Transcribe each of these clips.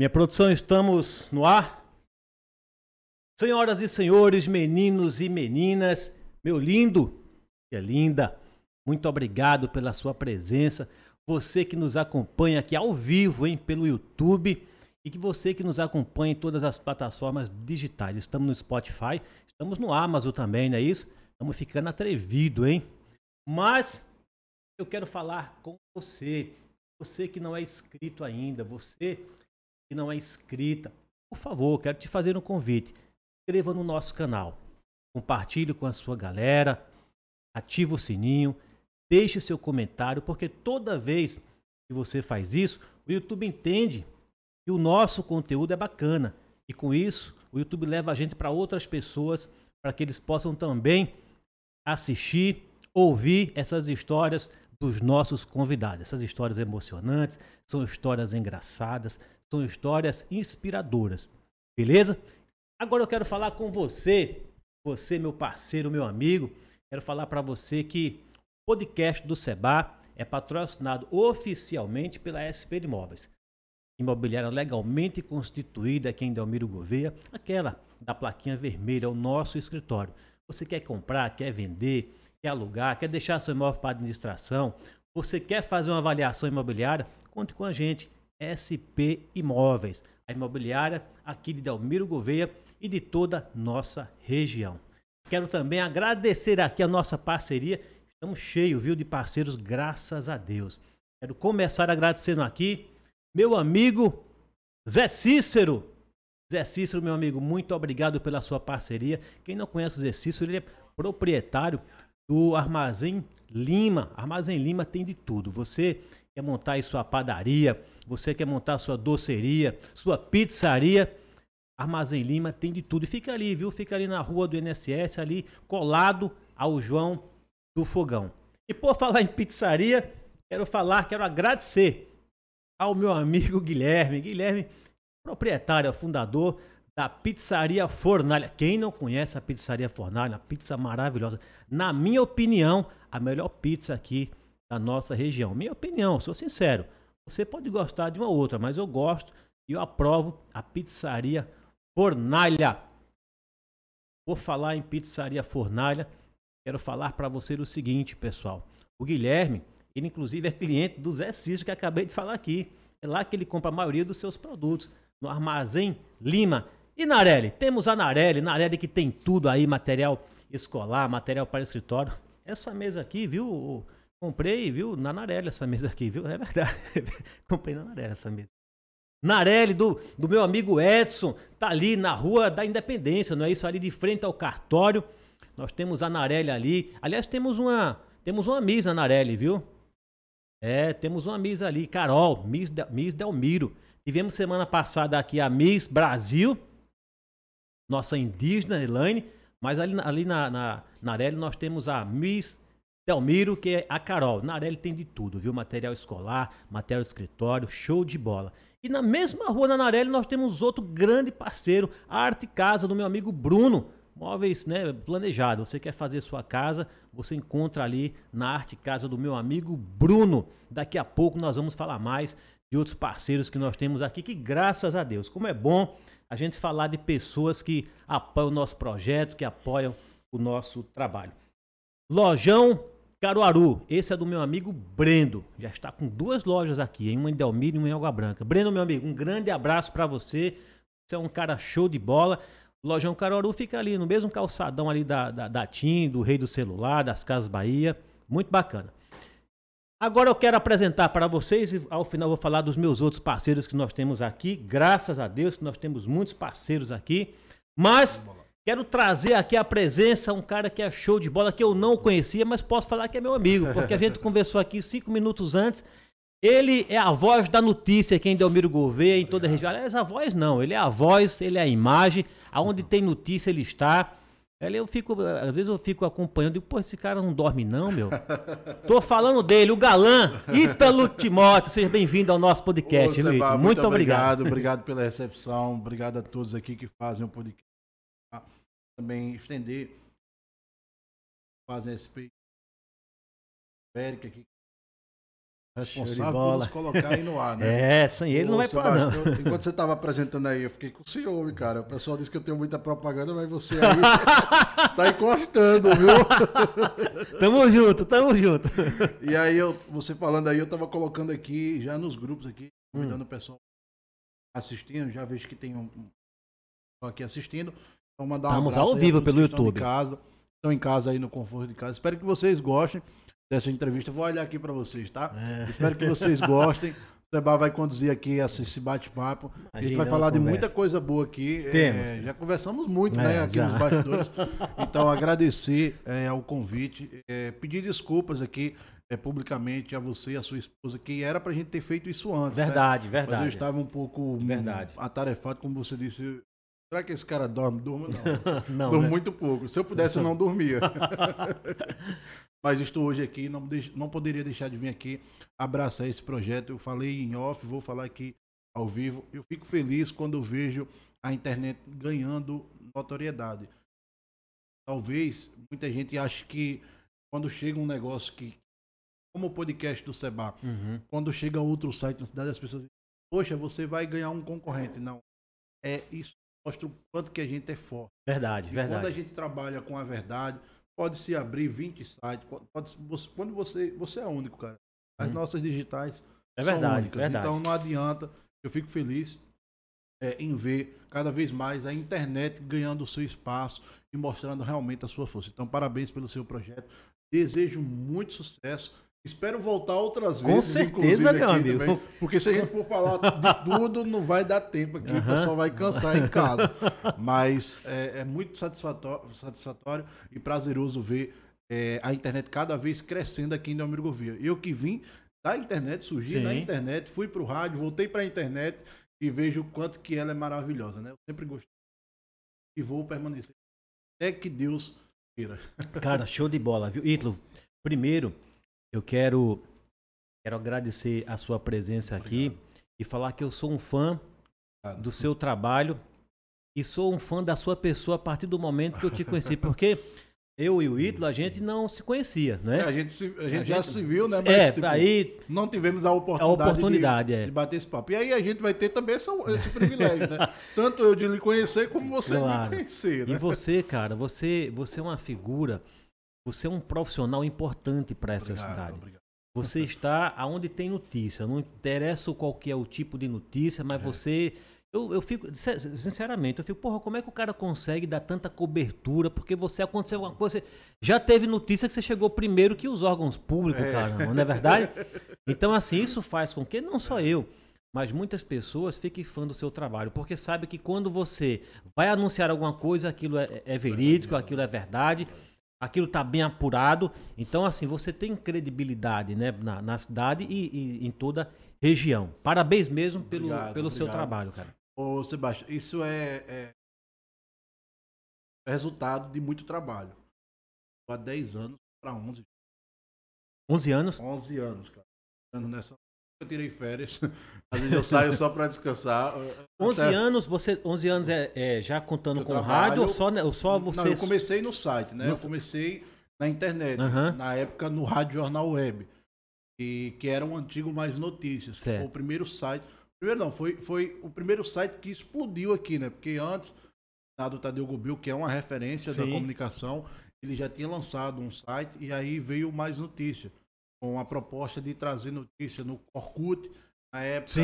Minha produção, estamos no ar. Senhoras e senhores, meninos e meninas, meu lindo e linda, muito obrigado pela sua presença. Você que nos acompanha aqui ao vivo, pelo YouTube, e que você que nos acompanha em todas as plataformas digitais. Estamos no Spotify, estamos no Amazon também, não é isso? Estamos ficando atrevido, hein? Mas eu quero falar com você, você que não é inscrito ainda, você que não é inscrita, por favor, quero te fazer um convite. Inscreva no nosso canal, compartilhe com a sua galera, ative o sininho, deixe seu comentário, porque toda vez que você faz isso, o YouTube entende que o nosso conteúdo é bacana. E com isso, o YouTube leva a gente para outras pessoas, para que eles possam também assistir, ouvir essas histórias dos nossos convidados. Essas histórias emocionantes, são histórias engraçadas, são histórias inspiradoras. Beleza? Agora eu quero falar com você, meu parceiro, meu amigo. Quero falar para você que o podcast do Seba é patrocinado oficialmente pela SP Imóveis. Imobiliária legalmente constituída aqui em Delmiro Gouveia, aquela da plaquinha vermelha, o nosso escritório. Você quer comprar, quer vender, quer alugar, quer deixar seu imóvel para administração, você quer fazer uma avaliação imobiliária, conte com a gente, SP Imóveis, a imobiliária aqui de Delmiro Gouveia e de toda nossa região. Quero também agradecer aqui a nossa parceria, estamos cheios, viu, de parceiros, graças a Deus. Quero começar agradecendo aqui meu amigo Zé Cícero. Zé Cícero, meu amigo, muito obrigado pela sua parceria. Quem não conhece o Zé Cícero, ele é proprietário do Armazém Lima. Armazém Lima tem de tudo. Você quer montar aí sua padaria, você quer montar sua doceria, sua pizzaria, Armazém Lima tem de tudo. E fica ali, viu? Fica ali na rua do INSS, ali colado ao João do Fogão. E por falar em pizzaria, quero agradecer ao meu amigo Guilherme. Guilherme, proprietário, fundador da Pizzaria Fornalha. Quem não conhece a Pizzaria Fornalha, uma pizza maravilhosa. Na minha opinião, a melhor pizza aqui da nossa região. Minha opinião, sou sincero. Você pode gostar de uma outra, mas eu gosto e eu aprovo a Pizzaria Fornalha. Vou falar em Pizzaria Fornalha. Quero falar para você o seguinte, pessoal. O Guilherme, ele inclusive é cliente do Zé Cícero, que acabei de falar aqui. É lá que ele compra a maioria dos seus produtos, no Armazém Lima. E Narelli? Temos a Narelli que tem tudo aí, material escolar, material para escritório. Essa mesa aqui, viu? Comprei, viu? Na Narelli essa mesa aqui, viu? É verdade. Comprei na Narelli essa mesa. Narelli do meu amigo Edson, tá ali na Rua da Independência, não é isso? Ali de frente ao cartório. Nós temos a Narelli ali. Aliás, temos uma Miss na Narelli, viu? Temos uma Miss ali, Carol, Miss Delmiro. Tivemos semana passada aqui a Miss Brasil, nossa indígena, Elaine, mas ali na Narelli nós temos a Miss Delmiro, que é a Carol. Narelli tem de tudo, viu? Material escolar, material de escritório, show de bola. E na mesma rua na Narelli nós temos outro grande parceiro, a Arte Casa do meu amigo Bruno. Móveis, né, planejado. Você quer fazer sua casa, você encontra ali na Arte Casa do meu amigo Bruno. Daqui a pouco nós vamos falar mais de outros parceiros que nós temos aqui, que graças a Deus, como é bom a gente falar de pessoas que apoiam o nosso projeto, que apoiam o nosso trabalho. Lojão Caruaru, esse é do meu amigo Brendo. Já está com 2 lojas aqui, uma em Delmiro e uma em Água Branca. Brendo, meu amigo, um grande abraço para você. Você é um cara show de bola. Lojão Caruaru fica ali no mesmo calçadão ali da TIM, do Rei do Celular, das Casas Bahia. Muito bacana. Agora eu quero apresentar para vocês e ao final eu vou falar dos meus outros parceiros que nós temos aqui. Graças a Deus que nós temos muitos parceiros aqui. Mas quero trazer aqui a presença, um cara que é show de bola, que eu não conhecia, mas posso falar que é meu amigo, porque a gente conversou aqui 5 minutos antes. Ele é a voz da notícia aqui em Delmiro Gouveia, em toda a região. Aliás, a voz não, ele é a voz, ele é a imagem, aonde tem notícia ele está. Às vezes eu fico acompanhando e digo, pô, esse cara não dorme não, meu. Tô falando dele, o galã, Ítalo Timóteo. Seja bem-vindo ao nosso podcast, Ô, Seba, muito obrigado. Obrigado pela recepção, obrigado a todos aqui que fazem o podcast. Também estender, fazem esse Érica aqui, responsável por nos colocar aí no ar, né? Sem ele não vai parar, não. Enquanto você estava apresentando aí, eu fiquei com o senhor, cara. O pessoal disse que eu tenho muita propaganda, mas você aí tá encostando, viu? Tamo junto, tamo junto. E aí, você falando aí, eu tava colocando aqui, já nos grupos aqui, convidando o pessoal assistindo, já vejo que tem um aqui assistindo. Então, mandar um Estamos ao vivo pelo YouTube. Estão em casa aí no conforto de casa. Espero que vocês gostem dessa entrevista. Vou olhar aqui para vocês, tá? Espero que vocês gostem. O Seba vai conduzir aqui esse bate-papo. A gente vai falar de muita coisa boa aqui. Já conversamos muito, né, aqui nos bastidores. Então, agradecer ao convite. Pedir desculpas aqui publicamente a você e a sua esposa, que era pra gente ter feito isso antes. Verdade, né? verdade. Mas eu estava um pouco atarefado, como você disse. Será que esse cara dorme? Durmo não. Não, Durmo né? muito pouco. Se eu pudesse, eu não dormia. Mas estou hoje aqui, não poderia deixar de vir aqui abraçar esse projeto. Eu falei em off, vou falar aqui ao vivo. Eu fico feliz quando eu vejo a internet ganhando notoriedade. Talvez muita gente ache que quando chega um negócio que, como o podcast do Seba, quando chega outro site na cidade, as pessoas dizem, poxa, você vai ganhar um concorrente. Não. Isso mostra o quanto que a gente é forte. Verdade, e verdade. Quando a gente trabalha com a verdade, pode se abrir 20 sites. Quando você é único, cara. As nossas digitais são únicas. Verdade. Então não adianta. Eu fico feliz em ver cada vez mais a internet ganhando o seu espaço e mostrando realmente a sua força. Então, parabéns pelo seu projeto. Desejo muito sucesso. Espero voltar outras vezes. Com certeza, meu amigo. Também, porque se a gente for falar de tudo, não vai dar tempo aqui. O pessoal vai cansar em casa. Mas é muito satisfatório e prazeroso ver a internet cada vez crescendo aqui em Delmiro Gouveia. Eu que vim da internet, surgi na internet, fui para o rádio, voltei para a internet e vejo o quanto que ela é maravilhosa. Né? Eu sempre gostei e vou permanecer. Até que Deus queira. Cara, show de bola, viu? Ítalo, primeiro, eu quero agradecer a sua presença aqui e falar que eu sou um fã do seu trabalho e sou um fã da sua pessoa a partir do momento que eu te conheci, porque eu e o Ítalo, a gente não se conhecia, né? A gente já se viu, né? Mas, aí não tivemos a oportunidade de bater esse papo. E aí a gente vai ter também esse privilégio, né? Tanto eu de lhe conhecer, como você de me conhecer, né? E você, cara, você é uma figura, você é um profissional importante para essa cidade. Obrigado. Você está aonde tem notícia, não interessa qual que é o tipo de notícia, mas você... Eu fico, sinceramente, porra, como é que o cara consegue dar tanta cobertura? Porque aconteceu alguma coisa, já teve notícia que você chegou primeiro que os órgãos públicos, cara, não é verdade? Então, assim, isso faz com que, não só eu, mas muitas pessoas fiquem fã do seu trabalho, porque sabe que quando você vai anunciar alguma coisa, aquilo é verídico, aquilo é verdade, aquilo está bem apurado. Então, assim, você tem credibilidade, né, na cidade e em toda região. Parabéns mesmo pelo seu trabalho, cara. Ô, Sebastião, isso é resultado de muito trabalho. Há 10 anos para 11. 11 anos? 11 anos, cara. Eu tirei férias. Às vezes eu saio só para descansar. 11 anos, 11 anos já contando com rádio ou só você? Não, eu comecei no site, né? Eu comecei na internet. Na época no Rádio Jornal Web. Que era um antigo Mais Notícias. Foi o primeiro site. Foi o primeiro site que explodiu aqui, né? Porque antes, do Tadeu Gubil, que é uma referência da comunicação, ele já tinha lançado um site e aí veio o Mais Notícia, com a proposta de trazer notícia no Orkut, na época,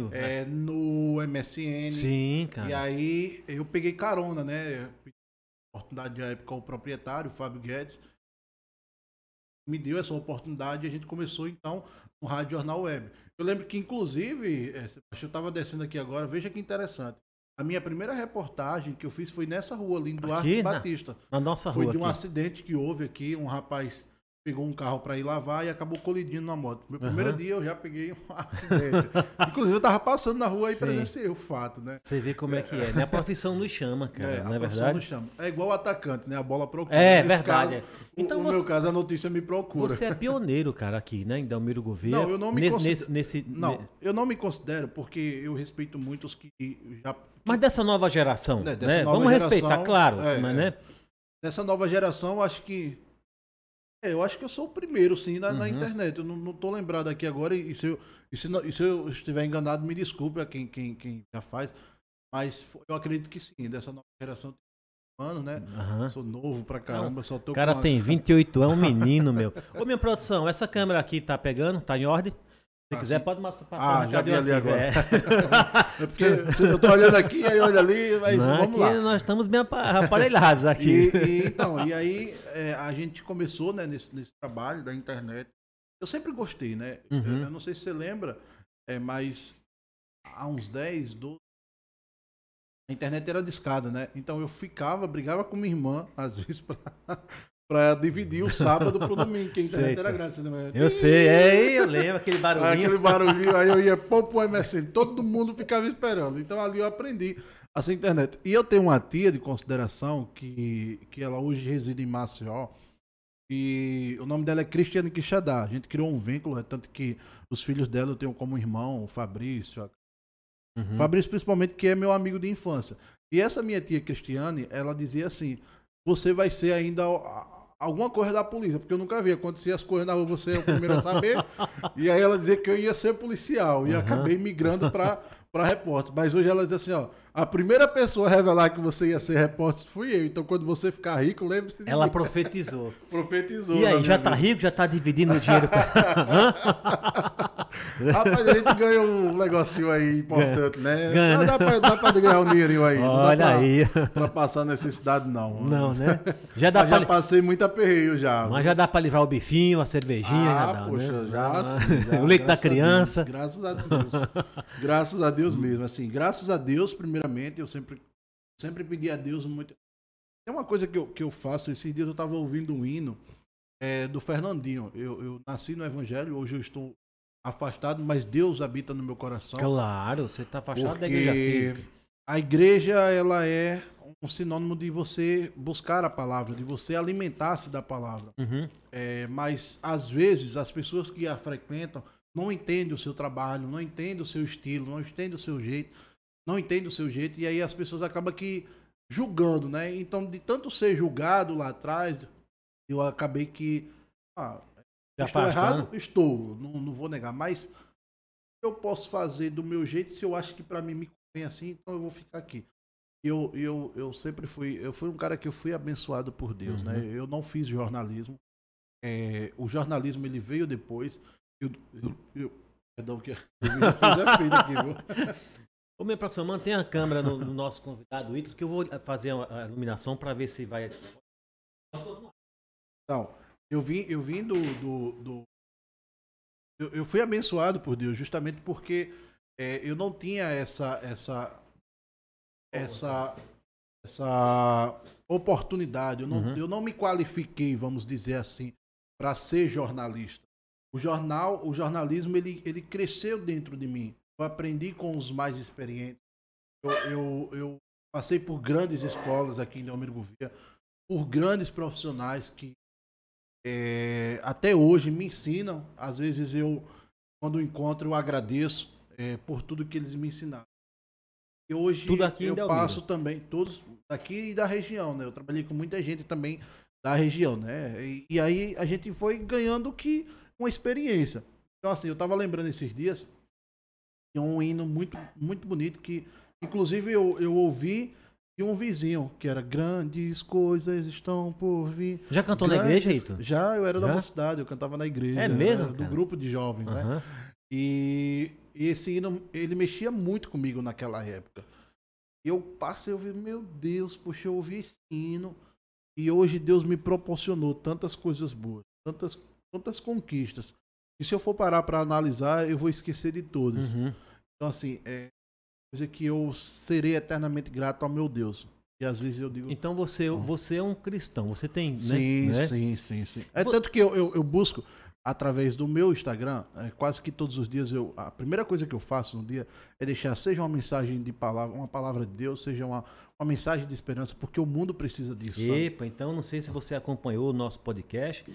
no MSN. Sim, cara. E aí eu peguei carona, né? Oportunidade da época, o proprietário, o Fábio Guedes, me deu essa oportunidade e a gente começou então no Rádio Jornal Web. Eu lembro que, inclusive, eu estava descendo aqui agora, veja que interessante. A minha primeira reportagem que eu fiz foi nessa rua ali, em Duarte Batista. Na nossa rua. Foi de um acidente que houve aqui, um rapaz pegou um carro para ir lavar e acabou colidindo na moto. Meu primeiro dia eu já peguei um acidente. Inclusive eu tava passando na rua e presenciei o fato, né? Você vê como é que é, né? A profissão nos chama, cara, não é verdade? Nos chama. É igual o atacante, né? A bola procura. É verdade. Caso, então no meu caso, a notícia me procura. Você é pioneiro, cara, aqui, né? Em Delmiro Gouveia. Não, eu não me considero. Eu não me considero porque eu respeito muito os que já... Mas dessa nova geração, né? Vamos respeitar, claro. Mas, né? Nessa nova geração, acho que Eu acho que eu sou o primeiro, sim, na internet. Eu não tô lembrado aqui agora, e se eu estiver enganado, me desculpe a quem já faz. Mas eu acredito que sim, dessa nova geração. Mano, né? Sou novo pra caramba, só tô O cara tem 28 anos, é um menino, meu. Ô, minha produção, essa câmera aqui tá pegando? Tá em ordem? Se quiser, pode passar já vi ali agora. É porque eu tô olhando aqui, aí olha ali, mas vamos lá. Nós estamos bem aparelhados aqui. E aí a gente começou, né, nesse trabalho da internet. Eu sempre gostei, né? Eu não sei se você lembra, mas há uns 10, 12, a internet era discada, né? Então eu brigava com minha irmã, às vezes, pra dividir o sábado pro domingo, que a internet era grátis. Né? Eu sei, eu lembro aquele barulhinho. Aquele barulhinho, aí eu ia pro MSN, todo mundo ficava esperando. Então ali eu aprendi essa internet. E eu tenho uma tia de consideração que ela hoje reside em Maceió, e o nome dela é Cristiane Quixadá. A gente criou um vínculo, tanto que os filhos dela eu tenho como irmão, o Fabrício, Fabrício principalmente, que é meu amigo de infância. E essa minha tia Cristiane, ela dizia assim, você vai ser ainda alguma coisa da polícia, porque eu nunca vi acontecer as coisas na rua, você é o primeiro a saber. E aí ela dizia que eu ia ser policial, e acabei migrando para repórter. Mas hoje ela diz assim, ó, a primeira pessoa a revelar que você ia ser repórter fui eu. Então quando você ficar rico, lembre-se de Ela mim. Profetizou. Profetizou. E aí, já tá rico? Já tá dividindo o dinheiro? Rapaz, a gente ganha um negocinho aí importante, né? Ganha. Dá pra ganhar um dinheirinho aí. Olha aí. Pra passar necessidade, não. Não, né? Já passei muito aperreio já. Mas já dá pra livrar o bifinho, a cervejinha. Ah, já dá, poxa, né? já. O leite da criança. Graças a Deus. Graças a Deus mesmo. Assim, graças a Deus, primeiramente, eu sempre pedi a Deus muito. Tem uma coisa que eu faço, esses dias eu tava ouvindo um hino do Fernandinho. Eu nasci no Evangelho, hoje eu estou afastado, mas Deus habita no meu coração. Claro, você tá afastado da igreja física. A igreja, ela é um sinônimo de você buscar a palavra, de você alimentar-se da palavra. Mas, às vezes, as pessoas que a frequentam não entendem o seu trabalho, não entendem o seu estilo, não entendem o seu jeito, e aí as pessoas acabam que julgando, né? Então, de tanto ser julgado lá atrás, eu acabei que... estou errado? Estou, não vou negar, mas eu posso fazer do meu jeito, se eu acho que para mim me convém assim, então eu vou ficar aqui. Eu sempre fui um cara que eu fui abençoado por Deus, né? Eu não fiz jornalismo, o jornalismo ele veio depois, perdão, que eu fiz aqui, viu? Ô, minha produção, mantenha a câmera no nosso convidado Ítalo, que eu vou fazer a iluminação para ver se vai... Então, eu vim eu fui abençoado por Deus justamente porque eu não tinha essa oportunidade, eu não me qualifiquei, vamos dizer assim, para ser jornalista. O jornalismo ele cresceu dentro de mim. Eu aprendi com os mais experientes. Eu passei por grandes escolas aqui em Delmiro Gouveia, por grandes profissionais que até hoje me ensinam. Às vezes quando encontro, eu agradeço por tudo que eles me ensinaram. E hoje tudo aqui eu passo também, todos daqui e da região, né? Eu trabalhei com muita gente também da região, né? E aí a gente foi ganhando uma experiência. Então, assim, eu tava lembrando esses dias de um hino muito, muito bonito que, inclusive, eu ouvi de um vizinho, que era Grandes Coisas Estão Por Vir. Já cantou na igreja, Ito? Já, eu era da mocidade, eu cantava na igreja. É mesmo? Do grupo de jovens, né? E esse hino, ele mexia muito comigo naquela época. E eu passei a ouvir, meu Deus, poxa, eu ouvi esse hino. E hoje Deus me proporcionou tantas coisas boas, tantas conquistas. E se eu for parar para analisar, eu vou esquecer de todas. Então, assim, coisa que eu serei eternamente grato ao meu Deus. E às vezes eu digo... Então você é um cristão, você tem... Sim, né? sim. Tanto que eu busco, através do meu Instagram, quase que todos os dias, a primeira coisa que eu faço no dia é deixar, seja uma mensagem de palavra, uma palavra de Deus, seja uma mensagem de esperança, porque o mundo precisa disso. Epa, então não sei se você acompanhou o nosso podcast.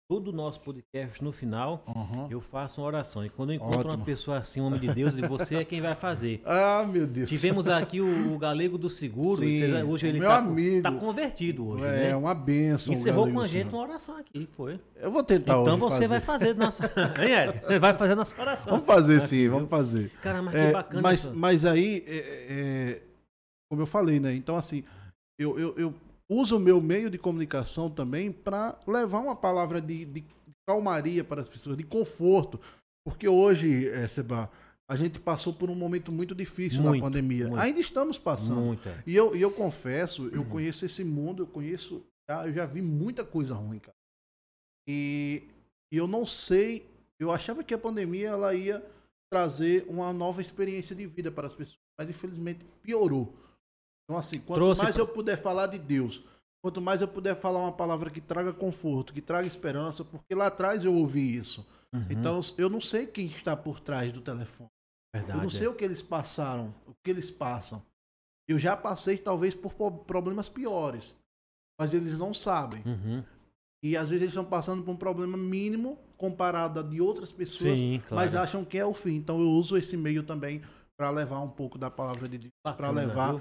todo o nosso podcast, no final, eu faço uma oração. E quando eu encontro Ótimo. uma pessoa assim, um homem de Deus, eu digo, você é quem vai fazer. Ah, meu Deus. Tivemos aqui o Galego do Seguro. Sim, Hoje ele meu amigo. tá convertido hoje, É né? uma bênção. Encerrou Galego com a gente Senhor. uma oração aqui, foi. Eu vou tentar Então hoje você fazer. vai fazer nossa... Hein, Eric? Vai fazer nossa oração. Vamos fazer Aqui, sim, viu? vamos fazer. Cara, mas que bacana. Mas aí, como eu falei, né? Então, assim, eu uso o meu meio de comunicação também para levar uma palavra de calmaria para as pessoas, de conforto. Porque hoje, Seba, a gente passou por um momento muito difícil na pandemia. Muito. Ainda estamos passando. Muito. E eu confesso, eu conheço esse mundo, eu já vi muita coisa ruim, cara. E eu não sei, eu achava que a pandemia ela ia trazer uma nova experiência de vida para as pessoas, mas infelizmente piorou. Então assim, quanto mais eu puder falar de Deus, quanto mais eu puder falar uma palavra que traga conforto, que traga esperança, porque lá atrás eu ouvi isso. Então eu não sei quem está por trás do telefone. Verdade, eu não sei o que eles passaram, o que eles passam. Eu já passei talvez por problemas piores, mas eles não sabem. E às vezes eles estão passando por um problema mínimo comparado a de outras pessoas, sim, claro. mas acham que é o fim. Então eu uso esse meio também para levar um pouco da palavra de Deus, para levar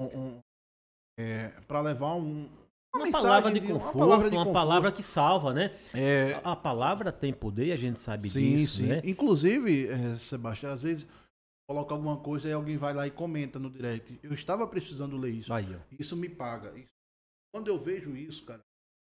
uma palavra de conforto, uma palavra que salva, né? A palavra tem poder e a gente sabe disso, sim. né? Inclusive, Sebastião, às vezes coloca alguma coisa e alguém vai lá e comenta no direct. Eu estava precisando ler isso. Aí, ó. Isso me paga. Quando eu vejo isso, cara,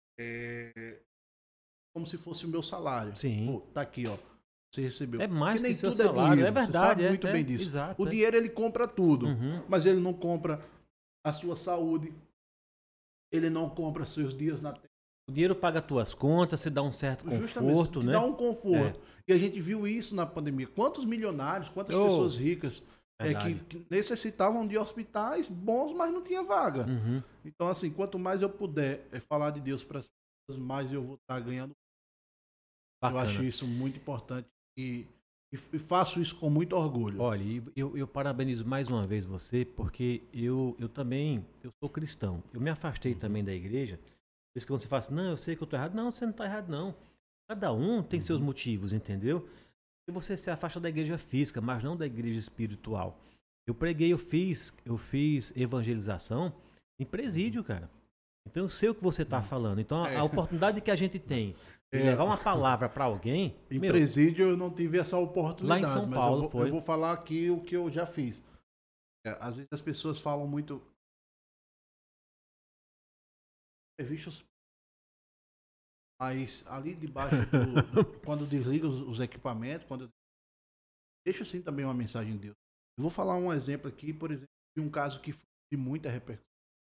como se fosse o meu salário. Sim. Pô, tá aqui, ó. Você recebeu. É mais que nem que seu tudo salário, é dinheiro. é verdade. Você sabe muito bem disso. Exato, o dinheiro, ele compra tudo. Mas ele não compra a sua saúde. Ele não compra seus dias na terra. O dinheiro paga tuas contas, você dá um certo conforto, né? Dá um conforto. E a gente viu isso na pandemia. Quantos milionários, quantas pessoas ricas que necessitavam de hospitais bons, mas não tinha vaga. Então, assim, quanto mais eu puder falar de Deus para as pessoas, mais eu vou estar ganhando. Bacana. Eu acho isso muito importante e faço isso com muito orgulho. Olha, eu parabenizo mais uma vez você, porque eu também sou cristão. Eu me afastei também da igreja. Por isso que quando você fala assim, não, eu sei que eu estou errado. Não, você não está errado, não. Cada um tem seus motivos, entendeu? E você se afasta da igreja física, mas não da igreja espiritual. Eu preguei, eu fiz evangelização em presídio, cara. Então eu sei o que você está falando. Então a oportunidade que a gente tem de levar uma palavra para alguém... Em presídio eu não tive essa oportunidade. Lá em São Paulo eu vou falar aqui o que eu já fiz. Às vezes as pessoas falam muito... Mas ali debaixo, quando desliga os equipamentos, deixa assim também uma mensagem de Deus. Eu vou falar um exemplo aqui, por exemplo, de um caso que foi de muita repercussão.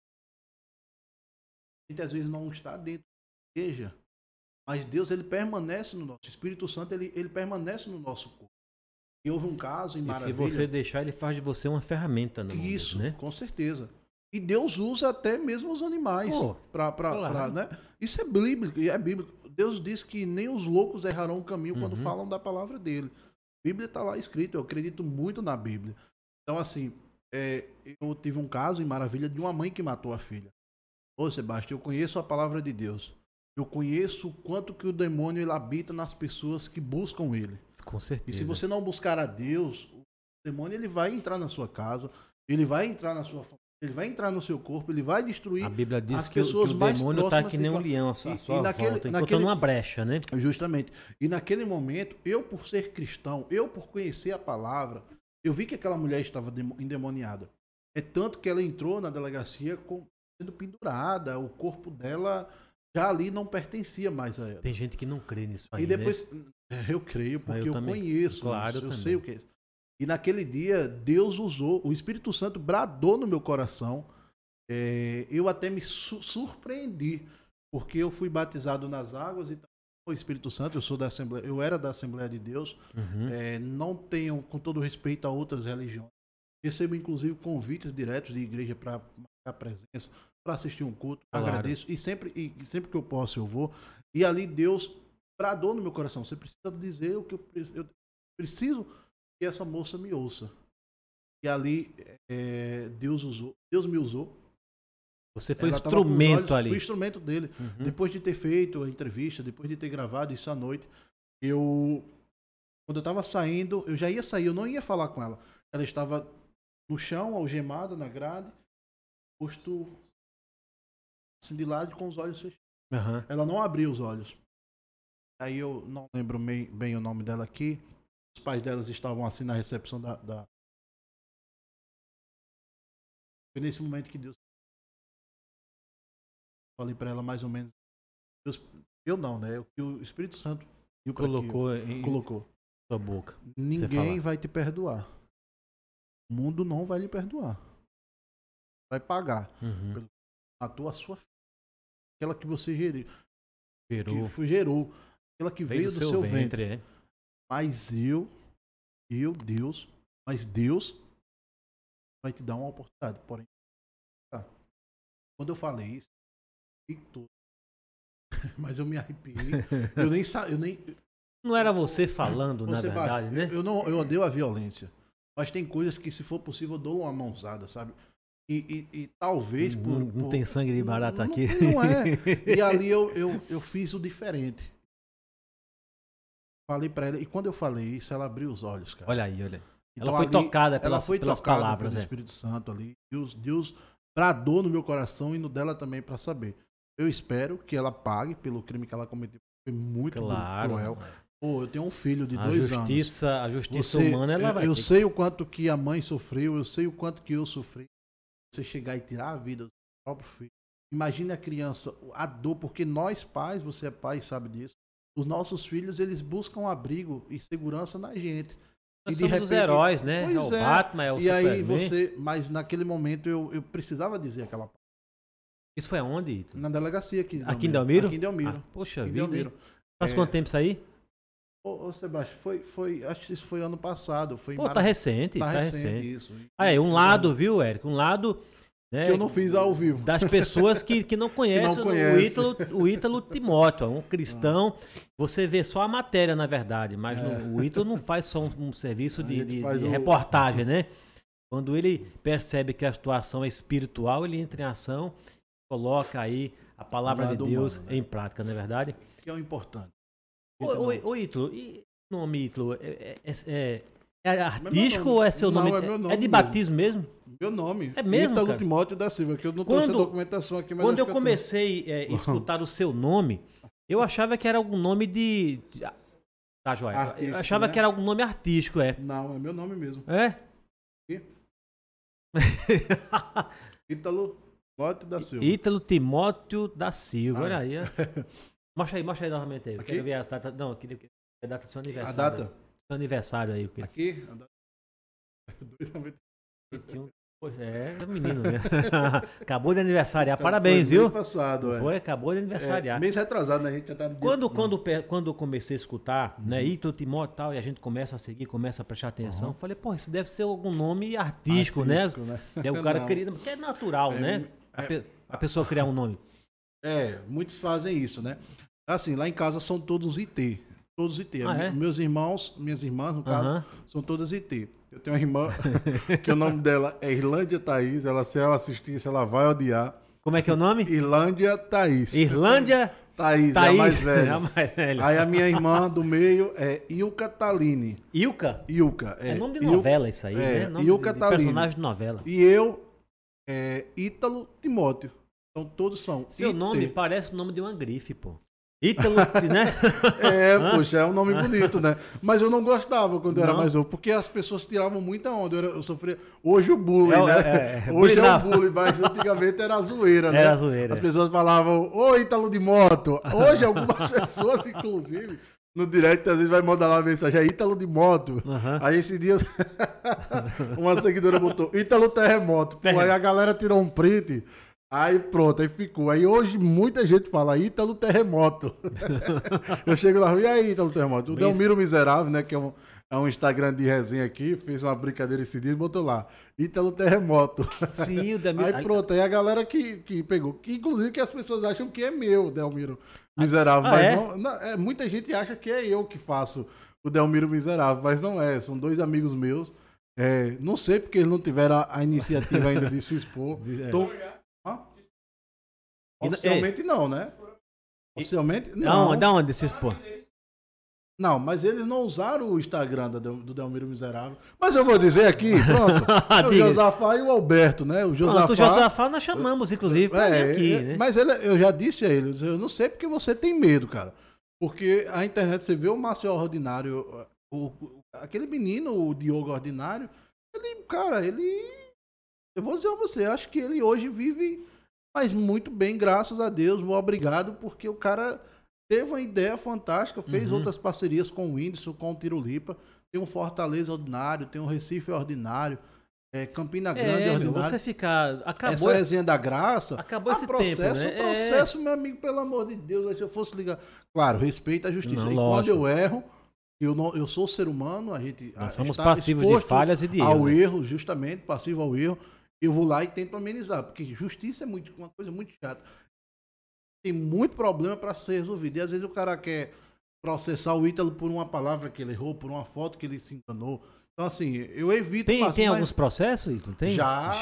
A gente às vezes não está dentro da igreja, mas Deus, ele permanece no nosso Espírito Santo, ele permanece no nosso corpo. E houve um caso em Maravilha. E se você deixar, ele faz de você uma ferramenta. Isso, né? Com certeza. E Deus usa até mesmo os animais. Claro. Né? Isso é bíblico. Deus diz que nem os loucos errarão o caminho quando falam da palavra dele. A Bíblia está lá escrito, eu acredito muito na Bíblia. Então, assim, eu tive um caso em Maravilha de uma mãe que matou a filha. Ô, Sebastião, eu conheço a palavra de Deus. Eu conheço o quanto que o demônio ele habita nas pessoas que buscam ele. Com certeza. E se você não buscar a Deus, o demônio ele vai entrar na sua casa, ele vai entrar na sua família, ele vai entrar no seu corpo, ele vai destruir. A Bíblia diz as que pessoas o mais demônio próximas. Está que nem um leão à sua volta, encontrando uma brecha, né? Justamente. E naquele momento, eu por ser cristão, eu por conhecer a palavra, eu vi que aquela mulher estava endemoniada. É tanto que ela entrou na delegacia sendo pendurada, o corpo dela já ali não pertencia mais a ela. Tem gente que não crê nisso aí, e depois, né? Eu creio, porque eu também conheço, claro, eu sei o que é isso. E naquele dia, Deus usou, o Espírito Santo bradou no meu coração. Eu até me surpreendi, porque eu fui batizado nas águas e o Espírito Santo, eu era da Assembleia de Deus, não tenho, com todo respeito a outras religiões, recebo inclusive convites diretos de igreja para marcar presença, para assistir um culto, claro. Agradeço, e sempre que eu posso eu vou, e ali Deus bradou no meu coração, você precisa dizer o que eu preciso que essa moça me ouça. E ali Deus me usou Você foi instrumento ali. Fui instrumento dele. Depois de ter feito a entrevista, depois de ter gravado isso à noite, quando eu tava saindo, eu já ia sair, eu não ia falar com ela. Ela estava no chão, algemada na grade, posto assim de lado com os olhos fechados. Ela não abriu os olhos. Aí eu não lembro bem o nome dela aqui. Os pais delas estavam assim na recepção da... Foi nesse momento que Deus... Falei para ela mais ou menos... Eu não, né? O que o Espírito Santo colocou sua boca. Ninguém vai te perdoar. O mundo não vai lhe perdoar. Vai pagar a sua filha. Aquela que você gerou. Aquela que veio do seu ventre. Mas Deus vai te dar uma oportunidade. Porém, quando eu falei isso, mas eu me arrepiei. Eu nem não era você falando, na verdade, né? Eu odeio a violência. Mas tem coisas que, se for possível, eu dou uma mãozada, sabe? E talvez não tem sangue de barata aqui. Não é. E ali eu fiz o diferente. Falei pra ela, e quando eu falei isso, ela abriu os olhos, cara. Olha aí. Então, ela foi tocada pelas palavras, pelo Espírito Santo ali. Deus bradou no meu coração e no dela também pra saber. Eu espero que ela pague pelo crime que ela cometeu. Foi muito cruel. Pô, eu tenho um filho de 2 anos. A justiça humana, ela vai... Eu sei o quanto que a mãe sofreu, eu sei o quanto que eu sofri. Você chegar e tirar a vida do próprio filho. Imagine a criança, a dor, porque nós pais, você é pai e sabe disso, os nossos filhos, eles buscam abrigo e segurança na gente. Nós somos os heróis, né? Pois é o Batman, é o Superman. E aí mas naquele momento eu precisava dizer aquela palavra. Isso foi aonde? Na delegacia aqui. Aqui em Delmiro? Aqui em Delmiro. Poxa vida. Faz quanto tempo isso aí? Ô Sebastião, acho que isso foi ano passado. Tá recente. Tá recente isso. Um lado, viu, Érico? Um lado... Né, que eu não fiz ao vivo. Das pessoas que não conhecem o Ítalo Timóteo, um cristão. Você vê só a matéria, na verdade, mas o Ítalo não faz só um serviço de reportagem, né? Quando ele percebe que a situação é espiritual, ele entra em ação, coloca aí a palavra de Deus em prática, não é verdade? Que é o importante. Ô Ítalo, e o nome Ítalo é artístico ou é seu nome? Não, é meu nome. É de batismo mesmo? Meu nome. É mesmo, Ítalo Timóteo da Silva, que eu não trouxe a documentação aqui. Mas quando eu comecei a escutar o seu nome, eu achava que era algum nome de... Tá, joia. Artístico, eu achava que era algum nome artístico, Não, é meu nome mesmo. É? Ítalo Timóteo da Silva. Ítalo Timóteo da Silva, olha aí. Mostra aí novamente aí. Eu quero ver a data. Não, eu queria ver a data do seu aniversário. A data? Seu aniversário aí. Aqui? A data... Poxa, menino, né? Acabou de aniversariar. Parabéns, viu? Mês passado, Foi, acabou de aniversariar. Mês retrasado, né? A gente já tá no quando eu comecei a escutar, né, Ítalo Timóteo e tal, e a gente começa a seguir, começa a prestar atenção, eu falei, isso deve ser algum nome artístico, né? O cara queria, porque é natural, né? A pessoa criar um nome. Muitos fazem isso, né? Assim, lá em casa são todos IT. Todos IT. Meus irmãos, minhas irmãs, no caso, são todas IT. Eu tenho uma irmã que o nome dela é Irlândia Thaís. Se ela assistir isso, ela vai odiar. Como é que é o nome? Irlândia Thaís. Irlândia Thaís, é a mais velha. Aí a minha irmã do meio é Ilka Taline. Ilka? Ilka. É nome de novela isso aí, né? Nome Ilka de Taline. Personagem de novela. E eu, Ítalo Timóteo. Então todos são Seu nome parece o nome de uma grife, pô. Ítalo, né? Poxa, é um nome bonito, né? Mas eu não gostava quando eu era mais novo, porque as pessoas tiravam muita onda. Eu sofria. Hoje o bullying, né? Hoje é o bullying, mas antigamente era a zoeira, né? Era a zoeira. As pessoas falavam, ô Ítalo de moto. Hoje algumas pessoas, inclusive, no direct, às vezes vai mandar lá uma mensagem, é Ítalo de moto. Aí esse dia uma seguidora botou Ítalo Terremoto. Pô, aí a galera tirou um print. Aí pronto, aí ficou. Aí hoje muita gente fala Ítalo Terremoto. Eu chego lá, e aí Ítalo Terremoto? O Delmiro Miserável, né, que é um Instagram de resenha aqui, fez uma brincadeira esse dia e botou lá, Ítalo Terremoto. Sim, o Delmiro... Aí pronto, aí a galera que pegou, que, inclusive que as pessoas acham que é meu, Delmiro Miserável, mas não, muita gente acha que é eu que faço o Delmiro Miserável, mas não é, são 2 amigos meus. Não sei porque eles não tiveram a iniciativa ainda de se expor. Oficialmente não, né? Oficialmente não. Da onde vocês pô? Não, mas eles não usaram o Instagram do Delmiro Miserável. Mas eu vou dizer aqui, pronto, o Josafá e o Alberto, né? O Josafá nós chamamos, inclusive, pra vir aqui, né? Mas eu já disse a eles, eu não sei porque você tem medo, cara. Porque a internet, você vê o Marcel Ordinário, aquele menino, o Diogo Ordinário, eu vou dizer a você, acho que ele hoje vive, mas muito bem, graças a Deus, obrigado, porque o cara teve uma ideia fantástica, fez outras parcerias com o Whindersson, com o Tirulipa, tem um Fortaleza Ordinário, tem um Recife Ordinário, Campina Grande Ordinário. Você ficar... Essa resenha da graça... Acabou esse processo, tempo, né? Processo, meu amigo, pelo amor de Deus, aí se eu fosse ligar... Claro, respeito a justiça. E quando eu erro, eu sou ser humano, nós somos passivos de falhas e de erro. Ao erro, justamente, passivo ao erro, eu vou lá e tento amenizar, porque justiça é uma coisa muito chata. Tem muito problema para ser resolvido. E às vezes o cara quer processar o Ítalo por uma palavra que ele errou, por uma foto que ele se enganou. Então, assim, eu evito... Tem alguns processos, Ítalo? Tem? Já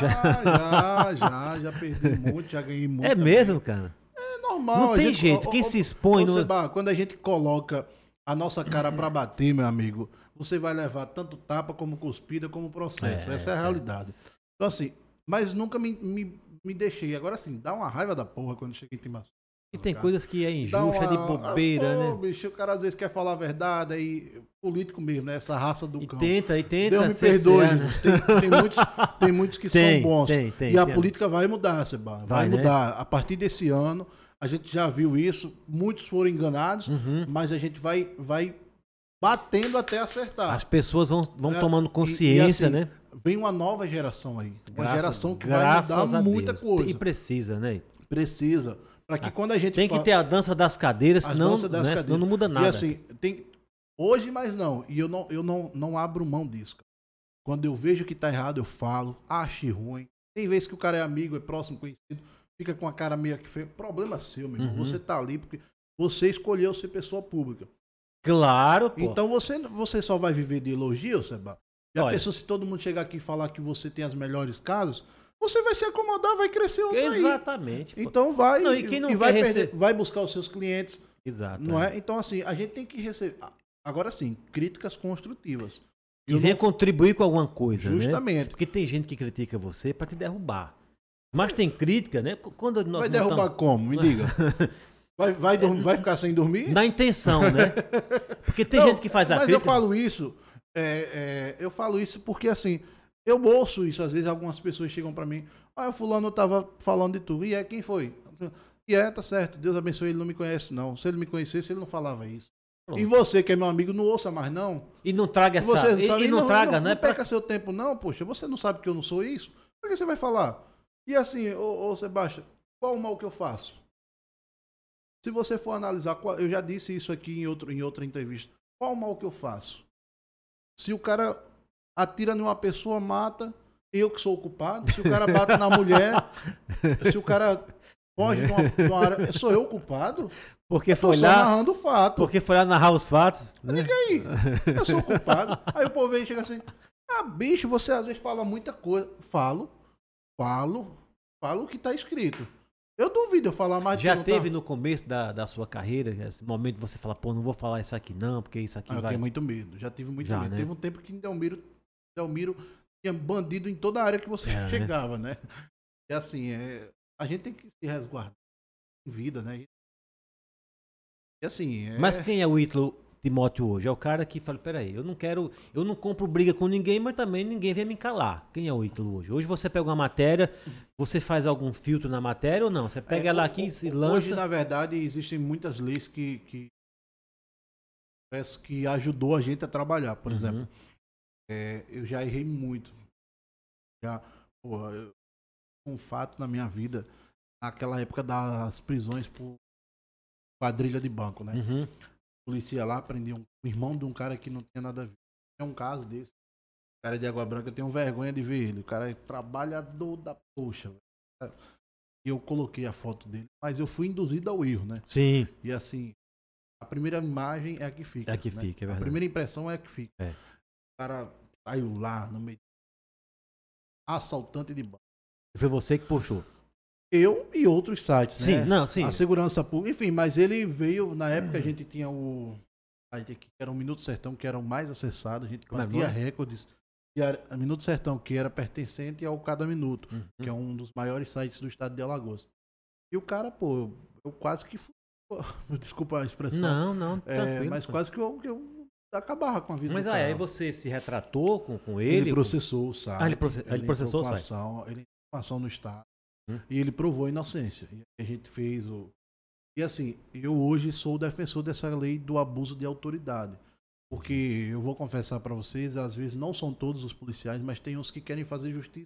perdi muito, já ganhei muito. É também. Mesmo, cara? É normal. Não tem jeito, quem se expõe... Quando a gente coloca a nossa cara para bater, meu amigo, você vai levar tanto tapa como cuspida, como processo. Essa é a realidade. Então, assim, mas nunca me deixei. Agora, assim, dá uma raiva da porra quando chega em intimação. E tem coisas que é injusta, de bobeira, né? Bicho, o cara às vezes quer falar a verdade, aí político mesmo, né? Essa raça do cão. Tenta. Deus me perdoe, tem muitos que são bons. E a política vai mudar, Seba. Vai mudar. Né? A partir desse ano, a gente já viu isso. Muitos foram enganados, mas a gente vai batendo até acertar. As pessoas vão tomando consciência, assim, né? Vem uma nova geração aí. Geração que vai mudar muita coisa. E precisa, né? Precisa. Para que quando a gente tem que ter a dança das cadeiras, senão não muda nada. E assim, hoje mais não. E eu não abro mão disso. Cara. Quando eu vejo que tá errado, eu falo, acho ruim. Tem vezes que o cara é amigo, é próximo, conhecido, fica com a cara meio que feia. Problema seu, meu irmão. Você tá ali porque você escolheu ser pessoa pública. Claro, pô. Então você só vai viver de elogio, Seba. E a pessoa, se todo mundo chegar aqui e falar que você tem as melhores casas, você vai se acomodar, vai crescer outro. Exatamente. Aí. Então vai, não, e quem não vai buscar os seus clientes. Exato. Não é? Então, assim, a gente tem que receber. Agora sim, críticas construtivas. Que venha contribuir com alguma coisa. Justamente. Né? Porque tem gente que critica você para te derrubar. Mas tem crítica, né? Quando nós vai derrubar como? Me diga. Vai ficar sem dormir? Na intenção, né? Porque tem gente que faz a crítica. Mas eu falo isso porque, assim, eu ouço isso. Às vezes algumas pessoas chegam pra mim, o fulano tava falando de tu. E quem foi? E tá certo, Deus abençoe, ele não me conhece não. Se ele me conhecesse, ele não falava isso. Pronto. E você, que é meu amigo, não ouça mais não. E não traga essa... Não perca seu tempo não, poxa. Você não sabe que eu não sou isso? Por que você vai falar? E assim, ô Sebastião, qual o mal que eu faço? Se você for analisar, eu já disse isso aqui em outra entrevista. Qual o mal que eu faço? Se o cara atira numa pessoa, mata, eu que sou o culpado. Se o cara bate na mulher, se o cara foge de uma área, sou eu o culpado? Porque foi lá narrando o fato. Porque foi lá narrar os fatos. Né? Diga aí, eu sou o culpado. Aí o povo vem e chega assim, bicho, você às vezes fala muita coisa. Falo o que tá escrito. Eu duvido eu falar mais. Já teve no começo da sua carreira, esse momento de você falar, pô, não vou falar isso aqui não, porque isso aqui vai... Eu tenho muito medo, já tive muito medo. Né? Teve um tempo que em Delmiro tinha bandido em toda a área que você chegava, né? E assim, a gente tem que se resguardar em vida, né? E assim... Mas quem é o Ítalo Timóteo hoje? É o cara que fala, peraí, eu não compro briga com ninguém, mas também ninguém vem me calar. Quem é o Ítalo hoje? Hoje você pega uma matéria, você faz algum filtro na matéria ou não? Você pega ela aqui e lança... Hoje, na verdade, existem muitas leis que ajudou a gente a trabalhar. Por exemplo, eu já errei muito. Um fato na minha vida, naquela época das prisões por quadrilha de banco, né? A polícia lá prendia um irmão de um cara que não tinha nada a ver. É um caso desse. O cara de Água Branca, eu tenho vergonha de ver ele. O cara é trabalhador da poxa. E eu coloquei a foto dele, mas eu fui induzido ao erro, né? Sim. E assim, a primeira imagem é a que fica. É a que fica, é verdade. A primeira impressão é a que fica. O cara saiu lá no meio. Assaltante de banco. Foi você que puxou. Eu e outros sites, sim, né? Não, sim. A segurança pública, enfim, mas ele veio, na época a gente tinha o site aqui, que era o Minuto Sertão, que era o mais acessado, a gente batia recordes. E a Minuto Sertão, que era pertencente ao Cada Minuto, que é um dos maiores sites do estado de Alagoas. E o cara, pô, eu quase que desculpa a expressão. Não, tranquilo. Mas quase que eu acabava com a vida mas do cara. Aí você se retratou com ele? Ele processou o site. Ele processou o site. Ele entrou com ação no estado. E ele provou a inocência. E a gente fez o... E assim, eu hoje sou o defensor dessa lei do abuso de autoridade. Porque eu vou confessar para vocês, às vezes não são todos os policiais, mas tem uns que querem fazer justiça.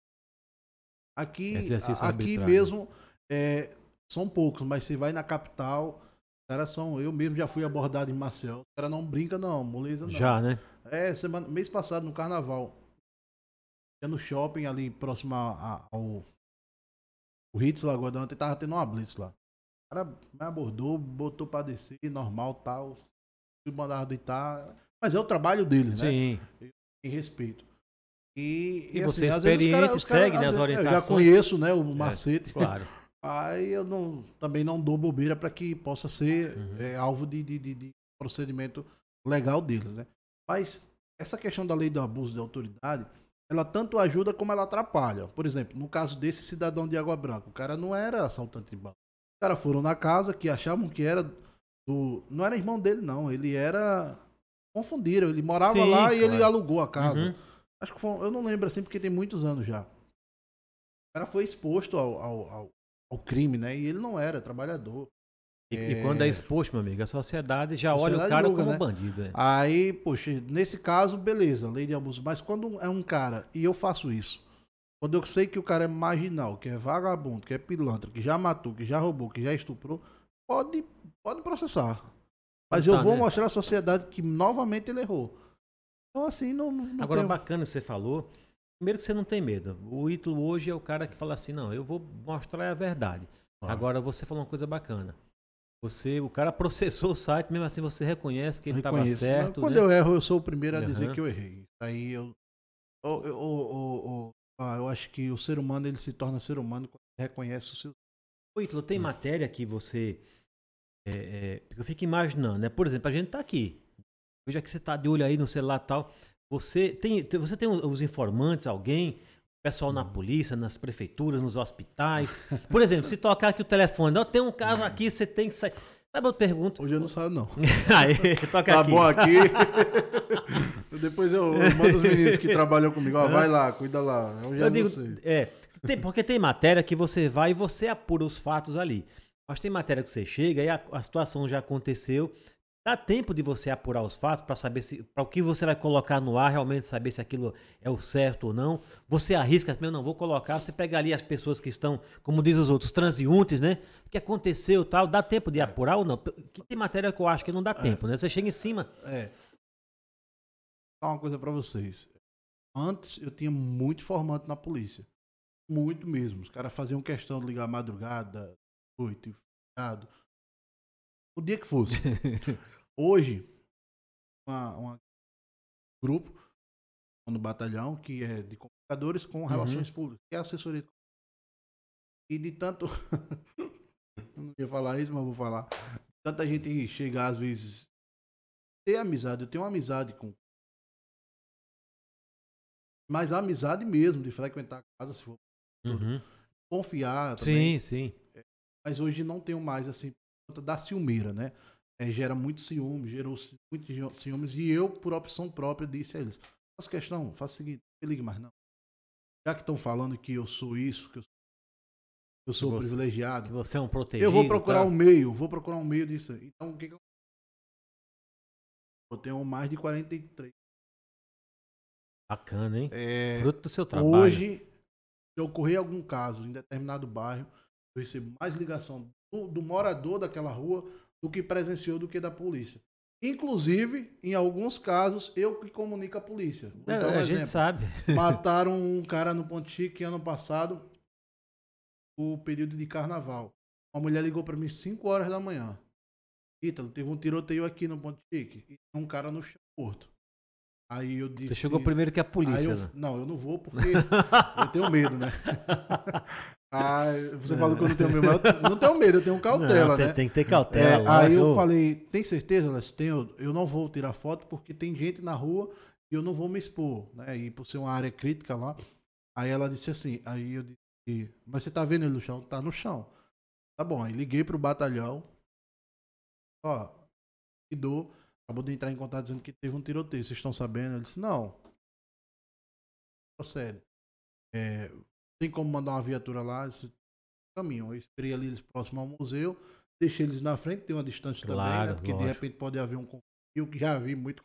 Aqui mesmo são poucos, mas você vai na capital, os caras são... Eu mesmo já fui abordado em Marcel. Os caras não brincam não, moleza não. Já, né? Mês passado, no carnaval, ia no shopping ali próximo ao Ritz Lagoa da Anta, tava tendo uma blitz lá. O cara me abordou, botou pra descer, normal, tal. Fui mandar deitar. Mas é o trabalho deles, né? Sim. Em respeito. E você assim, experiente, segue, né, as orientações. Eu já conheço, né, o macete. Claro. Aí eu também não dou bobeira para que possa ser alvo de procedimento legal deles, né? Mas essa questão da lei do abuso de autoridade, ela tanto ajuda como ela atrapalha. Por exemplo, no caso desse cidadão de Água Branca, o cara não era assaltante de banco. Os caras foram na casa que achavam que era não era irmão dele, não. Ele era... Confundiram. Ele morava lá, claro. E ele alugou a casa. Acho que foi... Eu não lembro assim, porque tem muitos anos já. O cara foi exposto ao crime, né? E ele não era trabalhador. E quando é exposto, meu amigo, a sociedade já olha o cara como, né, bandido. É. Aí, poxa, nesse caso, beleza, lei de abuso. Mas quando é um cara, e eu faço isso, quando eu sei que o cara é marginal, que é vagabundo, que é pilantra, que já matou, que já roubou, que já estuprou, pode processar. Mas eu vou mostrar à sociedade que novamente ele errou. Então, assim, não Agora, bacana que você falou. Primeiro que você não tem medo. O Ítalo hoje é o cara que fala assim, não, eu vou mostrar a verdade. Agora, você falou uma coisa bacana. O cara processou o site, mesmo assim você reconhece que ele estava certo. Quando eu erro, eu sou o primeiro a dizer que eu errei. Aí eu acho que o ser humano, ele se torna ser humano quando reconhece o seu... Ô, Ítalo, tem matéria que você... eu fico imaginando, né? Por exemplo, a gente tá aqui. Já que você tá de olho aí no celular e tal, você tem os informantes, alguém, pessoal na polícia, nas prefeituras, nos hospitais. Por exemplo, se tocar aqui o telefone, ó, tem um caso aqui, você tem que sair. Sabe, eu pergunto. Hoje eu não saio, não. Aí, toca tá aqui. Tá bom aqui. Depois eu mando os meninos que trabalham comigo, ó, vai lá, cuida lá. Eu digo, porque tem matéria que você vai e você apura os fatos ali. Mas tem matéria que você chega e a situação já aconteceu. Dá tempo de você apurar os fatos para saber para o que você vai colocar no ar, realmente saber se aquilo é o certo ou não. Você arrisca, não vou colocar. Você pega ali as pessoas que estão, como diz os outros, transeuntes, né? O que aconteceu tal. Dá tempo de apurar ou não? Que tem matéria que eu acho que não dá tempo, né? Você chega em cima. Vou falar uma coisa para vocês. Antes eu tinha muito informante na polícia. Muito mesmo. Os caras faziam questão de ligar madrugada, noite, feriado. O dia que fosse. Hoje, um grupo no batalhão que é de comunicadores com relações públicas, que é assessoria. E de tanto... Eu não ia falar isso, mas vou falar. Tanta gente chega, às vezes, ter amizade. Eu tenho uma amizade com... Mas a amizade mesmo, de frequentar a casa, se for... Confiar também. Sim. Mas hoje não tenho mais, assim, da ciumeira, né? Gera muito ciúme, gerou muitos ciúmes, e eu, por opção própria, disse a eles: faça questão, faça o seguinte, não ligue mais não. Já que estão falando que eu sou isso, que eu sou privilegiado, que você é um protegido, eu vou procurar um meio disso. Então, o que eu tenho mais de 43. Bacana, hein? Fruto do seu trabalho. Hoje, se ocorrer algum caso em determinado bairro, eu recebo mais ligação do morador daquela rua do que presenciou do que da polícia. Inclusive, em alguns casos, eu que comunico a polícia. Então, a gente sabe. Mataram um cara no Ponte Chique ano passado, o período de carnaval. Uma mulher ligou para mim 5 horas da manhã. Ítalo, teve um tiroteio aqui no Ponte Chique e um cara no chão morto. Aí eu disse... Você chegou primeiro que a polícia, né? Não, eu não vou porque eu tenho medo, né? Você falou que eu não tenho medo, mas eu não tenho medo, eu tenho cautela, não, você né? tem que ter cautela. Aí eu falei, tem certeza? Elas têm, eu não vou tirar foto porque tem gente na rua e eu não vou me expor, né? E por ser uma área crítica lá. Aí ela disse assim, aí eu disse, mas você tá vendo ele no chão? Tá no chão. Tá bom, aí liguei pro batalhão, ó, acabou de entrar em contato dizendo que teve um tiroteio, vocês estão sabendo? Ele disse, não, procede. Tem como mandar uma viatura lá, esse caminho. Eu esperei ali eles próximo ao museu, deixei eles na frente, tem uma distância também, né? Porque lógico, de repente pode haver um conflito, eu que já vi muito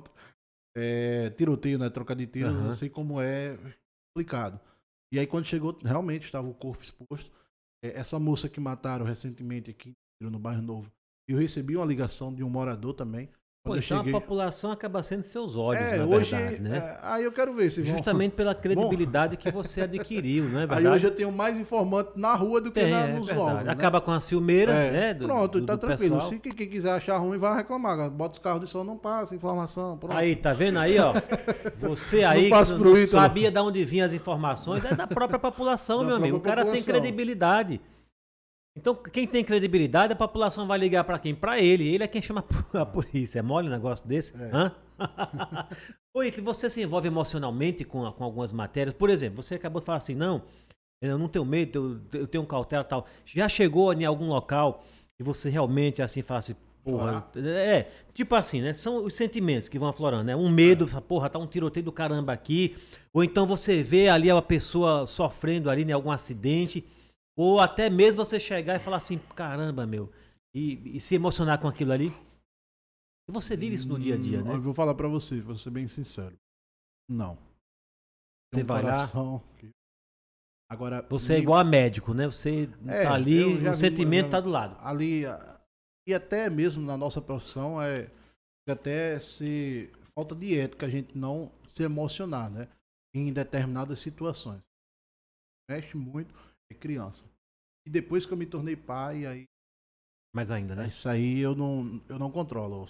tiroteio, né? Troca de tiro, não sei como é complicado. E aí quando chegou, realmente estava o corpo exposto. Essa moça que mataram recentemente aqui no Bairro Novo, eu recebi uma ligação de um morador também. Pô, então a população acaba sendo seus olhos, na hoje, verdade, né? Aí eu quero ver se justamente pela credibilidade que você adquiriu, não é verdade? Aí hoje eu tenho mais informante na rua do que nos órgãos. Né? Acaba com a ciumeira, né? Pronto, tá tranquilo. Se quem quiser achar ruim, vai reclamar. Bota os carros de som, não passa informação. Pronto. Aí, tá vendo aí, ó? Você aí que não sabia de onde vinham as informações, é da própria população, meu amigo. O cara tem credibilidade. Então, quem tem credibilidade, a população vai ligar pra quem? Pra ele. Ele é quem chama a polícia. É mole um negócio desse? Hã? Oi, que você se envolve emocionalmente com algumas matérias. Por exemplo, você acabou de falar assim, não, eu não tenho medo, eu tenho cautela e tal. Já chegou em algum local e você realmente assim fala assim, porra, tipo assim, né? São os sentimentos que vão aflorando, né? Um medo, porra, tá um tiroteio do caramba aqui. Ou então você vê ali uma pessoa sofrendo ali em algum acidente. Ou até mesmo você chegar e falar assim, caramba, meu, e se emocionar com aquilo ali. E você vive isso no dia a dia, né? Eu vou falar pra você, vou ser bem sincero. Não. Você vai lá. Agora, você é igual a médico, né? Você tá ali, o sentimento tá do lado. Ali, e até mesmo na nossa profissão, até se falta de ética a gente não se emocionar, né? Em determinadas situações. Mexe muito. Criança. E depois que eu me tornei pai, aí... Mais ainda, né? Isso aí eu não controlo.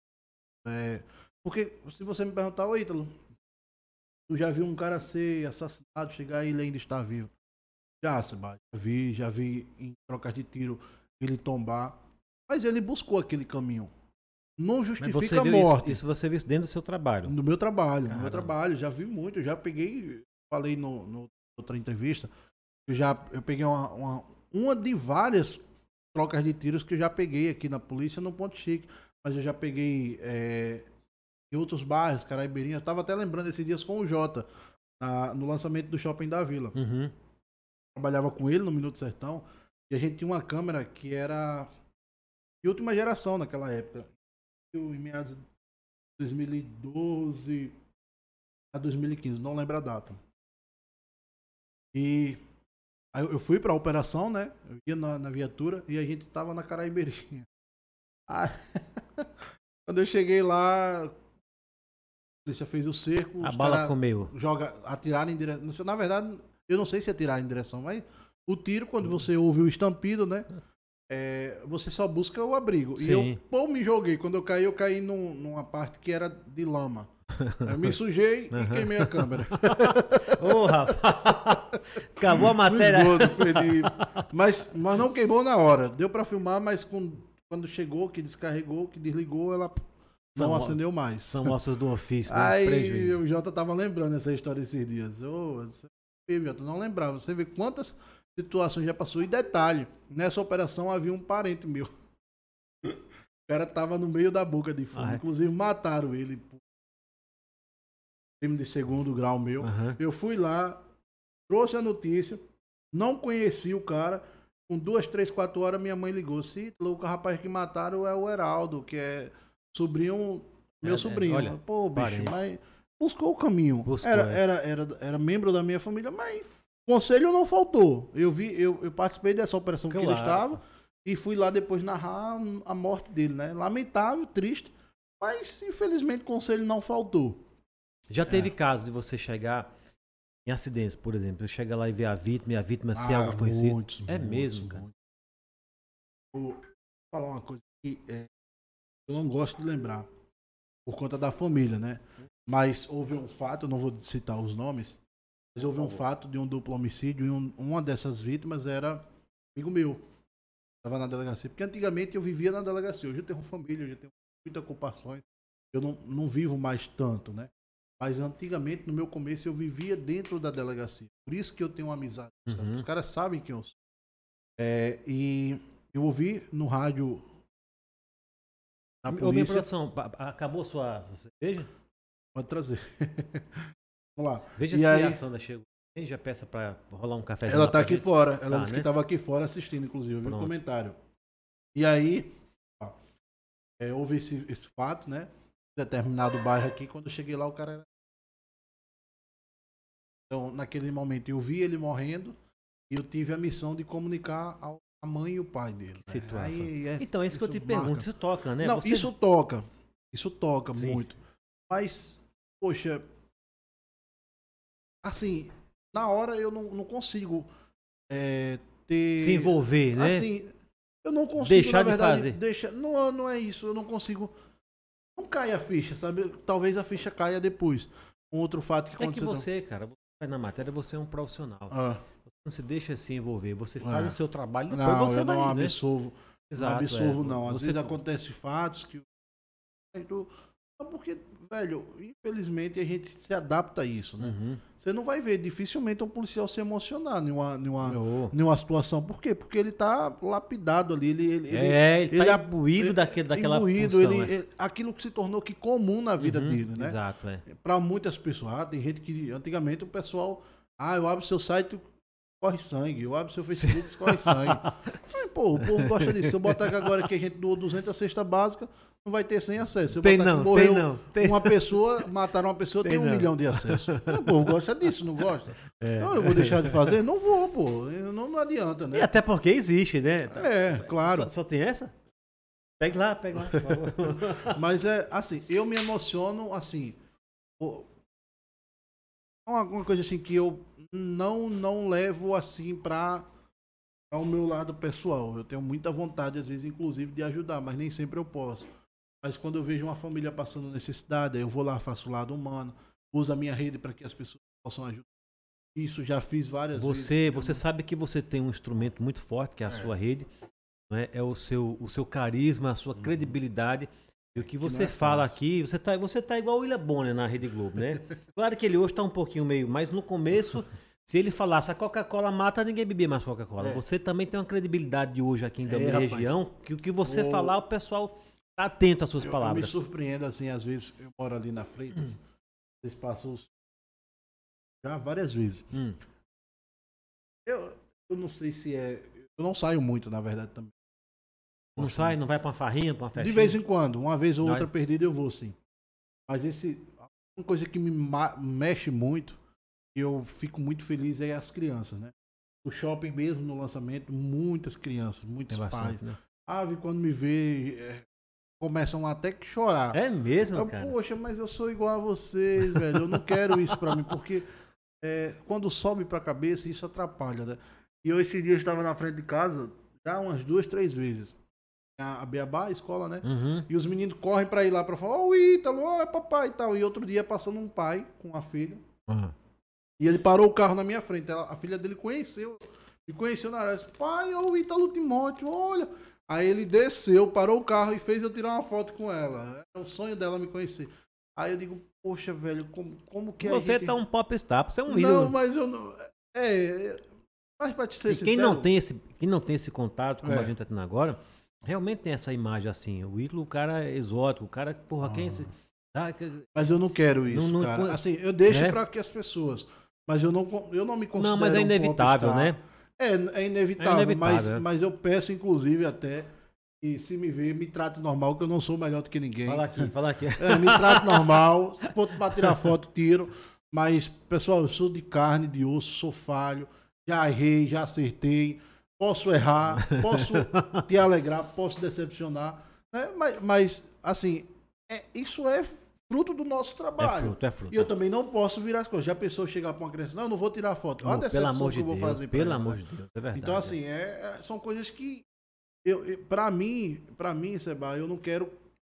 Porque se você me perguntar, ô Ítalo, tu já viu um cara ser assassinado, chegar e ele ainda está vivo? Já, Sebastião, já vi em trocas de tiro ele tombar. Mas ele buscou aquele caminho. Não justifica a morte. Isso você viu dentro do seu trabalho? No meu trabalho. Caramba. No meu trabalho. Já vi muito. Já peguei, falei no outra entrevista, eu peguei uma de várias trocas de tiros que eu já peguei aqui na polícia no Ponto Chique. Mas eu já peguei em outros bairros, Caraibeirinha. Eu estava até lembrando esses dias com o Jota, no lançamento do Shopping da Vila. Uhum. Trabalhava com ele no Minuto Sertão. E a gente tinha uma câmera que era de última geração naquela época. Em meados de 2012 a 2015, não lembro a data. E aí eu fui pra operação, né? Eu ia na viatura e a gente tava na Caraibeirinha. Aí, quando eu cheguei lá, a polícia fez o cerco. A bala comeu. Atiraram em direção. Na verdade, eu não sei se atiraram em direção, mas o tiro, quando você ouve o estampido, né? Você só busca o abrigo. Sim. E eu me joguei. Quando eu caí numa parte que era de lama. Eu me sujei e queimei a câmera. Ô, rapaz! Acabou a matéria. Mas não queimou na hora. Deu pra filmar, mas quando chegou, que descarregou, que desligou, ela não acendeu mais. São ossos do ofício, né? Aí o Jota tava lembrando essa história esses dias. Jota, não lembrava. Você vê quantas situações já passou. E detalhe, nessa operação havia um parente meu. O cara tava no meio da boca de fogo. Inclusive mataram ele. Crime de segundo grau meu. Eu fui lá, trouxe a notícia, não conheci o cara. Com 2, 3, 4 horas minha mãe ligou. Se o rapaz que mataram é o Heraldo, que é meu sobrinho. Olha, pô, bicho, mas buscou o caminho. Era membro da minha família, mas conselho não faltou. Eu participei dessa operação que ele estava e fui lá depois narrar a morte dele, né? Lamentável, triste, mas infelizmente conselho não faltou. Já teve casos de você chegar em acidentes, por exemplo, você chega lá e ver a vítima ser algo conhecido? Muitos, mesmo, cara? Vou falar uma coisa que eu não gosto de lembrar, por conta da família, né? Mas houve um fato, eu não vou citar os nomes, Mas houve um fato de um duplo homicídio e uma dessas vítimas era amigo meu. Estava na delegacia. Porque antigamente eu vivia na delegacia. Hoje eu tenho família, hoje eu tenho muitas ocupações. Eu não vivo mais tanto, né? Mas antigamente, no meu começo, eu vivia dentro da delegacia. Por isso que eu tenho uma amizade. Os caras sabem quem eu sou. E eu ouvi no rádio da polícia... Ô, produção, acabou sua cerveja? Pode trazer. Vamos lá. Veja se a Sandra chegou. Tem já peça para rolar um café. Ela tá aqui fora. Ela disse que estava aqui fora assistindo, inclusive. Eu vi um comentário. E aí, houve esse fato, né? Determinado bairro aqui. Quando eu cheguei lá, o cara era... Então, naquele momento, eu vi ele morrendo e eu tive a missão de comunicar a mãe e o pai dele. Que situação. Aí, então, é isso que eu te pergunto. Isso toca, né? Não, isso toca. Isso toca Sim. muito. Mas, poxa, assim, na hora eu não consigo ter... Se envolver, né? Assim, eu não consigo, deixar na verdade, de fazer. Não é isso, eu não consigo... Não cai a ficha, sabe? Talvez a ficha caia depois. Um outro fato que aconteceu... É que você, cara, você vai na matéria, você é um profissional. Você não se deixa se envolver, você faz o seu trabalho e depois você vai, não né? absolvo. Exato, não absolvo, não. Às você... vezes acontecem fatos que... Porque, velho, infelizmente a gente se adapta a isso, né? Você não vai ver dificilmente um policial se emocionar numa situação. Por quê? Porque ele tá lapidado ali. Ele tá imbuído daquela imbuído, função, aquilo que se tornou que comum na vida dele, né? Exato, Para muitas pessoas. Tem gente que antigamente o pessoal... eu abro seu site, corre sangue. Eu abro seu Facebook, corre sangue. Pô, o povo gosta disso. Se eu botar aqui agora que a gente doou 200 cesta básica, não vai ter sem acesso. Se eu botar que morreu uma pessoa, mataram uma pessoa, tem 1 milhão de acessos. O povo gosta disso, não gosta? Então eu vou deixar de fazer? Não vou, pô. Não adianta, né? E até porque existe, né? Claro. Só tem essa? Pega lá, por favor. Mas assim, eu me emociono, assim... Uma coisa assim que eu não levo assim para o meu lado pessoal. Eu tenho muita vontade, às vezes, inclusive, de ajudar, mas nem sempre eu posso. Mas quando eu vejo uma família passando necessidade, eu vou lá, faço o lado humano, uso a minha rede para que as pessoas possam ajudar. Isso já fiz várias vezes. Você sabe que você tem um instrumento muito forte, que é a sua rede, né? É o seu carisma, a sua credibilidade. E o que você fala aqui, você tá igual o William Bonner na Rede Globo, né? Claro que ele hoje tá um pouquinho meio, mas no começo, se ele falasse a Coca-Cola mata, ninguém bebia mais Coca-Cola. Você também tem uma credibilidade de hoje aqui em minha região, que o que você falar, o pessoal tá atento às suas palavras. Eu me surpreendo, assim, às vezes eu moro ali na Freitas, vocês passam já várias vezes. Eu não sei se eu não saio muito, na verdade, também. Não sai, não vai pra uma farrinha, pra uma festinha? De vez em quando, uma vez ou outra perdida eu vou, sim. Mas uma coisa que me mexe muito, e eu fico muito feliz, é as crianças, né? No shopping mesmo, no lançamento, muitas crianças, muitos pais. Né? Quando me vê, começam até que chorar. É mesmo, cara? Poxa, mas eu sou igual a vocês, velho. Eu não quero isso pra mim, porque quando sobe pra cabeça, isso atrapalha, né? E eu esse dia estava na frente de casa, já umas 2, 3 vezes. A Beabá, a escola, né? E os meninos correm pra ir lá pra falar, ô Ítalo, é papai e tal. E outro dia passando um pai com a filha. E ele parou o carro na minha frente. A filha dele me conheceu na hora. Disse, pai, ô Ítalo Timóteo, olha. Aí ele desceu, parou o carro e fez eu tirar uma foto com ela. Era um sonho dela me conhecer. Aí eu digo, poxa, velho, como que você tá um popstar, você é um ídolo. Não, mas eu não... Mas pra te ser sincero... Quem não tem esse contato, como a gente tá tendo agora... Realmente tem essa imagem assim, o Ítalo, o cara é exótico, o cara, porra, quem é esse... Mas eu não quero isso, cara. Assim, eu deixo pra que as pessoas, mas eu não me considero. Não, mas é inevitável, né? É inevitável, mas eu peço, inclusive, até, e se me ver, me trate normal, que eu não sou melhor do que ninguém. Fala aqui. Me trate normal, ponto pra tirar foto, tiro. Mas, pessoal, eu sou de carne, de osso, sou falho, já errei, já acertei. Posso errar, posso te alegrar, posso decepcionar, né? Mas assim, isso é fruto do nosso trabalho. É fruto. E eu também não posso virar as coisas. Já a pessoa chegar para uma criança, não, eu não vou tirar foto. Olha a decepção que eu vou fazer para ela. Pelo amor de Deus, é verdade. Então assim, são coisas que para mim, Seba, eu não quero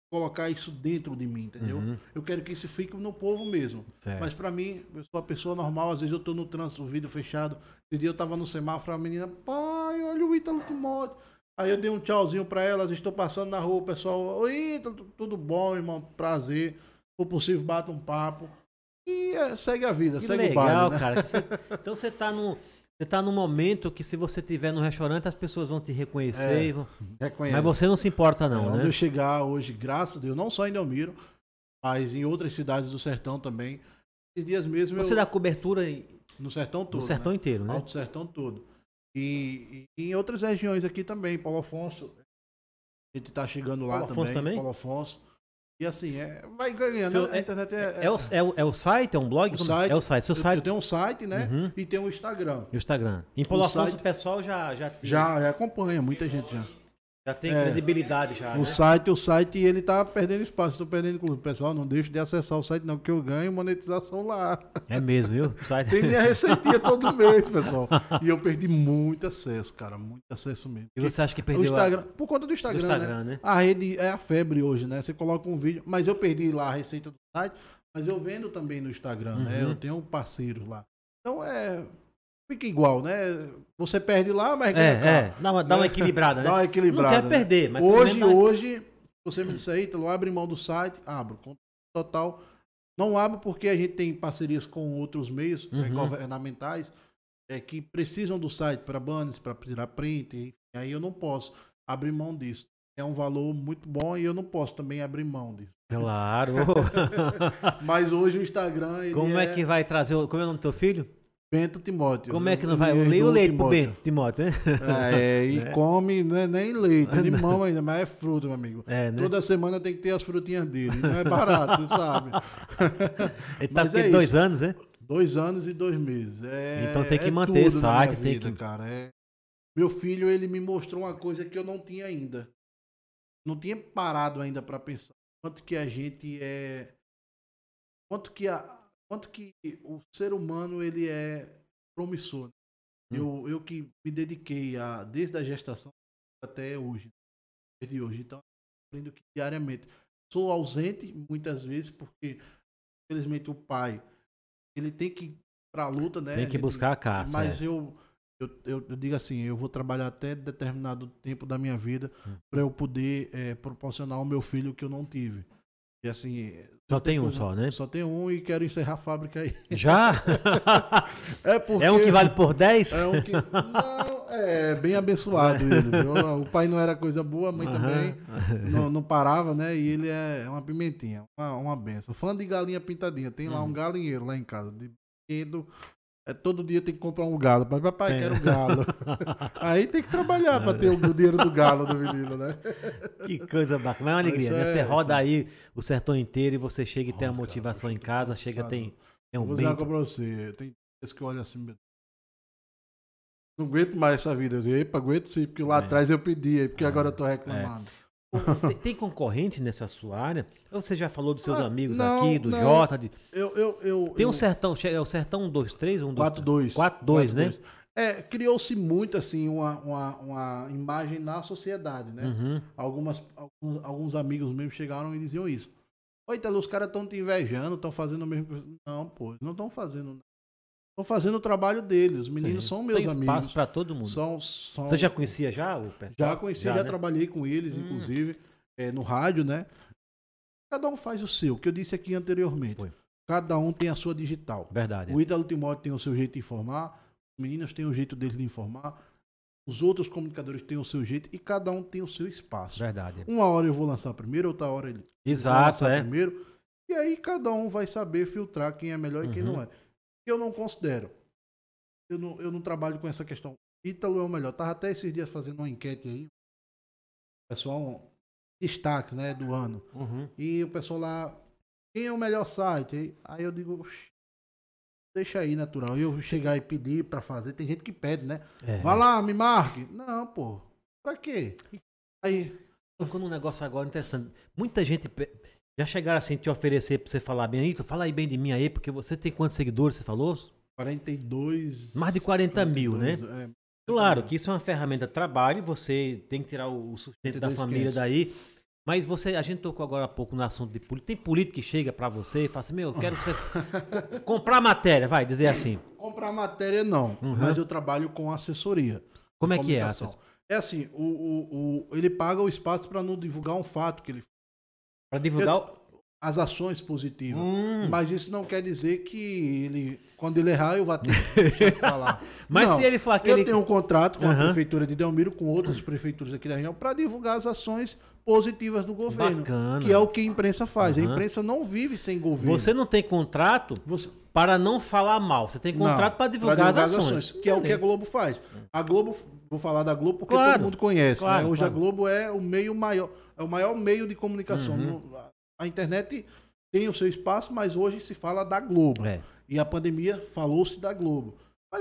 colocar isso dentro de mim, entendeu? Eu quero que isso fique no povo mesmo. Certo. Mas pra mim, eu sou uma pessoa normal, às vezes eu tô no trânsito, o vidro fechado. Esse dia eu tava no semáforo, a menina, pai, olha o Ítalo Timóteo. Aí eu dei um tchauzinho pra elas, estou passando na rua, o pessoal, oi, Ítalo, tudo bom, irmão? Prazer. Se for possível, bata um papo. E segue a vida, Que segue legal, o baile, né? cara. Então você tá num momento que se você estiver no restaurante, as pessoas vão te reconhecer. Reconhece. Mas você não se importa não, né? Onde eu chegar hoje, graças a Deus, não só em Delmiro, mas em outras cidades do sertão também. Esses dias mesmo Você dá cobertura no sertão todo. no sertão inteiro, né? Alto sertão todo. E em outras regiões aqui também, Paulo Afonso. A gente tá chegando lá Paulo Afonso também? Paulo Afonso. E assim, vai ganhando. A internet é o site? É um blog? O site, é o site. Seu site. Eu tenho um site, né? E tem um Instagram. E o Instagram. Em Paulo Afonso site, o pessoal já acompanha, muita gente já. Já tem credibilidade já, o site, ele tá perdendo espaço. Estou perdendo inclusive. Pessoal, não deixe de acessar o site não, porque eu ganho monetização lá. É mesmo, viu? O site... Tem minha receitinha todo mês, pessoal. E eu perdi muito acesso, cara. Muito acesso mesmo. E você acha que perdeu por conta do Instagram, né? A rede é a febre hoje, né? Você coloca um vídeo, mas eu perdi lá a receita do site, mas eu vendo também no Instagram, né? Eu tenho um parceiro lá. Então fica igual, né? Você perde lá, mas ganha cá. Dá uma equilibrada, né? Dá uma equilibrada. Não quer perder, mas hoje, você me disse aí, Ítalo, abre mão do site, abro. Total. Não abro porque a gente tem parcerias com outros meios governamentais que precisam do site para banners, para tirar print. E aí eu não posso abrir mão disso. É um valor muito bom e eu não posso também abrir mão disso. Claro. Mas hoje o Instagram... Ele Como é que vai trazer... Como é o nome do teu filho? Bento Timóteo. Como é que não vai? Eu leio o leite pro Bento Timóteo, né? Come, não é nem leite, nem mão ainda, mas é fruta, meu amigo. Né? Toda semana tem que ter as frutinhas dele. Não é barato, você sabe. Ele tá com 2 anos, né? 2 anos e 2 meses. Então tem que manter esse site, tem que... Cara. Meu filho, ele me mostrou uma coisa que eu não tinha ainda. Não tinha parado ainda para pensar. Quanto que a gente é... Quanto que o ser humano ele é promissor. Eu que me dediquei desde a gestação até hoje. Desde hoje. Então, aprendo que diariamente. Sou ausente muitas vezes porque, infelizmente, o pai ele tem que ir para a luta, né? Tem que buscar a caça. Mas eu digo assim, eu vou trabalhar até determinado tempo da minha vida para eu poder proporcionar ao meu filho o que eu não tive. E assim... Só tem um só, né? Só tem um e quero encerrar a fábrica aí. Já? Porque é um que vale por 10? É um que... Não, bem abençoado ele, viu? O pai não era coisa boa, a mãe também não parava, né? E ele é uma pimentinha, uma benção. Fã de galinha pintadinha. Tem lá um galinheiro lá em casa, de brinquedo. Todo dia tem que comprar um galo. Papai, quero um galo. Aí tem que trabalhar para ter o dinheiro do galo do menino, né? Que coisa bacana. Mas é uma alegria, né? Você roda aí o sertão inteiro e você chega e tem a motivação em casa, tem um vou dizer uma coisa pra você. Tem dias que eu olho assim, não aguento mais essa vida. Epa, aguento sim, porque lá atrás eu pedi, porque agora eu tô reclamando. Tem concorrente nessa sua área? Você já falou dos seus amigos aqui, do Jota? Tem um sertão, é o sertão 123? 4-2. 4-2, né? Criou-se muito assim uma imagem na sociedade, né? Alguns amigos meus chegaram e diziam isso. Oi, Ítalo, os caras estão te invejando, estão fazendo o mesmo. Não, pô, não estão fazendo. Estão fazendo o trabalho deles. Os meninos são meus amigos. Tem espaço para todo mundo. Você já conhecia já o pessoal? Já conhecia, já trabalhei com eles, inclusive, no rádio, né? Cada um faz o seu, que eu disse aqui anteriormente. Cada um tem a sua digital. Verdade. O Ítalo Timóteo tem o seu jeito de informar, os meninos têm o jeito deles de informar, os outros comunicadores têm o seu jeito e cada um tem o seu espaço. Verdade. Uma hora eu vou lançar primeiro, outra hora ele vai lançar primeiro. E aí cada um vai saber filtrar quem é melhor e quem não é. Eu não considero. Eu não trabalho com essa questão. Ítalo é o melhor. Tava até esses dias fazendo uma enquete aí. Pessoal, destaques, né, do ano. E o pessoal lá, quem é o melhor site? Aí eu digo, deixa aí, natural. Eu chegar e pedir pra fazer. Tem gente que pede, né? Vai lá, me marque. Não, pô. Pra quê? Aí... Tocando um negócio agora interessante. Muita gente... Já chegaram assim te oferecer pra você falar bem aí? Fala aí bem de mim aí, porque você tem quantos seguidores, você falou? 42... Mais de 40 mil, né? É. Claro que isso é uma ferramenta de trabalho, você tem que tirar o sustento da família daí. Mas a gente tocou agora há pouco no assunto de política. Tem político que chega pra você e fala assim, eu quero que você comprar matéria, vai dizer assim. Comprar matéria não, mas eu trabalho com assessoria. Como é que é? É assim, ele paga o espaço para não divulgar um fato que ele faz. Para divulgar as ações positivas. Mas isso não quer dizer que ele, quando ele errar, eu vou ter que falar. Mas não, se ele falar que eu tenho um contrato com a Prefeitura de Delmiro, com outras prefeituras aqui da região, para divulgar as ações positivas do governo. Bacana. Que é o que a imprensa faz. A imprensa não vive sem governo. Você não tem contrato para não falar mal. Você tem contrato para divulgar as ações. Que é o que a Globo faz. A Globo, vou falar da Globo porque todo mundo conhece. Né? Hoje a Globo é o meio maior, é o maior meio de comunicação. A internet tem o seu espaço, mas hoje se fala da Globo. E a pandemia falou-se da Globo. Mas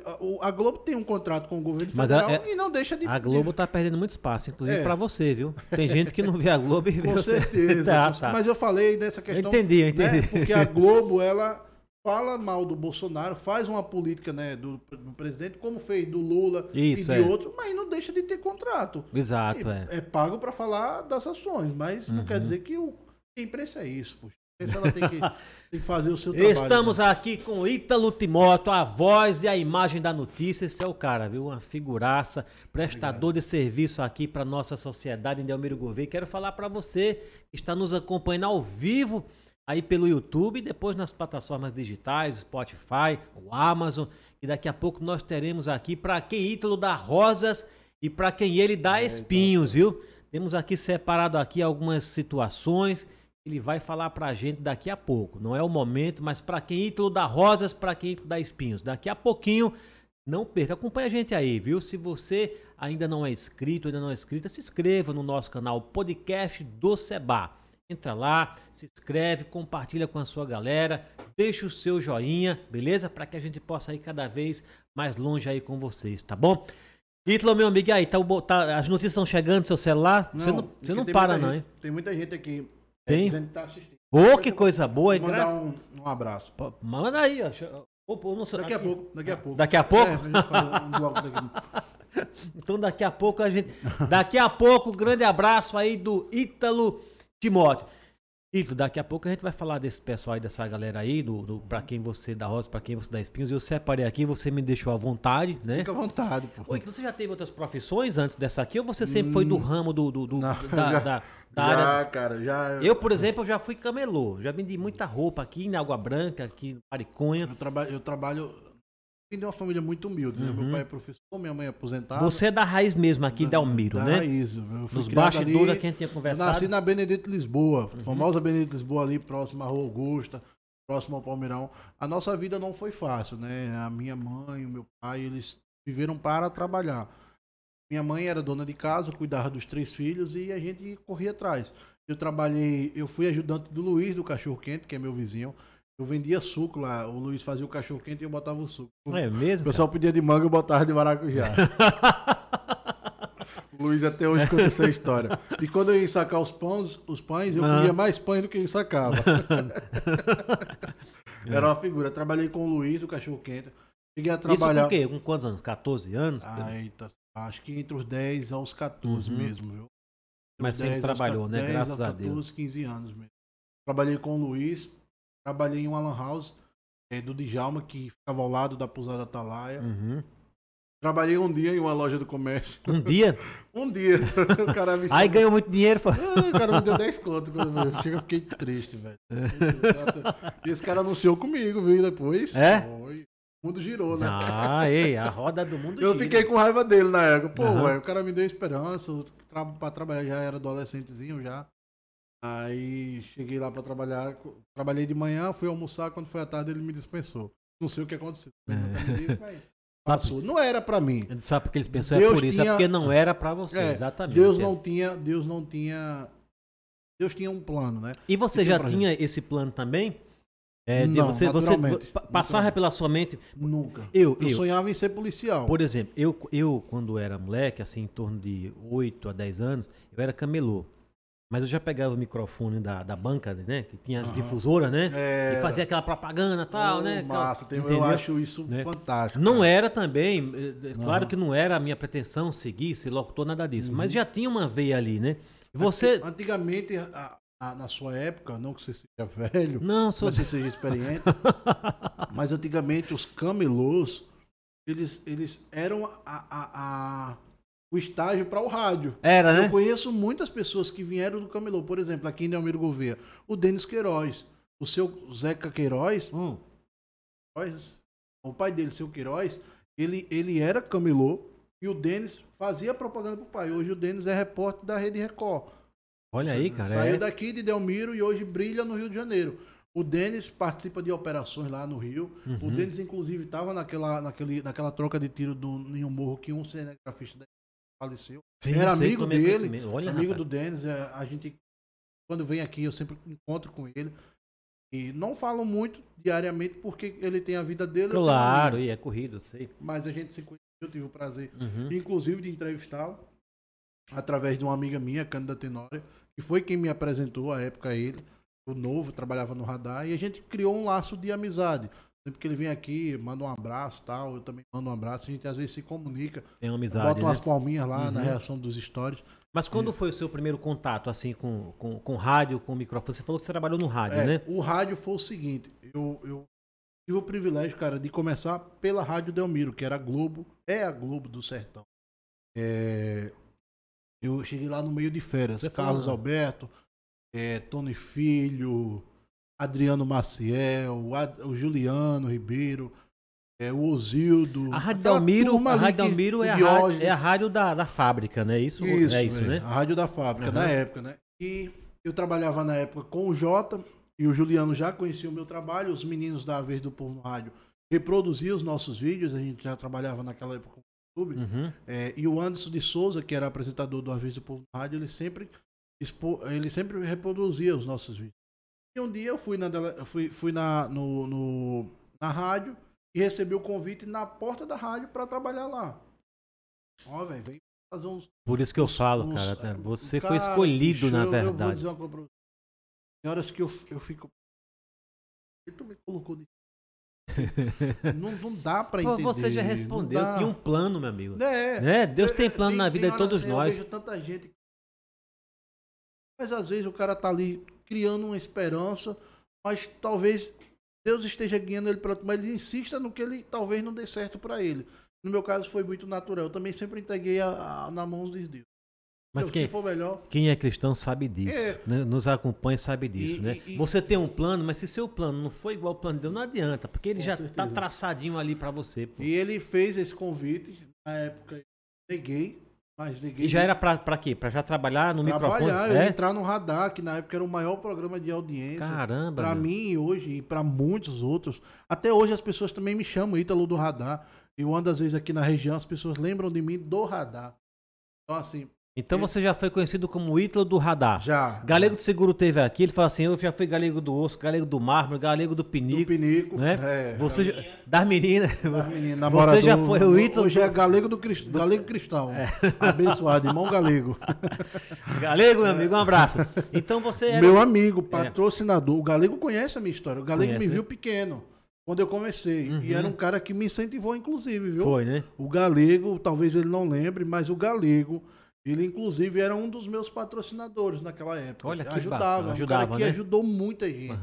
a Globo tem um contrato com o governo federal e não deixa de... A Globo está perdendo muito espaço, inclusive para você, viu? Tem gente que não vê a Globo e vê com certeza. Tá. Mas eu falei dessa questão... Eu entendi. Né? Porque a Globo, ela fala mal do Bolsonaro, faz uma política, né, do presidente, como fez do Lula e de outros, mas não deixa de ter contrato. Exato, É pago para falar das ações, mas não quer dizer que a imprensa é isso, poxa. A imprensa ela tem que fazer o seu trabalho. Estamos aqui com Ítalo Timóteo, a voz e a imagem da notícia. Esse é o cara, viu? Uma figuraça, prestador de serviço aqui para nossa sociedade em Delmiro Gouveia. Quero falar para você que está nos acompanhando ao vivo aí pelo YouTube e depois nas plataformas digitais, Spotify, o Amazon. E daqui a pouco nós teremos aqui para quem Ítalo dá rosas e para quem ele dá espinhos, viu? Temos aqui separado aqui algumas situações. Ele vai falar pra gente daqui a pouco. Não é o momento, mas para quem Ítalo dá rosas, para quem Ítalo dá espinhos. Daqui a pouquinho, não perca. Acompanha a gente aí, viu? Se você ainda não é inscrito, ainda não é inscrita, se inscreva no nosso canal Podcast do Seba. Entra lá, se inscreve, compartilha com a sua galera, deixa o seu joinha, beleza? Para que a gente possa ir cada vez mais longe aí com vocês, tá bom? Ítalo, meu amigo, aí, as notícias estão chegando no seu celular? Você não para, não, hein? Tem muita gente aqui. Tem? Dizendo que tá assistindo. Que coisa boa, hein? Vou mandar um abraço. Manda aí, ó. Daqui a pouco. Daqui a pouco? A gente faz um bloco daqui. Então daqui a pouco Daqui a pouco, grande abraço aí do Ítalo Timóteo. Ítalo, daqui a pouco a gente vai falar desse pessoal aí, dessa galera aí, pra quem você dá rosa, pra quem você dá espinhos. Eu separei aqui, você me deixou à vontade, né? Fica à vontade, pô. Oi, você já teve outras profissões antes dessa aqui ou você sempre foi do ramo da área? Cara, já. Eu, por exemplo, já fui camelô. Já vendi muita roupa aqui em Água Branca, aqui em Mariconha. Eu trabalho. Vim de uma família muito humilde, né? Meu pai é professor, minha mãe é aposentada. Você é da raiz mesmo aqui, Delmiro, né? Da raiz. Nos bastidores ali, que a gente tinha conversado. Eu nasci na Benedito Lisboa, famosa Benedito Lisboa ali, próxima à Rua Augusta, próximo ao Palmeirão. A nossa vida não foi fácil, né? A minha mãe, o meu pai, eles viveram para trabalhar. Minha mãe era dona de casa, cuidava dos 3 filhos e a gente corria atrás. Eu fui ajudante do Luiz, do Cachorro Quente, que é meu vizinho. Eu vendia suco lá, o Luiz fazia o cachorro quente e eu botava o suco. É mesmo? O pessoal pedia de manga e eu botava de maracujá. O Luiz até hoje conta essa história. E quando eu ia sacar os pães, eu comia mais pães do que ele sacava. Era uma figura. Trabalhei com o Luiz, do cachorro quente. Cheguei a trabalhar. Isso com o quê? Com quantos anos? 14 anos? Acho que entre os 10 aos 14 mesmo, viu? Mas sempre trabalhou, né? Graças a Deus. 14, 15 anos mesmo. Trabalhei com o Luiz. Trabalhei em uma lan house do Djalma, que ficava ao lado da Pousada Atalaia. Trabalhei um dia em uma loja do comércio. Um dia? Um dia. O cara me Aí ganhou muito dinheiro, pô. O cara me deu 10 conto quando eu fiquei triste, velho. E esse cara anunciou comigo, viu? Depois. Foi. O mundo girou, né? A roda do mundo Eu fiquei com raiva dele na época. Pô, velho, o cara me deu esperança. Pra trabalhar, já era adolescentezinho já. Aí cheguei lá pra trabalhar, trabalhei de manhã, fui almoçar, quando foi à tarde ele me dispensou. Não sei o que aconteceu. Passou. Não era pra mim. Sabe porque eles pensam, é por isso, é porque não era pra você, exatamente. Deus tinha um plano, né? E você já tinha esse plano também? Não, você passava pela sua mente? Nunca. Eu sonhava em ser policial. Por exemplo, eu quando era moleque, assim, em torno de 8 a 10 anos, eu era camelô. Mas eu já pegava o microfone da banca, né? Que tinha as difusoras, né? E fazia aquela propaganda e tal, né? Massa, eu acho isso fantástico. Não era também, claro que não era a minha pretensão seguir, ser locutor, nada disso. Mas já tinha uma veia ali, né? Você... Antigamente, na sua época, não que você seja velho, não, mas você seja experiente, mas antigamente os camelôs, eles eram o estágio para o rádio. Era, né? Eu conheço muitas pessoas que vieram do camelô, por exemplo, aqui em Delmiro Gouveia, o Denis Queiroz, o seu Zeca Queiroz, o pai dele, seu Queiroz, ele era camelô e o Denis fazia propaganda pro pai. Hoje o Denis é repórter da Rede Record. Olha aí, cara. Saiu daqui de Delmiro e hoje brilha no Rio de Janeiro. O Denis participa de operações lá no Rio. O Denis, inclusive, estava naquela troca de tiro em um morro que um cinegrafista faleceu. Sim, era amigo dele, Olha, amigo rapaz. do Denis. A gente, quando vem aqui, eu sempre encontro com ele. E não falo muito diariamente porque ele tem a vida dele. Claro, e é corrido, sei. Mas a gente se conheceu, eu tive o prazer, inclusive, de entrevistá-lo através de uma amiga minha, Cândida Tenório, que foi quem me apresentou à época a ele. O novo, trabalhava no radar, e a gente criou um laço de amizade. Sempre que ele vem aqui, manda um abraço e tal, eu também mando um abraço, a gente às vezes se comunica. Tem uma amizade, bota umas né? palminhas lá na reação dos stories. Mas quando foi o seu primeiro contato, assim, com rádio, com microfone? Você falou que você trabalhou no rádio, né? O rádio foi o seguinte, eu tive o privilégio, cara, de começar pela Rádio Delmiro, que era a Globo, é a Globo do Sertão. Eu cheguei lá no meio de férias, Carlos Alberto, Tony Filho, Adriano Maciel, o Juliano Ribeiro, o Osildo. A Rádio Delmiro é a rádio da fábrica, né? Isso, né? A rádio da fábrica, na época, né? E eu trabalhava na época com o Jota, e o Juliano já conhecia o meu trabalho, os meninos da Vez do Povo no Rádio reproduziam os nossos vídeos, a gente já trabalhava naquela época com o YouTube, e o Anderson de Souza, que era apresentador do A Vez do Povo no Rádio, ele sempre reproduzia os nossos vídeos. E um dia eu fui na rádio e recebi o convite na porta da rádio para trabalhar lá. Ó, velho, vem fazer uns... Por isso que eu falo, cara, você foi escolhido, na verdade. Eu vou dizer uma coisa pra você. Tem horas que eu fico... Tu me colocou nisso. Não dá pra entender. Você já respondeu, tinha um plano, meu amigo. Né? Deus tem plano na vida de todos nós. Eu vejo tanta gente... Mas às vezes o cara tá ali criando uma esperança, mas talvez Deus esteja guiando ele para... Mas ele insista no que ele talvez não dê certo para ele. No meu caso foi muito natural. Eu também sempre entreguei na mão de Deus. Mas Deus, quem é cristão sabe disso. Né? Nos acompanha sabe disso, né? Você tem um plano, mas se seu plano não for igual ao plano de Deus, não adianta, porque ele já tá traçadinho ali para você. Pô. E ele fez esse convite, na época eu neguei. E já era pra quê? Pra já trabalhar no microfone? Eu entrar no radar, que na época era o maior programa de audiência. Caramba! Pra mim e hoje, e pra muitos outros. Até hoje as pessoas também me chamam Ítalo do Radar. E uma das vezes aqui na região as pessoas lembram de mim do radar. Então assim... Então você já foi conhecido como Ítalo do Radar. Já. Galego do Seguro teve aqui, ele fala assim, eu já fui Galego do Osso, Galego do Mármore, Galego do Pinico. Do Pinico. Né? Você das meninas. Você já foi o Ítalo. Hoje é Galego Galego Cristão. Abençoado, irmão Galego. Galego, meu amigo, um abraço. Então você era... Meu amigo, patrocinador. O Galego conhece a minha história. O Galego me viu pequeno. Quando eu comecei. E era um cara que me incentivou, inclusive, viu? Foi, né? O Galego, talvez ele não lembre, mas o Galego... Ele, inclusive, era um dos meus patrocinadores naquela época. Olha que ajudava, um cara que ajudou muita gente.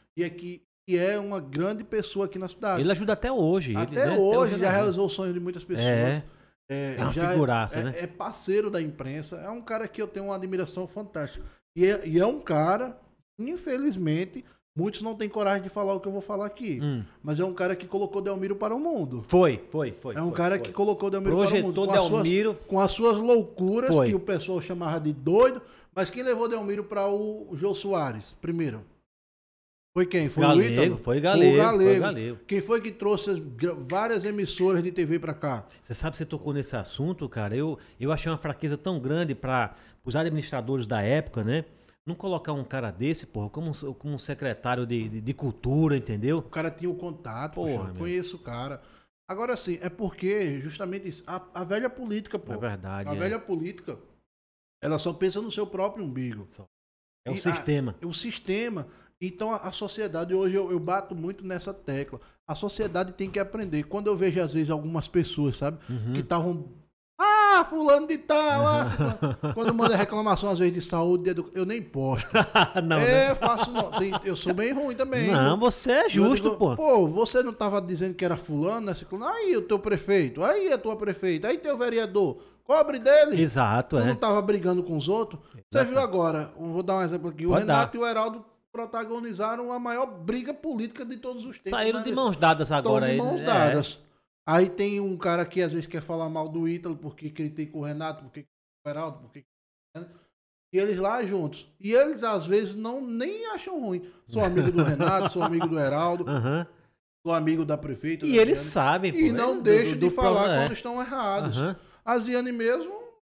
E é uma grande pessoa aqui na cidade. Ele ajuda até hoje. Até hoje, já realizou o sonho de muitas pessoas. É uma figuraça, né? É parceiro da imprensa. É um cara que eu tenho uma admiração fantástica. E é um cara, infelizmente... Muitos não têm coragem de falar o que eu vou falar aqui. Mas é um cara que colocou Delmiro para o mundo. Foi. É um cara que colocou Delmiro para o mundo. Projetou Delmiro. Com as suas loucuras, que o pessoal chamava de doido. Mas quem levou Delmiro para o Jô Soares primeiro? Foi quem? Foi Galego, o Ítalo? Foi Galego. Quem foi que trouxe várias emissoras de TV para cá? Você sabe que você tocou nesse assunto, cara? Eu achei uma fraqueza tão grande para os administradores da época, né? Não colocar um cara desse, porra, como um secretário de cultura, entendeu? O cara tinha o contato, porra, conheço o cara. Agora sim, é porque justamente isso, a velha política, pô. É verdade. A velha política, ela só pensa no seu próprio umbigo. É o sistema. É o sistema. Então a sociedade, hoje eu bato muito nessa tecla. A sociedade tem que aprender. Quando eu vejo, às vezes, algumas pessoas, sabe, que estavam... fulano de tal, quando manda reclamação às vezes de saúde, eu nem posto. Não, faço não. Eu sou bem ruim também. Não, viu? Você é justo, pô. Pô, você não tava dizendo que era fulano, né? Aí o teu prefeito, aí a tua prefeita, aí teu vereador, cobre dele. Exato, não tava brigando com os outros. Você viu agora, vou dar um exemplo aqui, o Renato e o Heraldo protagonizaram a maior briga política de todos os tempos. Saíram de mãos dadas agora. De mãos dadas. Aí tem um cara que às vezes quer falar mal do Ítalo, porque critica o Renato, porque critica o Heraldo, porque... E eles lá juntos. E eles às vezes nem acham ruim. Sou amigo do Renato, sou amigo do Heraldo, sou amigo da prefeita. E eles sabem, pô. E não deixam de falar quando estão errados. A Ziane mesmo,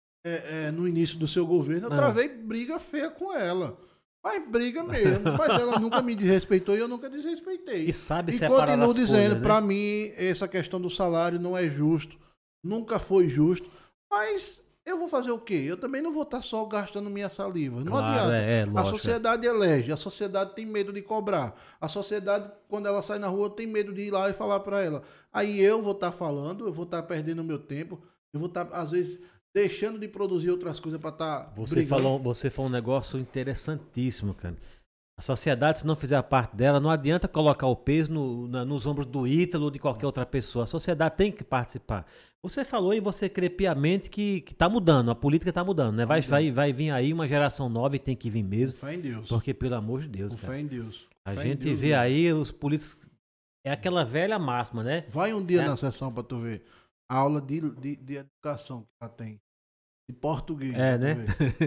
no início do seu governo, eu travei briga feia com ela. Mas briga mesmo. Mas ela nunca me desrespeitou e eu nunca desrespeitei. E sabe e separar continuo as dizendo, coisas, né? Pra mim, essa questão do salário não é justo. Nunca foi justo. Mas eu vou fazer o quê? Eu também não vou estar só gastando minha saliva. Não adianta. A sociedade elege. A sociedade tem medo de cobrar. A sociedade, quando ela sai na rua, tem medo de ir lá e falar pra ela. Aí eu vou estar falando, eu vou estar perdendo meu tempo. Eu vou estar, às vezes... deixando de produzir outras coisas para estar brigando. Você falou um negócio interessantíssimo, cara. A sociedade, se não fizer a parte dela, não adianta colocar o peso nos ombros do Ítalo ou de qualquer outra pessoa. A sociedade tem que participar. Você falou e você crê piamente que está mudando, a política está mudando, né? Vai vir aí uma geração nova e tem que vir mesmo. Fé em Deus. Porque, pelo amor de Deus, cara. Fé em Deus. A gente vê aí os políticos... É aquela velha máxima, né? Vai um dia na sessão para tu ver. A aula de educação que ela tem. De português. Né?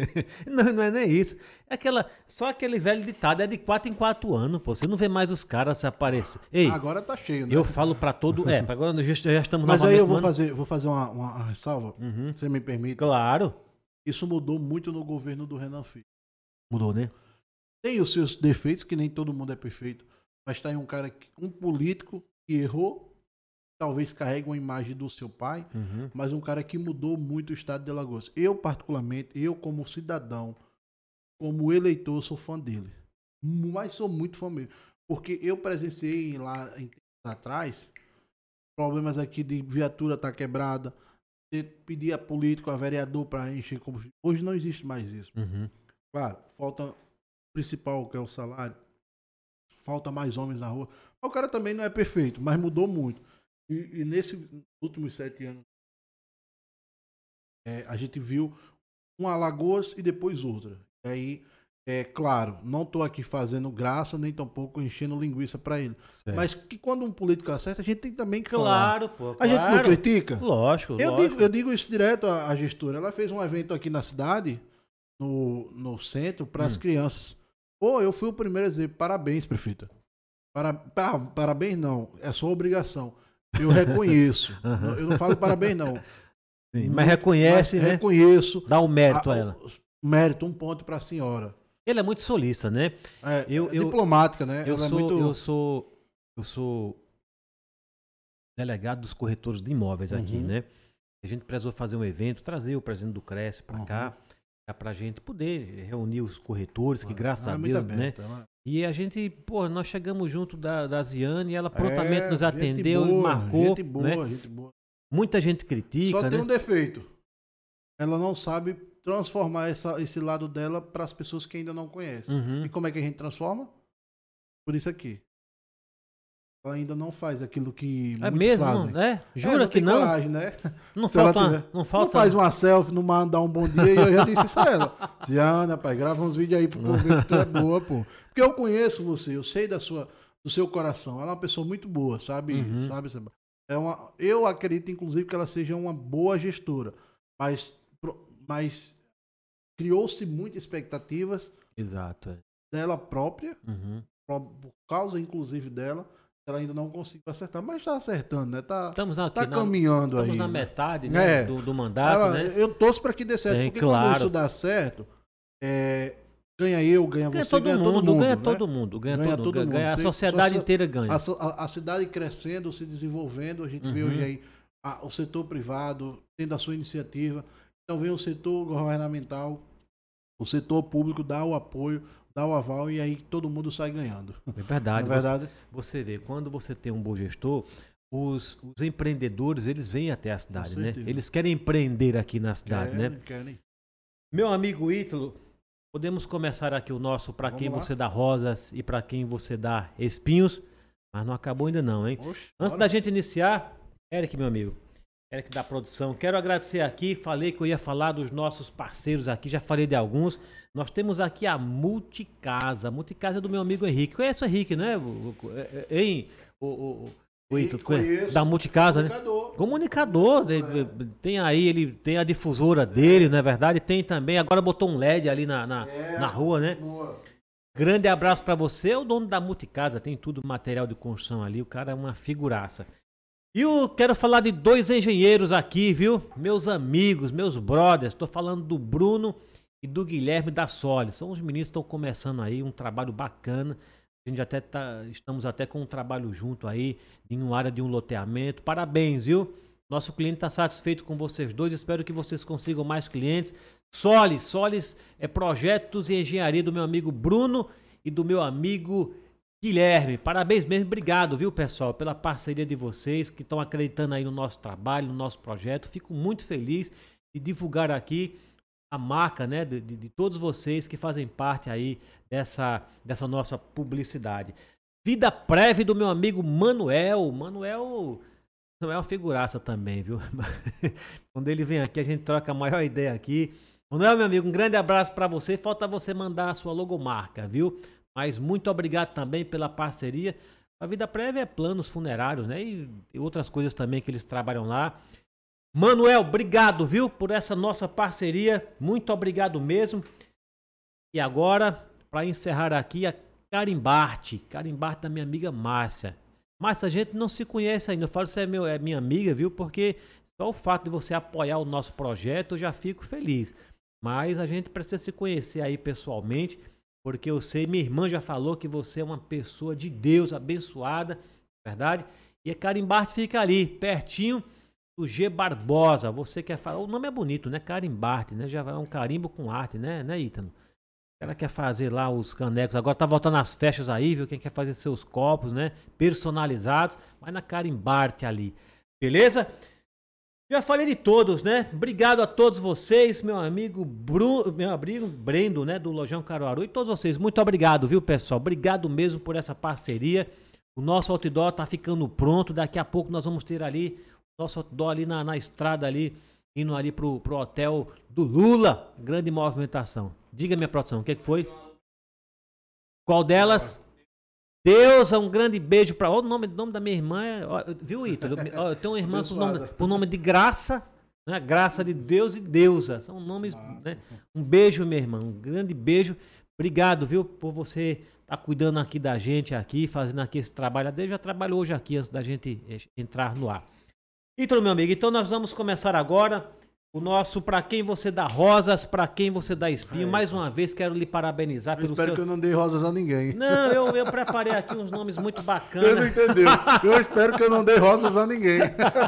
não é nem isso. É só aquele velho ditado, é de 4 em 4 anos, pô. Você não vê mais os caras se aparecer. Ei, agora tá cheio, né? Eu falo pra todo... agora nós já estamos Mas aí eu vou fazer uma ressalva, você me permite? Claro. Isso mudou muito no governo do Renan Filho. Mudou, né? Tem os seus defeitos, que nem todo mundo é perfeito. Mas tá aí um político que errou, talvez carregue uma imagem do seu pai, mas um cara que mudou muito o estado de Alagoas. Eu, particularmente, como cidadão, como eleitor, sou fã dele. Mas sou muito fã mesmo. Porque eu presenciei lá em tempos atrás problemas aqui de viatura tá quebrada, de pedir a político, a vereador para encher combustível. Hoje não existe mais isso. Claro, falta o principal, que é o salário. Falta mais homens na rua. O cara também não é perfeito, mas mudou muito. E nesses últimos 7 anos, a gente viu uma Alagoas e depois outra. E aí, claro, não estou aqui fazendo graça, nem tampouco enchendo linguiça para ele. Certo. Mas que quando um político acerta, a gente tem também que falar. Claro, pô. A gente não critica? Lógico, eu digo isso direto à gestora. Ela fez um evento aqui na cidade, no centro, para as crianças. Pô, eu fui o primeiro a dizer, parabéns, prefeita. Parabéns não, é sua obrigação. Eu reconheço. Eu não falo parabéns, não. Sim, mas reconhece, mas né? Reconheço. Dá o mérito a ela. Mérito, um ponto para a senhora. Ele é muito solista, né? Diplomática, né? Eu sou delegado dos corretores de imóveis aqui, né? A gente precisou fazer um evento, trazer o presidente do Cresce para cá, para a gente poder reunir os corretores, que graças a Deus, né? E a gente, nós chegamos junto da Ziane e ela prontamente nos atendeu e marcou. Gente boa, né? Gente boa. Muita gente critica, Só tem né? um defeito. Ela não sabe transformar esse lado dela para as pessoas que ainda não conhecem. E como é que a gente transforma? Por isso aqui. Ela ainda não faz aquilo que muitos mesmo, fazem. Né? Jura que não? Coragem, né? Não falta. Não faz uma selfie, não manda um bom dia e eu já disse isso a ela. Ziana, pai, grava uns vídeos aí pro povo ver que tu é boa, pô. Porque eu conheço você, eu sei do seu coração. Ela é uma pessoa muito boa, sabe? Eu acredito, inclusive, que ela seja uma boa gestora. Mas criou-se muitas expectativas. Exato. Dela própria, por causa, inclusive, dela. Ela ainda não conseguiu acertar, mas está acertando, né? Tá caminhando aí. Estamos na metade, né, do mandato, né? Eu torço para que dê certo, porque quando isso dá certo, ganha eu, ganha você, ganha todo mundo. Ganha todo mundo. Ganha a sociedade inteira ganha. A cidade crescendo, se desenvolvendo, a gente vê hoje aí o setor privado tendo a sua iniciativa. Então vem o setor governamental, o setor público dá o apoio, dá o aval e aí todo mundo sai ganhando. É verdade. Na verdade, você vê, quando você tem um bom gestor, os empreendedores, eles vêm até a cidade, né? Eles querem empreender aqui na cidade, né? Querem. Meu amigo Ítalo, podemos começar aqui o nosso Para Quem Você Dá Rosas e Para Quem Você Dá Espinhos, mas não acabou ainda não, hein? Antes da gente iniciar, Eric, meu amigo, Eric da produção, quero agradecer aqui, falei que eu ia falar dos nossos parceiros aqui, já falei de alguns. Nós temos aqui a Multicasa, a Multicasa é do meu amigo Henrique. Conhece o Henrique, né? O Ítalo, da Multicasa, né? Comunicador. Tem aí, ele tem a difusora dele, não é verdade? Tem também, agora botou um LED ali na rua, né? Boa. Grande abraço pra você, é o dono da Multicasa, tem tudo material de construção ali, o cara é uma figuraça. E eu quero falar de 2 engenheiros aqui, viu? Meus amigos, meus brothers, tô falando do Bruno e do Guilherme da Soli. São os meninos que estão começando aí um trabalho bacana. A gente estamos até com um trabalho junto aí, em uma área de um loteamento. Parabéns, viu? Nosso cliente está satisfeito com vocês dois. Espero que vocês consigam mais clientes. Solis é projetos e engenharia do meu amigo Bruno e do meu amigo Guilherme. Parabéns mesmo. Obrigado, viu, pessoal, pela parceria de vocês que estão acreditando aí no nosso trabalho, no nosso projeto. Fico muito feliz de divulgar aqui a marca, né, de todos vocês que fazem parte aí dessa nossa publicidade. Vida prévia do meu amigo Manuel. Manuel é uma figuraça também, viu? Quando ele vem aqui, a gente troca a maior ideia aqui. Manuel, meu amigo, um grande abraço para você. Falta você mandar a sua logomarca, viu? Mas muito obrigado também pela parceria. A Vida Prévia é planos funerários, né? E outras coisas também que eles trabalham lá. Manuel, obrigado, viu, por essa nossa parceria. Muito obrigado mesmo. E agora, para encerrar aqui, a Carimbarte da minha amiga Márcia. Márcia, a gente não se conhece ainda. Eu falo que você é minha amiga, viu, porque só o fato de você apoiar o nosso projeto, eu já fico feliz. Mas a gente precisa se conhecer aí pessoalmente, porque eu sei, minha irmã já falou que você é uma pessoa de Deus, abençoada, verdade? E a Carimbarte fica ali, pertinho do G Barbosa. Você quer falar, o nome é bonito, né? Carimbarte, né? Já é um carimbo com arte, né, Ítalo? Ela quer fazer lá os canecos, agora tá voltando as festas aí, viu? Quem quer fazer seus copos, né? Personalizados, vai na Carimbarte ali, beleza? Já falei de todos, né? Obrigado a todos vocês, meu amigo Brendo, né? Do Lojão Caruaru, e todos vocês, muito obrigado, viu, pessoal? Obrigado mesmo por essa parceria. O nosso outdoor tá ficando pronto, daqui a pouco nós vamos ter ali nosso outdoor ali na estrada ali, indo ali pro hotel do Lula. Grande movimentação. Diga, minha produção, o que foi? Qual delas? Deus, um grande beijo para o nome da minha irmã, viu, Ítalo? Eu tenho uma irmã por nome de Graça, né? Graça de Deus e Deusa. São nomes, né? Um beijo, minha irmã, um grande beijo. Obrigado, viu, por você estar cuidando aqui da gente aqui, fazendo aqui esse trabalho. A Deus já trabalhou hoje aqui antes da gente entrar no ar. Então, meu amigo, então nós vamos começar agora o nosso Para Quem Você Dá Rosas, Para Quem Você Dá Espinho. Mais uma vez, quero lhe parabenizar pelo espero que eu não dei rosas a ninguém. Não, eu preparei aqui uns nomes muito bacanas. Eu não entendeu. Eu espero que eu não dei rosas a ninguém.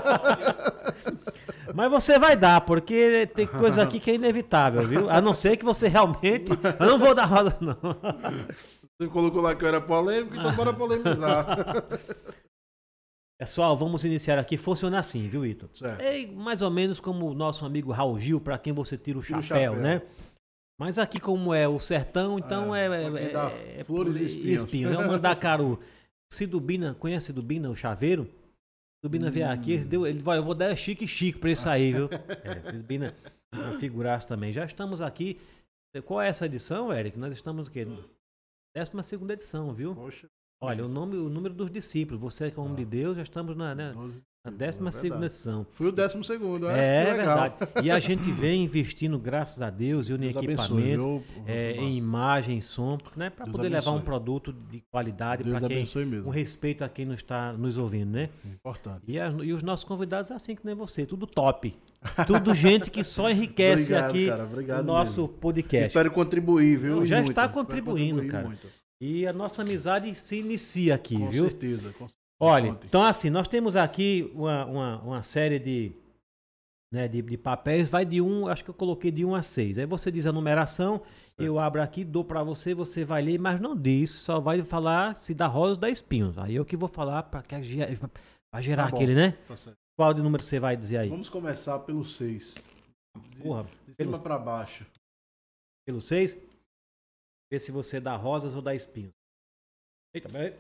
Mas você vai dar, porque tem coisa aqui que é inevitável, viu? A não ser que você realmente... Eu não vou dar rosas, não. Você colocou lá que eu era polêmico, então bora polemizar. Pessoal, vamos iniciar aqui. Funciona assim, viu, Ito? É mais ou menos como o nosso amigo Raul Gil, para quem você tira o chapéu, né? Mas aqui, como é o sertão, então flores e espinhos. É o Mandacaru. Cidubina, conhece Cidubina, o chaveiro? Cidubina veio aqui, ele vai, eu vou dar chique para isso aí, viu? Cidubina, uma figuraça também. Já estamos aqui. Qual é essa edição, Eric? Nós estamos o quê? 12ª edição, viu? Poxa. Olha, o número dos discípulos, você é o homem de Deus, já estamos na 12ª edição. Fui o 12º, é verdade. E a gente vem investindo, graças a Deus, em equipamentos, em imagem, em som, né, para poder levar um produto de qualidade para quem, com respeito a quem não está nos ouvindo, né? Importante. E os nossos convidados é assim que nem você, tudo top. Tudo gente que só enriquece aqui o nosso podcast. Espero contribuir, viu? Já está contribuindo, cara. Muito. E a nossa amizade se inicia aqui, viu? Com certeza. Olha, então assim, nós temos aqui uma série de papéis, vai de 1, acho que eu coloquei de 1 a 6. Aí você diz a numeração, certo. Eu abro aqui, dou para você, você vai ler, mas não diz, só vai falar se dá rosa ou dá espinhos. Aí eu que vou falar para Vai gerar Tá bom, aquele, né? tá certo. Qual de número você vai dizer aí? Vamos começar pelo 6. Porra, De cima pra baixo. pelo 6? Vê se você dá rosas ou dá espinhos. Eita, peraí.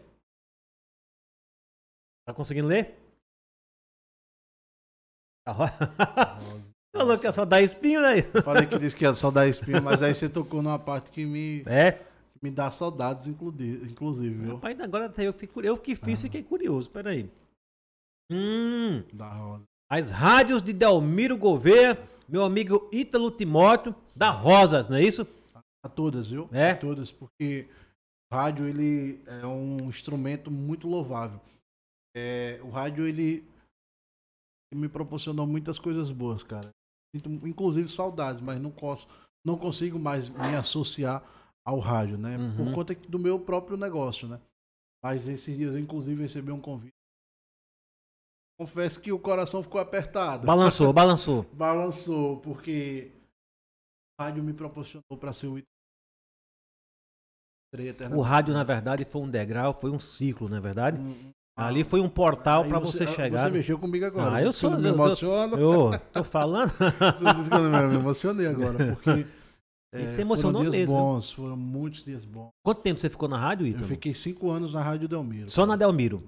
Tá conseguindo ler? Falou que é só dar espinho, né? Eu falei que disse que ia só dar espinho, mas aí você tocou numa parte que me dá saudades, inclusive, viu? Rapaz, agora até eu que fiz, fiquei curioso. Peraí. Da rosa. As rádios de Delmiro Gouveia, meu amigo Ítalo Timóteo, da Rosas, não é isso? A todas, viu? É? A todas, porque o rádio, ele é um instrumento muito louvável. O rádio, ele me proporcionou muitas coisas boas, cara. Sinto, inclusive, saudades, mas não consigo mais me associar ao rádio, né? Por conta do meu próprio negócio, né? Mas esses dias eu, inclusive, recebi um convite. Confesso que o coração ficou apertado. Balançou. Balançou, porque o rádio me proporcionou para ser o rádio, na verdade, foi um degrau, foi um ciclo, na verdade. Ali foi um portal para você chegar. Você mexeu comigo agora. Eu sou. Me emociono. Eu tô falando. Você disse que eu me emocionei agora, porque você emocionou foram dias mesmo. bons, foram muitos dias bons. Quanto tempo você ficou na rádio, Ítalo? Eu fiquei 5 anos na Rádio Delmiro. Só na Delmiro.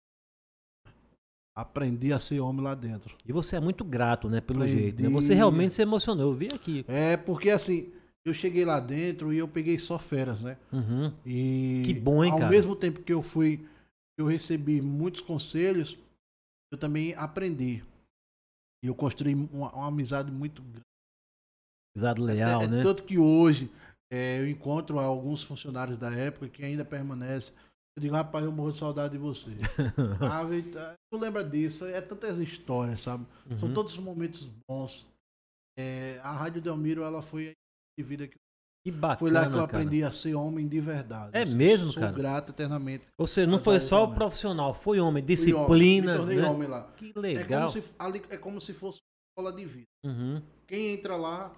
Aprendi a ser homem lá dentro. E você é muito grato, né, pelo jeito. Né? Você realmente se emocionou, eu vi aqui. Porque assim, eu cheguei lá dentro e eu peguei só férias, né? E que bom, hein, cara? Ao mesmo tempo que eu recebi muitos conselhos, eu também aprendi. E eu construí uma amizade muito grande. Amizade leal, né? Tanto que hoje eu encontro alguns funcionários da época que ainda permanecem. Eu digo, rapaz, eu morro de saudade de você. Tu lembra disso? É tantas histórias, sabe? São todos momentos bons. A Rádio Delmiro, ela foi de vida que bacana, foi lá que eu cara. aprendi a ser homem de verdade. É mesmo, sou cara? Sou grato eternamente. Ou seja, não foi só o profissional, foi homem, disciplina. Me tornei né? homem lá. Que legal. É como se fosse uma escola de vida. Quem entra lá,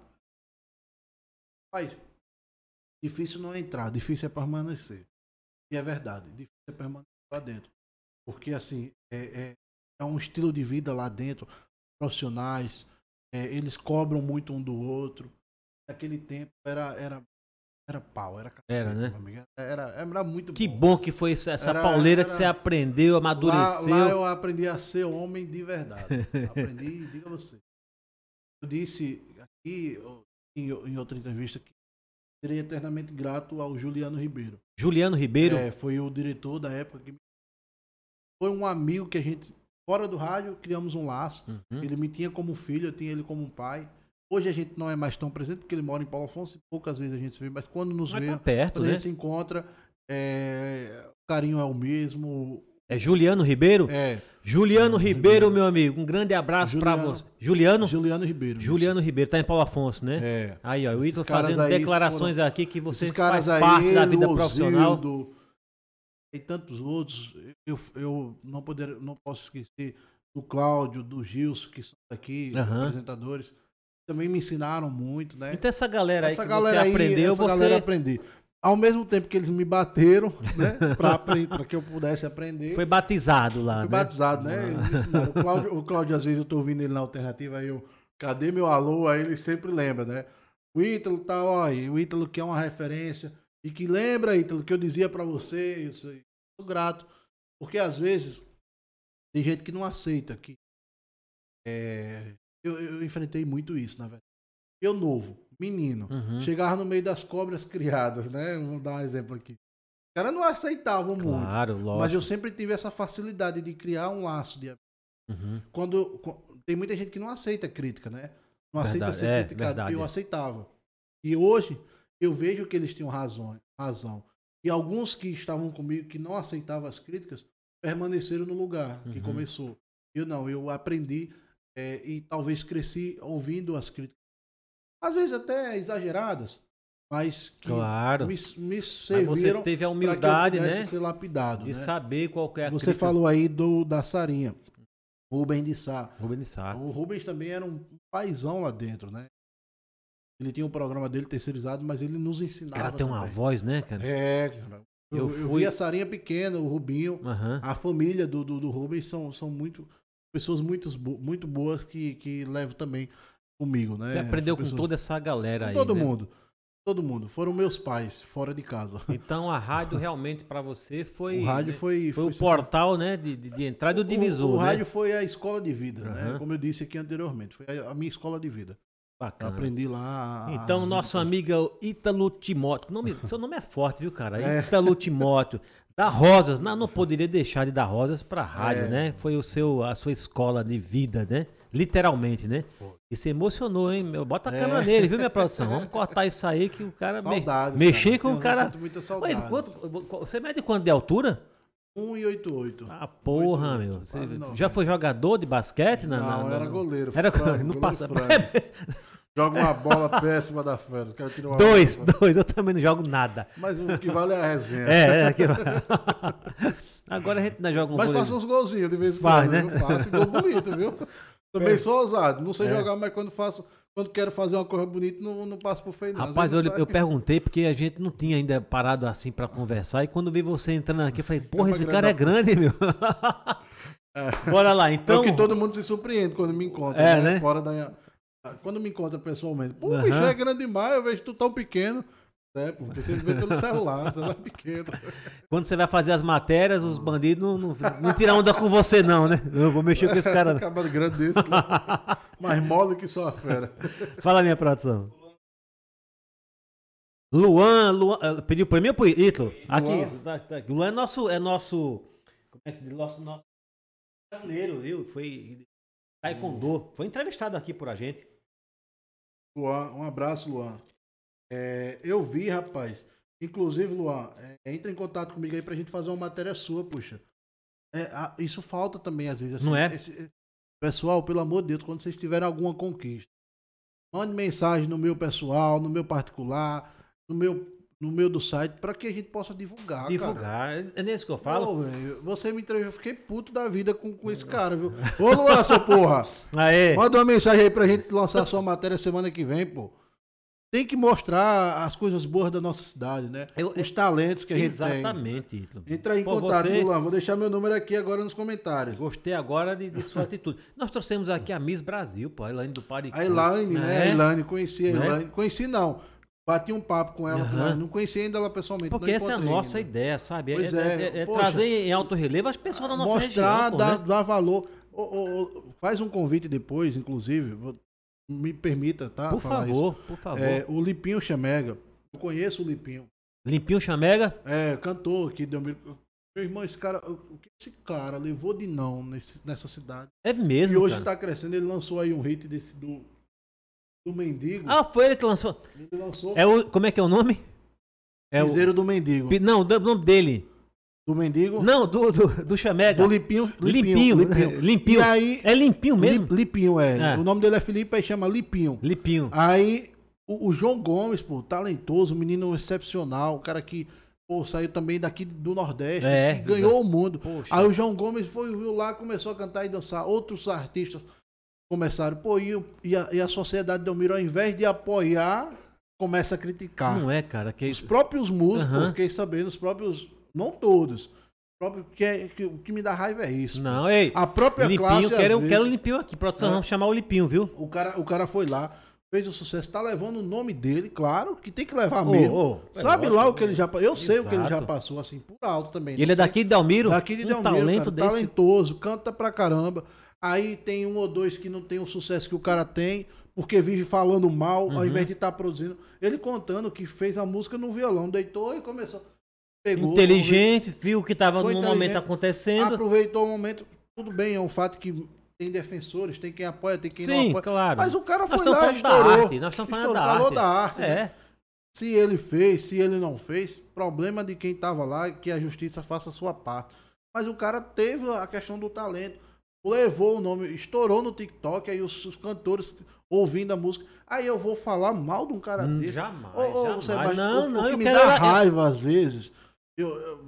rapaz, difícil não é entrar, difícil é permanecer. E é verdade, difícil é permanecer lá dentro. Porque, assim, é um estilo de vida lá dentro, profissionais, eles cobram muito um do outro. Naquele tempo era pau, era cacete. Era, né? Era muito que bom que foi essa pauleira que você aprendeu, amadureceu. Lá eu aprendi a ser homem de verdade. Aprendi, diga você. Eu disse aqui, em outra entrevista, que serei eternamente grato ao Juliano Ribeiro. Juliano Ribeiro? Foi o diretor da época. Foi um amigo que a gente, fora do rádio, criamos um laço. Ele me tinha como filho, eu tinha ele como um pai. Hoje a gente não é mais tão presente, porque ele mora em Paulo Afonso e poucas vezes a gente se vê. Mas quando nos vê, tá perto, quando né? a gente se encontra, o carinho é o mesmo. É Juliano Ribeiro? Juliano Ribeiro, meu amigo. Um grande abraço pra você. Juliano Ribeiro. Juliano Ribeiro, tá em Paulo Afonso, né? Aí, ó, o Ítalo fazendo declarações aqui que você faz aí, parte da vida profissional. E tantos outros. Eu não posso esquecer do Cláudio, do Gilson, que são aqui, apresentadores. Também me ensinaram muito, né? Então essa galera aí que você aprendeu, galera aprendi. Ao mesmo tempo que eles me bateram, né? Para que eu pudesse aprender. Foi batizado lá, Fui batizado, né? Eles me ensinaram. O Cláudio, às vezes, eu tô ouvindo ele na alternativa, aí cadê meu alô? Aí ele sempre lembra, né? O Ítalo tá, ó, o Ítalo que é uma referência. E que lembra, Ítalo, que eu dizia para você, isso aí. Sou grato. Porque, às vezes, tem gente que não aceita que... Eu enfrentei muito isso, na verdade. Eu novo, menino, chegava no meio das cobras criadas, né? Vou dar um exemplo aqui. Os caras não aceitavam muito. Lógico. Mas eu sempre tive essa facilidade de criar um laço de quando tem muita gente que não aceita crítica, né? Não aceita ser criticado. Verdade. Eu aceitava. E hoje eu vejo que eles tinham razão. E alguns que estavam comigo que não aceitavam as críticas permaneceram no lugar que começou. Eu aprendi e talvez cresci ouvindo as críticas. Às vezes até exageradas, mas que me serviram. Mas você teve a humildade, né? Ser lapidado, de saber qual é a Você crítica. falou aí da Sarinha, Rubem de Sá. O Rubens também era um paizão lá dentro, né? Ele tinha um programa dele terceirizado, mas ele nos ensinava. O cara tem uma voz, né, cara? Eu vi a Sarinha pequena, o Rubinho, a família do Rubens são pessoas muito boas que levo também comigo, né? Você aprendeu com toda essa galera aí, todo né? mundo. Todo mundo. Foram meus pais, fora de casa. Então a rádio realmente para você foi... O rádio foi o portal, né? De entrada e do divisor, o né? rádio foi a escola de vida, né? Como eu disse aqui anteriormente. Foi a minha escola de vida. Bacana. Eu aprendi lá... Então, nosso amigo Ítalo Timóteo. Seu nome é forte, viu, cara? Ítalo Timóteo. Da Rosas. Não poderia deixar de dar Rosas pra rádio, né? Foi a sua escola de vida, né? Literalmente, né? E se emocionou, hein? Bota a câmera nele, viu, minha produção? Vamos cortar isso aí que o cara... Mexer com o cara... Eu sinto muita saudade. Você mede quanto de altura? 1,88. Ah, porra, 8, meu. Você já foi jogador de basquete? Não, era goleiro. Era goleiro, não passa... Joga uma bola péssima da fera. Dois, eu também não jogo nada. Mas o que vale é a resenha. Agora a gente não joga um Mas faça uns golzinhos de vez em quando, né? Faço gol bonito, viu? Também sou ousado. Não sei jogar, mas quando quero fazer uma coisa bonita, não passo por feio, não. Rapaz, eu perguntei porque a gente não tinha ainda parado assim pra conversar. E quando vi você entrando aqui, eu falei, porra, esse cara é grande, meu. Bora lá, então. É o que todo mundo se surpreende quando me encontra, né? Fora da... Quando me encontra pessoalmente. Pô, o bicho é grande demais, eu vejo tu tão pequeno. Porque você vê pelo celular, é pequeno. Quando você vai fazer as matérias, os bandidos não tiram onda com você, não, né? Eu vou mexer com esse cara. Acaba grande desse, né? Mais mole que só a fera. Fala, minha produção. Luan, pediu pra mim ou pro Ítalo? Aqui, Luan é nosso. Como é que se diz? Nosso brasileiro, viu? Foi taekwondo. Foi entrevistado aqui por a gente. Luan, um abraço, Luan. Eu vi, rapaz. Inclusive, Luan, entra em contato comigo aí pra gente fazer uma matéria sua, puxa. Isso falta também, às vezes. Assim, não é? Pessoal, pelo amor de Deus, quando vocês tiverem alguma conquista, mande mensagem no meu pessoal, no meu particular, no meu do site, pra que a gente possa divulgar. Cara. É nisso que eu falo. Pô, você me entrevistou, eu fiquei puto da vida com esse cara, viu? Ô, Luan, seu porra! Aê. Manda uma mensagem aí pra gente lançar a sua matéria semana que vem, pô. Tem que mostrar as coisas boas da nossa cidade, né? Os talentos que a gente tem. Exatamente, Ítalo. Entra em contato, Luan. Vou deixar meu número aqui agora nos comentários. Gostei agora de sua atitude. Nós trouxemos aqui a Miss Brasil, pô, a Elaine do Paricu. A Elaine, né? A Elaine, conheci a Elaine. Conheci não. Bati um papo com ela, não conheci ainda ela pessoalmente. Porque essa é a nossa ideia, sabe? Pois poxa, trazer em alto relevo as pessoas da nossa região. Mostrar, dar valor. Faz um convite depois, inclusive... Me permita, tá? Por favor. O Lipinho Chamega. Eu conheço o Lipinho. Lipinho Chamega? Cantor aqui. Meu irmão, o que esse cara levou de não nessa cidade? É mesmo, e hoje tá crescendo. Ele lançou aí um hit do Mendigo. Ah, foi ele que lançou? Ele lançou. Como é que é o nome? Piseiro do Mendigo. Não, o nome dele. Do Mendigo? Não, do Chamega. Do Limpinho. Limpinho. E aí, é Limpinho mesmo? Lipinho, O nome dele é Felipe, aí chama Lipinho. Aí, o João Gomes, pô, talentoso, menino excepcional, o cara que, pô, saiu também daqui do Nordeste, que ganhou o mundo. Poxa. Aí o João Gomes viu lá, começou a cantar e dançar. Outros artistas começaram, pô, e a sociedade de Delmiro, ao invés de apoiar, começa a criticar. Não é, cara? Os próprios músicos, fiquei sabendo, os próprios... Não todos. O que me dá raiva é isso. Não, ei. A própria Limpinho, classe. Eu quero o Limpinho aqui. Produção, vamos chamar o Limpinho, viu? O cara foi lá, fez o sucesso, tá levando o nome dele, claro, que tem que levar mesmo. Sabe lá o que ele já passou. Eu sei o que ele já passou, assim, por alto também. Ele é daqui de Delmiro? Daqui de Delmiro, talento cara, talentoso, canta pra caramba. Aí tem um ou dois que não tem o sucesso que o cara tem, porque vive falando mal, ao invés de estar produzindo. Ele contando que fez a música no violão, deitou e começou. Pegou, inteligente, viu o que estava no momento acontecendo. Aproveitou o momento. Tudo bem, é um fato que tem defensores, tem quem apoia, tem quem não apoia. Claro. Mas o cara foi lá e estourou. Nós estamos falando da arte. Falou da arte. Né? Se ele fez, se ele não fez, problema de quem estava lá, que a justiça faça a sua parte. Mas o cara teve a questão do talento. Levou o nome, estourou no TikTok, aí os cantores ouvindo a música. Aí eu vou falar mal de um cara desse. Jamais. O que me dá raiva às vezes... Eu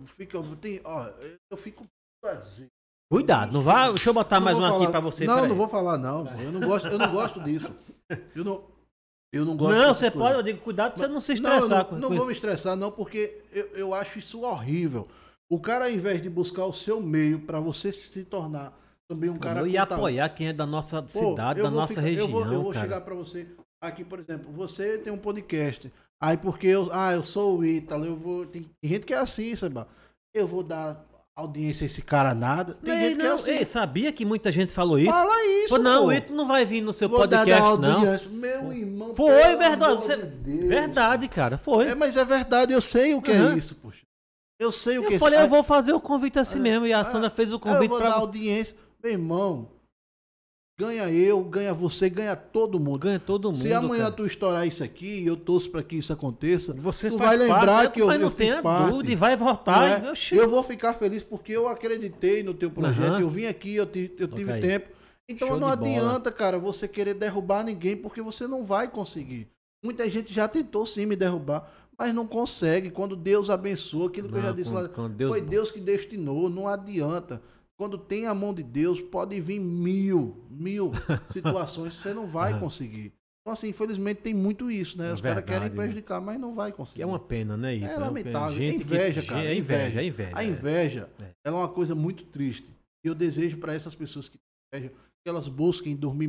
fico às vezes. Cuidado, não vá. Deixa eu botar mais um aqui pra você. Não vou falar, não. Eu não gosto disso. Eu não gosto Não, você pode, eu digo, cuidado pra você não se estressar. Não vou me estressar, não, porque eu acho isso horrível. O cara, ao invés de buscar o seu meio para você se tornar também um cara... E apoiar quem é da nossa cidade, da nossa região, eu vou chegar para você aqui, por exemplo, você tem um podcast, aí porque eu sou o Ítalo, tem gente que é assim, sabe? Eu vou dar audiência a esse cara nada. Tem gente que é assim. Ei, sabia que muita gente falou isso? Fala isso, não, pô. O Ítalo não vai vir no seu vou podcast, não. Meu irmão, foi verdade. Verdade, cara, foi. Mas é verdade, eu sei o que é isso, poxa. Eu sei o que é isso. Eu vou fazer o convite assim mesmo, e a Sandra fez o convite pra... Eu vou dar audiência. Meu irmão, ganha eu, ganha você, ganha todo mundo. Ganha todo mundo. Se amanhã tu estourar isso aqui, eu torço pra que isso aconteça, você tu vai lembrar que eu não fiz tenha parte. Dúvida, e vai votar. Eu vou ficar feliz porque eu acreditei no teu projeto, eu vim aqui, eu tive tempo. Então não adianta, cara, você querer derrubar ninguém, porque você não vai conseguir. Muita gente já tentou sim me derrubar, mas não consegue. Quando Deus abençoa, aquilo que eu já disse lá, foi Deus que destinou, não adianta. Quando tem a mão de Deus, pode vir mil situações que você não vai conseguir. Então, assim, infelizmente tem muito isso, né? Os caras querem prejudicar, mas não vai conseguir. Que é uma pena, né, Ítalo? É lamentável. É inveja, cara. É inveja. A inveja, ela é uma coisa muito triste. E eu desejo para essas pessoas que invejam que elas busquem dormir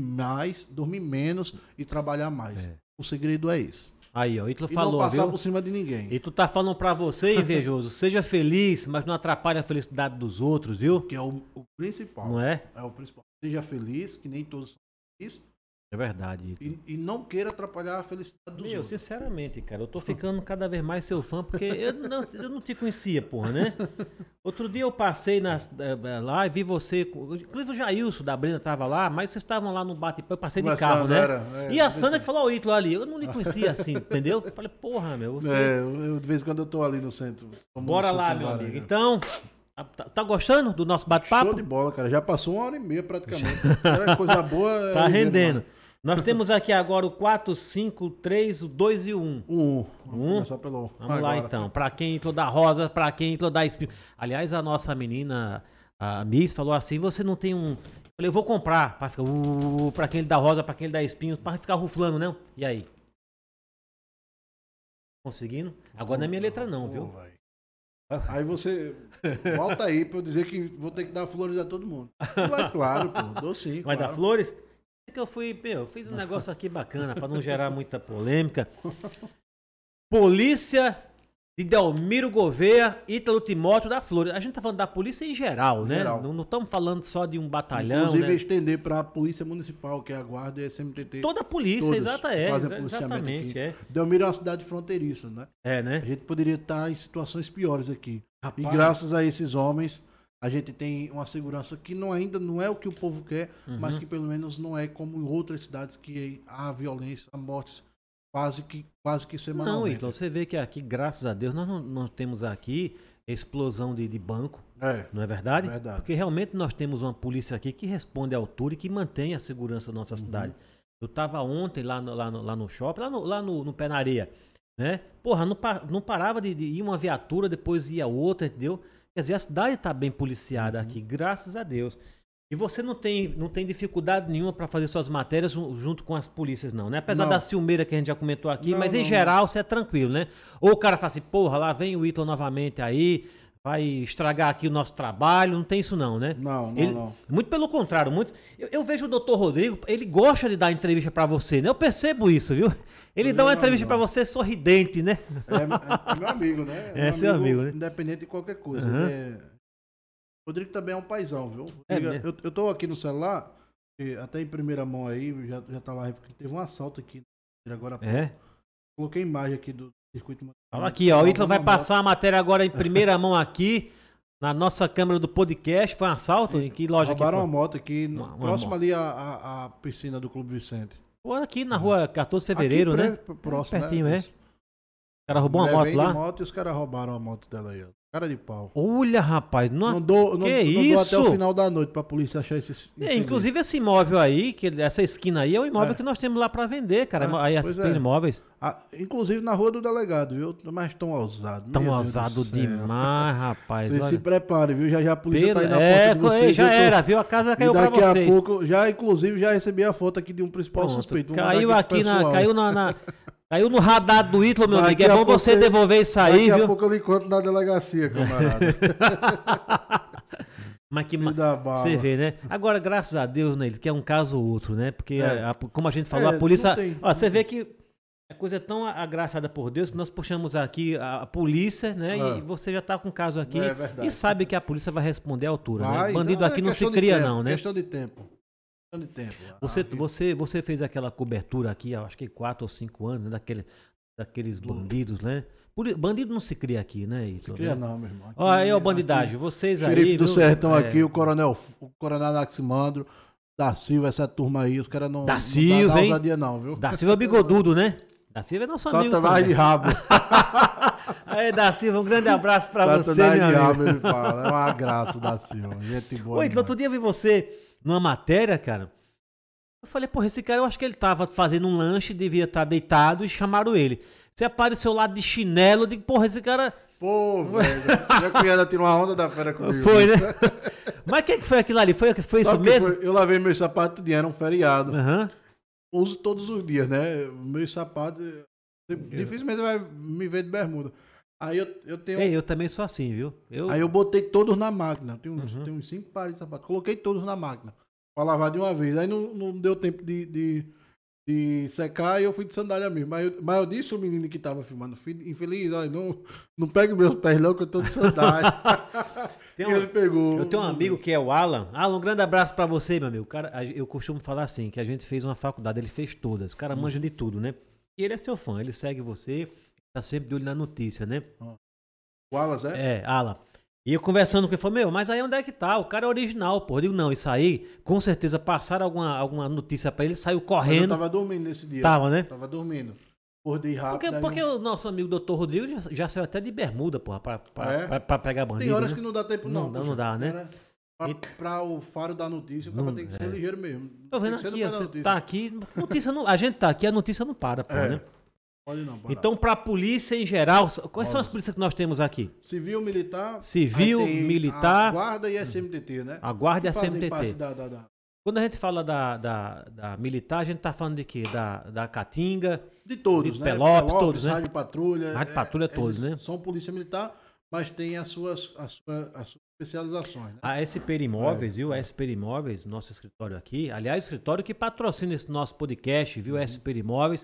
menos e trabalhar mais. O segredo é esse. Aí, ó, Ítalo falou, não passar por cima de ninguém. E tu tá falando pra você, invejoso, seja feliz, mas não atrapalhe a felicidade dos outros, viu? Que é o principal. Não é? É o principal. Seja feliz, que nem todos são felizes. É verdade. E não queira atrapalhar a felicidade dos outros. Sinceramente, cara, eu tô ficando cada vez mais seu fã, porque eu não te conhecia, porra, né? Outro dia eu passei lá e vi você, inclusive o Jailson da Brenda tava lá, mas vocês estavam lá no bate-papo, eu passei de carro, né? E a Sandra que falou, o Ítalo ali, eu não lhe conhecia assim, entendeu? Eu falei, porra, meu, você... de vez em quando eu tô ali no centro. Bora lá, meu amigo. Então... Tá gostando do nosso bate-papo? Show de bola, cara. Já passou 1h30 praticamente. Era coisa boa. Tá rendendo. Nós temos aqui agora o 4, 5, 3, o 2 e o 1. Vamos começar pelo... Vamos lá então. Pra quem entrou da rosa, pra quem entrou da espinho. Aliás, a nossa menina, a Miss, falou assim, você não tem um... Eu falei, eu vou comprar. Pra ficar... pra quem ele dá rosa, pra quem ele dá espinho, pra ficar ruflando, né? E aí? Conseguindo? Agora não é minha letra não, viu? Aí você volta aí pra eu dizer que vou ter que dar flores a todo mundo. Vai, claro, pô. Dou sim. Vai dar flores? É que eu fiz um negócio aqui bacana pra não gerar muita polêmica. Polícia de Delmiro Gouveia, Ítalo Timóteo da Flores. A gente tá falando da polícia em geral, né? Não estamos falando só de um batalhão. Inclusive estender pra Polícia Municipal, que é a Guarda e a SMTT. Toda a polícia, exatamente. Delmiro é uma cidade fronteiriça, né? É, né? A gente poderia estar em situações piores aqui. Rapaz. E graças a esses homens, a gente tem uma segurança que ainda não é o que o povo quer, mas que pelo menos não é como em outras cidades que há violência, há mortes quase que semanalmente. Não, então você vê que aqui, graças a Deus, nós não temos aqui explosão de banco, não é verdade? Verdade? Porque realmente nós temos uma polícia aqui que responde à altura e que mantém a segurança da nossa cidade. Eu estava ontem lá no shopping, lá no Pé na Areia, né? Porra, não parava de ir uma viatura, depois ia outra, entendeu? Quer dizer, a cidade está bem policiada aqui, graças a Deus. E você não tem dificuldade nenhuma para fazer suas matérias junto com as polícias, não, né? Apesar da ciumeira que a gente já comentou aqui, mas em geral você é tranquilo, né? Ou o cara fala assim, porra, lá vem o Ítalo novamente aí, vai estragar aqui o nosso trabalho, não tem isso não, né? Não. Muito pelo contrário, eu vejo o doutor Rodrigo, ele gosta de dar entrevista para você, né? Eu percebo isso, viu? Ele dá uma entrevista para você sorridente, né? É meu amigo, né? É seu amigo, né? Independente de qualquer coisa. Rodrigo também é um paizão, viu? Eu tô aqui no celular, até em primeira mão aí, já tá lá, porque teve um assalto aqui agora. Coloquei imagem aqui do circuito. Olha aqui, ó, o Ítalo vai passar a matéria agora em primeira mão aqui, na nossa câmera do podcast. Foi um assalto? Em que loja aqui? Roubaram uma moto aqui, próximo ali à piscina do Clube Vicente. Pô, aqui na rua 14 de fevereiro, aqui, né? Próximo, pertinho, né? O cara roubou uma moto lá? De moto e os caras roubaram a moto dela aí, ó. Cara de pau. Olha, rapaz, Não dou até o final da noite pra polícia achar esses. Inclusive esse imóvel aí, essa esquina aí, é o imóvel que nós temos lá pra vender, cara. Aí essas imóveis. Inclusive na rua do delegado, viu? Mas tão ousado. Tão ousado demais, rapaz. Vocês se preparem, viu? Já a polícia tá aí na porta de vocês. Já era, viu? A casa caiu pra vocês. Daqui a pouco, inclusive, já recebi a foto aqui de um principal suspeito. Caiu aqui Caiu no radar do Ítalo, meu amigo. É bom você devolver isso aí, viu? Daqui a pouco eu lhe encontro na delegacia, camarada. Mas que você vê, né? Agora, graças a Deus, né, que é um caso ou outro, né? Porque, como a gente falou, a polícia... você vê que a coisa é tão agraciada por Deus que nós puxamos aqui a polícia, né? E você já tá com o caso aqui e sabe que a polícia vai responder à altura, né? Bandido aqui não se cria não, né? Questão de tempo. Você fez aquela cobertura aqui, acho que 4 ou 5 anos, né, daqueles bandidos, né? Bandido não se cria aqui, né? Isso, se cria não, meu irmão. Olha aí, bandidagem, vocês aí... Xerife do Sertão aqui, o coronel Anaximandro, da Silva, essa turma aí, os caras não... Da Silva, hein? Ousadia não, viu? Da Silva é bigodudo, né? Da Silva é nosso amigo. Satanás de rabo. Aí, da Silva, um grande abraço pra você, meu amigo. Satanás de rabo, ele fala. É um abraço, da Silva. Gente boa. Oi, outro dia eu vi você numa matéria, cara. Eu falei, porra, esse cara, eu acho que ele tava fazendo um lanche, devia estar deitado e chamaram ele. Você apareceu lá de chinelo, eu digo, porra, esse cara... Pô, velho, minha cunhada tirou uma onda da fera comigo. Foi, né? Mas o que foi aquilo ali? Foi isso mesmo? Eu lavei meus sapatos de era um feriado. Uso todos os dias, né? Meus sapatos, dificilmente vai me ver de bermuda. Aí eu tenho... Eu também sou assim, viu? Aí eu botei todos na máquina. Tem uns 5 pares de sapatos. Coloquei todos na máquina. Pra lavar de uma vez. Aí não deu tempo de secar e eu fui de sandália mesmo. Mas eu disse ao menino que tava filmando, infeliz, olha, não pegue meus pés não, que eu tô de sandália. Ele pegou. Eu tenho um amigo que é o Alan. Alan, um grande abraço pra você, meu amigo. Cara, eu costumo falar assim, que a gente fez uma faculdade, ele fez todas. O cara manja de tudo, né? E ele é seu fã, ele segue você, tá sempre de olho na notícia, né? O Alas, É, Alan. E eu conversando com ele, falou, mas aí onde é que tá? O cara é original, pô. Eu digo, não, isso aí, com certeza passaram alguma notícia pra ele, saiu correndo. Mas eu tava dormindo nesse dia. Tava, né? Tava dormindo. Acordei rápido. Porque o nosso amigo Dr. Rodrigo já saiu até de bermuda, porra, pra pegar bandido. Tem horas né? que não dá tempo não. Não dá, né? Pra o faro da notícia, o cara tem que ser ligeiro mesmo. Tô vendo aqui, você tá aqui, a gente tá aqui, a notícia não para, pô, né? Pode não, então, para a polícia em geral, quais são as polícias que nós temos aqui? Civil, militar. Militar. A Guarda e a SMTT, né? A Guarda e a SMTT. Da... Quando a gente fala da militar, a gente tá falando de quê? Da Caatinga. De todos, né? Pelópolis, todos, né? Rádio Patrulha. Rádio Patrulha, todos, né? São polícia militar, mas tem as suas especializações. Né? A SP Imóveis, viu? A SP Imóveis, nosso escritório aqui. Aliás, escritório que patrocina esse nosso podcast, viu? SP Imóveis.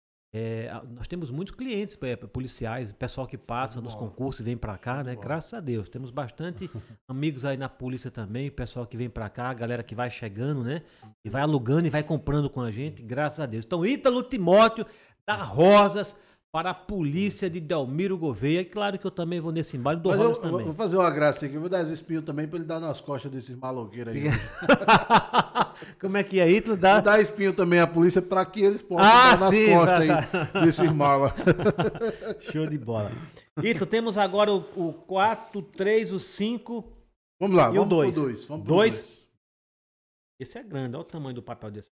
Nós temos muitos clientes policiais, pessoal que passa nos concursos e vem pra cá, né? Graças a Deus. Temos bastante amigos aí na polícia também, pessoal que vem pra cá, a galera que vai chegando, né? E vai alugando e vai comprando com a gente, graças a Deus. Então, Ítalo Timóteo da Rosas para a polícia de Delmiro Gouveia. E claro que eu também vou nesse embalo do Rosas também. Vou fazer uma graça aqui, vou dar as espinhos também pra ele dar nas costas desses maloqueiros aí. Como é que é, Ítalo? Vou dar espinho também à polícia pra que eles possam dar nas costas aí desses malas. Show de bola. Ítalo, temos agora o 4, 3, o 5 vamos lá, e o 2. Vamos pro 2. Esse é grande, olha o tamanho do papel desse.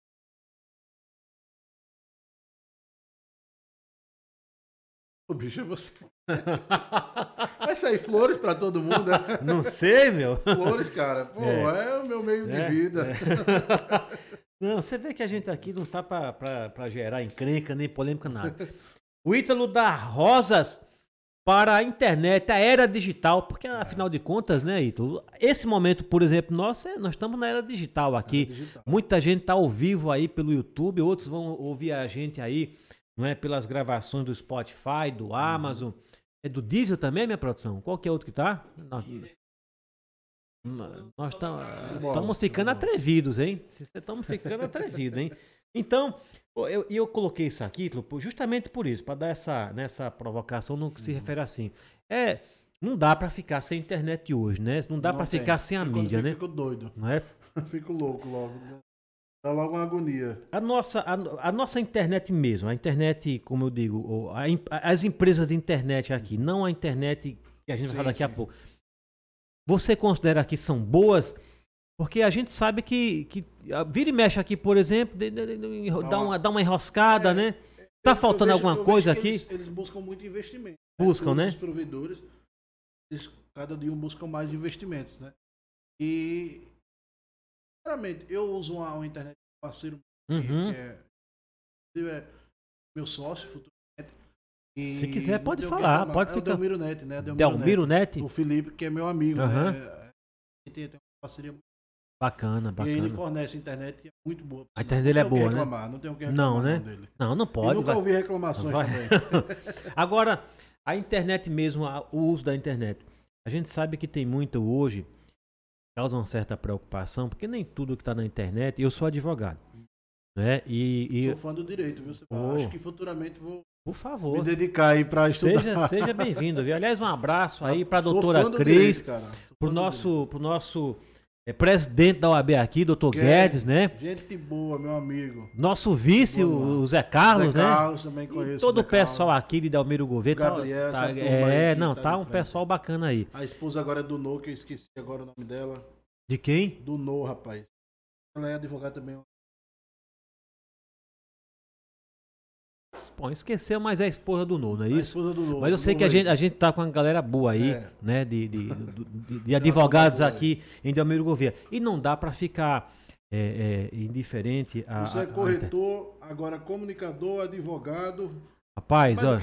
O bicho é você. Vai sair flores pra todo mundo, né? Não sei, meu. Flores, cara. Pô, é o meu meio de vida. Não, você vê que a gente aqui não tá pra gerar encrenca, nem polêmica, nada. O Ítalo da Rosas para a internet, a era digital, porque afinal de contas, né, Ítalo? Esse momento, por exemplo, nós estamos na era digital aqui. Muita gente tá ao vivo aí pelo YouTube, outros vão ouvir a gente aí, não é, pelas gravações do Spotify, do Amazon. É do Diesel também, minha produção? Qual que é outro que tá? Nós estamos ficando atrevidos, hein? Estamos ficando atrevidos, hein? Então, eu coloquei isso aqui justamente por isso, para dar nessa provocação no que se refere assim. Não dá para ficar sem internet hoje, né? Não dá para ficar sem a mídia, né? Fico doido. Não é? Fico louco logo. Dá logo uma agonia. A nossa internet mesmo, a internet, como eu digo, as empresas de internet aqui, não a internet que a gente vai falar daqui a pouco. Você considera que são boas? Porque a gente sabe que vira e mexe aqui, por exemplo, dá uma enroscada, né? Tá faltando alguma coisa aqui? Eles buscam muito investimento. Buscam, né? Os provedores, eles cada dia buscam mais investimentos, né? E, sinceramente, eu uso uma internet parceiro que é meu sócio, futuramente. Se quiser, pode falar. Pode ficar. É o Delmiro Net, né? Delmiro Net? O Felipe, que é meu amigo, né? A gente tem uma parceria muito bacana. E ele fornece internet muito boa. A internet dele é boa, né? Não tenho o que reclamar né? Dele. Não pode. Eu nunca ouvi reclamações também. Agora, a internet mesmo, o uso da internet. A gente sabe que tem muito hoje, causa uma certa preocupação, porque nem tudo que está na internet, eu sou advogado. Né? Sou fã do direito, viu? Acho que futuramente vou por favor, me dedicar aí para estudar. Seja bem-vindo, viu? Aliás, um abraço aí para a doutora Cris, para o nosso presidente da OAB aqui, doutor Guedes, né? Gente boa, meu amigo. Nosso vice, o Zé Carlos, né? Zé Carlos, também conheço. E todo o pessoal aqui de Delmiro Gouveia. Gabriel, tá um pessoal bacana aí. A esposa agora é do No, que eu esqueci agora o nome dela. De quem? Do No, rapaz. Ela é advogada também. Bom, esqueceu, mas é a esposa do No, não é isso? A esposa do No. Mas eu sei que a gente tá com uma galera boa aí, né? De advogados aqui em Delmiro Gouveia. E não dá para ficar indiferente a. Você é corretor, agora comunicador, advogado. Rapaz, ó.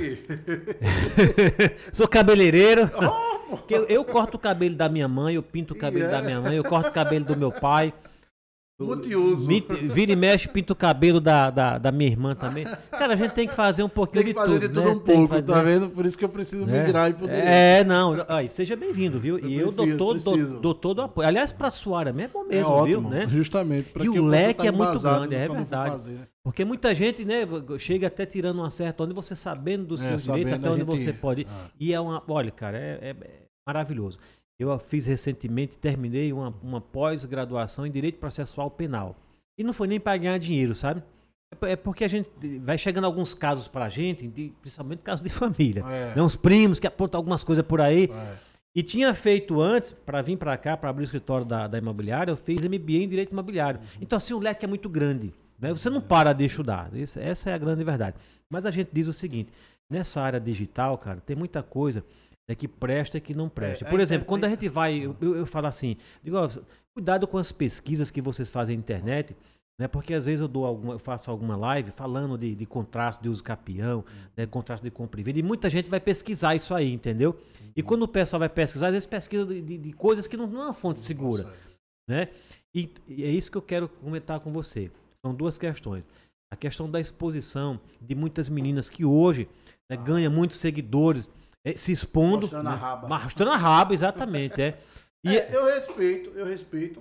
Sou cabeleireiro. Eu corto o cabelo da minha mãe, eu pinto o cabelo da minha mãe, eu corto o cabelo do meu pai. Multiuso. Vira e mexe, pinta o cabelo da minha irmã também. Cara, a gente tem que fazer um pouquinho de tudo. Tem que fazer de tudo, né? um pouco, tá vendo? Por isso que eu preciso migrar e poder. Não. Aí, seja bem-vindo, viu? E eu dou todo o apoio. Aliás, pra sua área mesmo é bom mesmo, viu? Ótimo, né? Justamente. E o leque é muito grande, é verdade. Fazer, né? Porque muita gente, né, chega até tirando uma certa onda e você sabendo dos seus direitos, até onde você pode ir. E olha, cara, é maravilhoso. Eu fiz recentemente, terminei uma pós-graduação em Direito Processual Penal. E não foi nem para ganhar dinheiro, sabe? É porque a gente vai chegando alguns casos pra gente, principalmente casos de família. Né? Uns primos que apontam algumas coisas por aí. E tinha feito antes, para vir para cá, para abrir o escritório da imobiliária, eu fiz MBA em Direito Imobiliário. Então, assim, o leque é muito grande. Né? Você não para de estudar. Essa é a grande verdade. Mas a gente diz o seguinte, nessa área digital, cara, tem muita coisa que presta e que não presta. Por exemplo, quando a gente vai, eu falo assim, digo, ó, cuidado com as pesquisas que vocês fazem na internet, né? Porque às vezes eu faço alguma live falando de contraste de uso capião, né? Contraste de compra e venda, e muita gente vai pesquisar isso aí, entendeu? E quando o pessoal vai pesquisar, às vezes pesquisa de coisas que não é uma fonte segura, né? E é isso que eu quero comentar com você. São duas questões. A questão da exposição de muitas meninas que hoje ganham muitos seguidores, se expondo. Mostrando a raba. Mostrando a raba, exatamente. Eu respeito.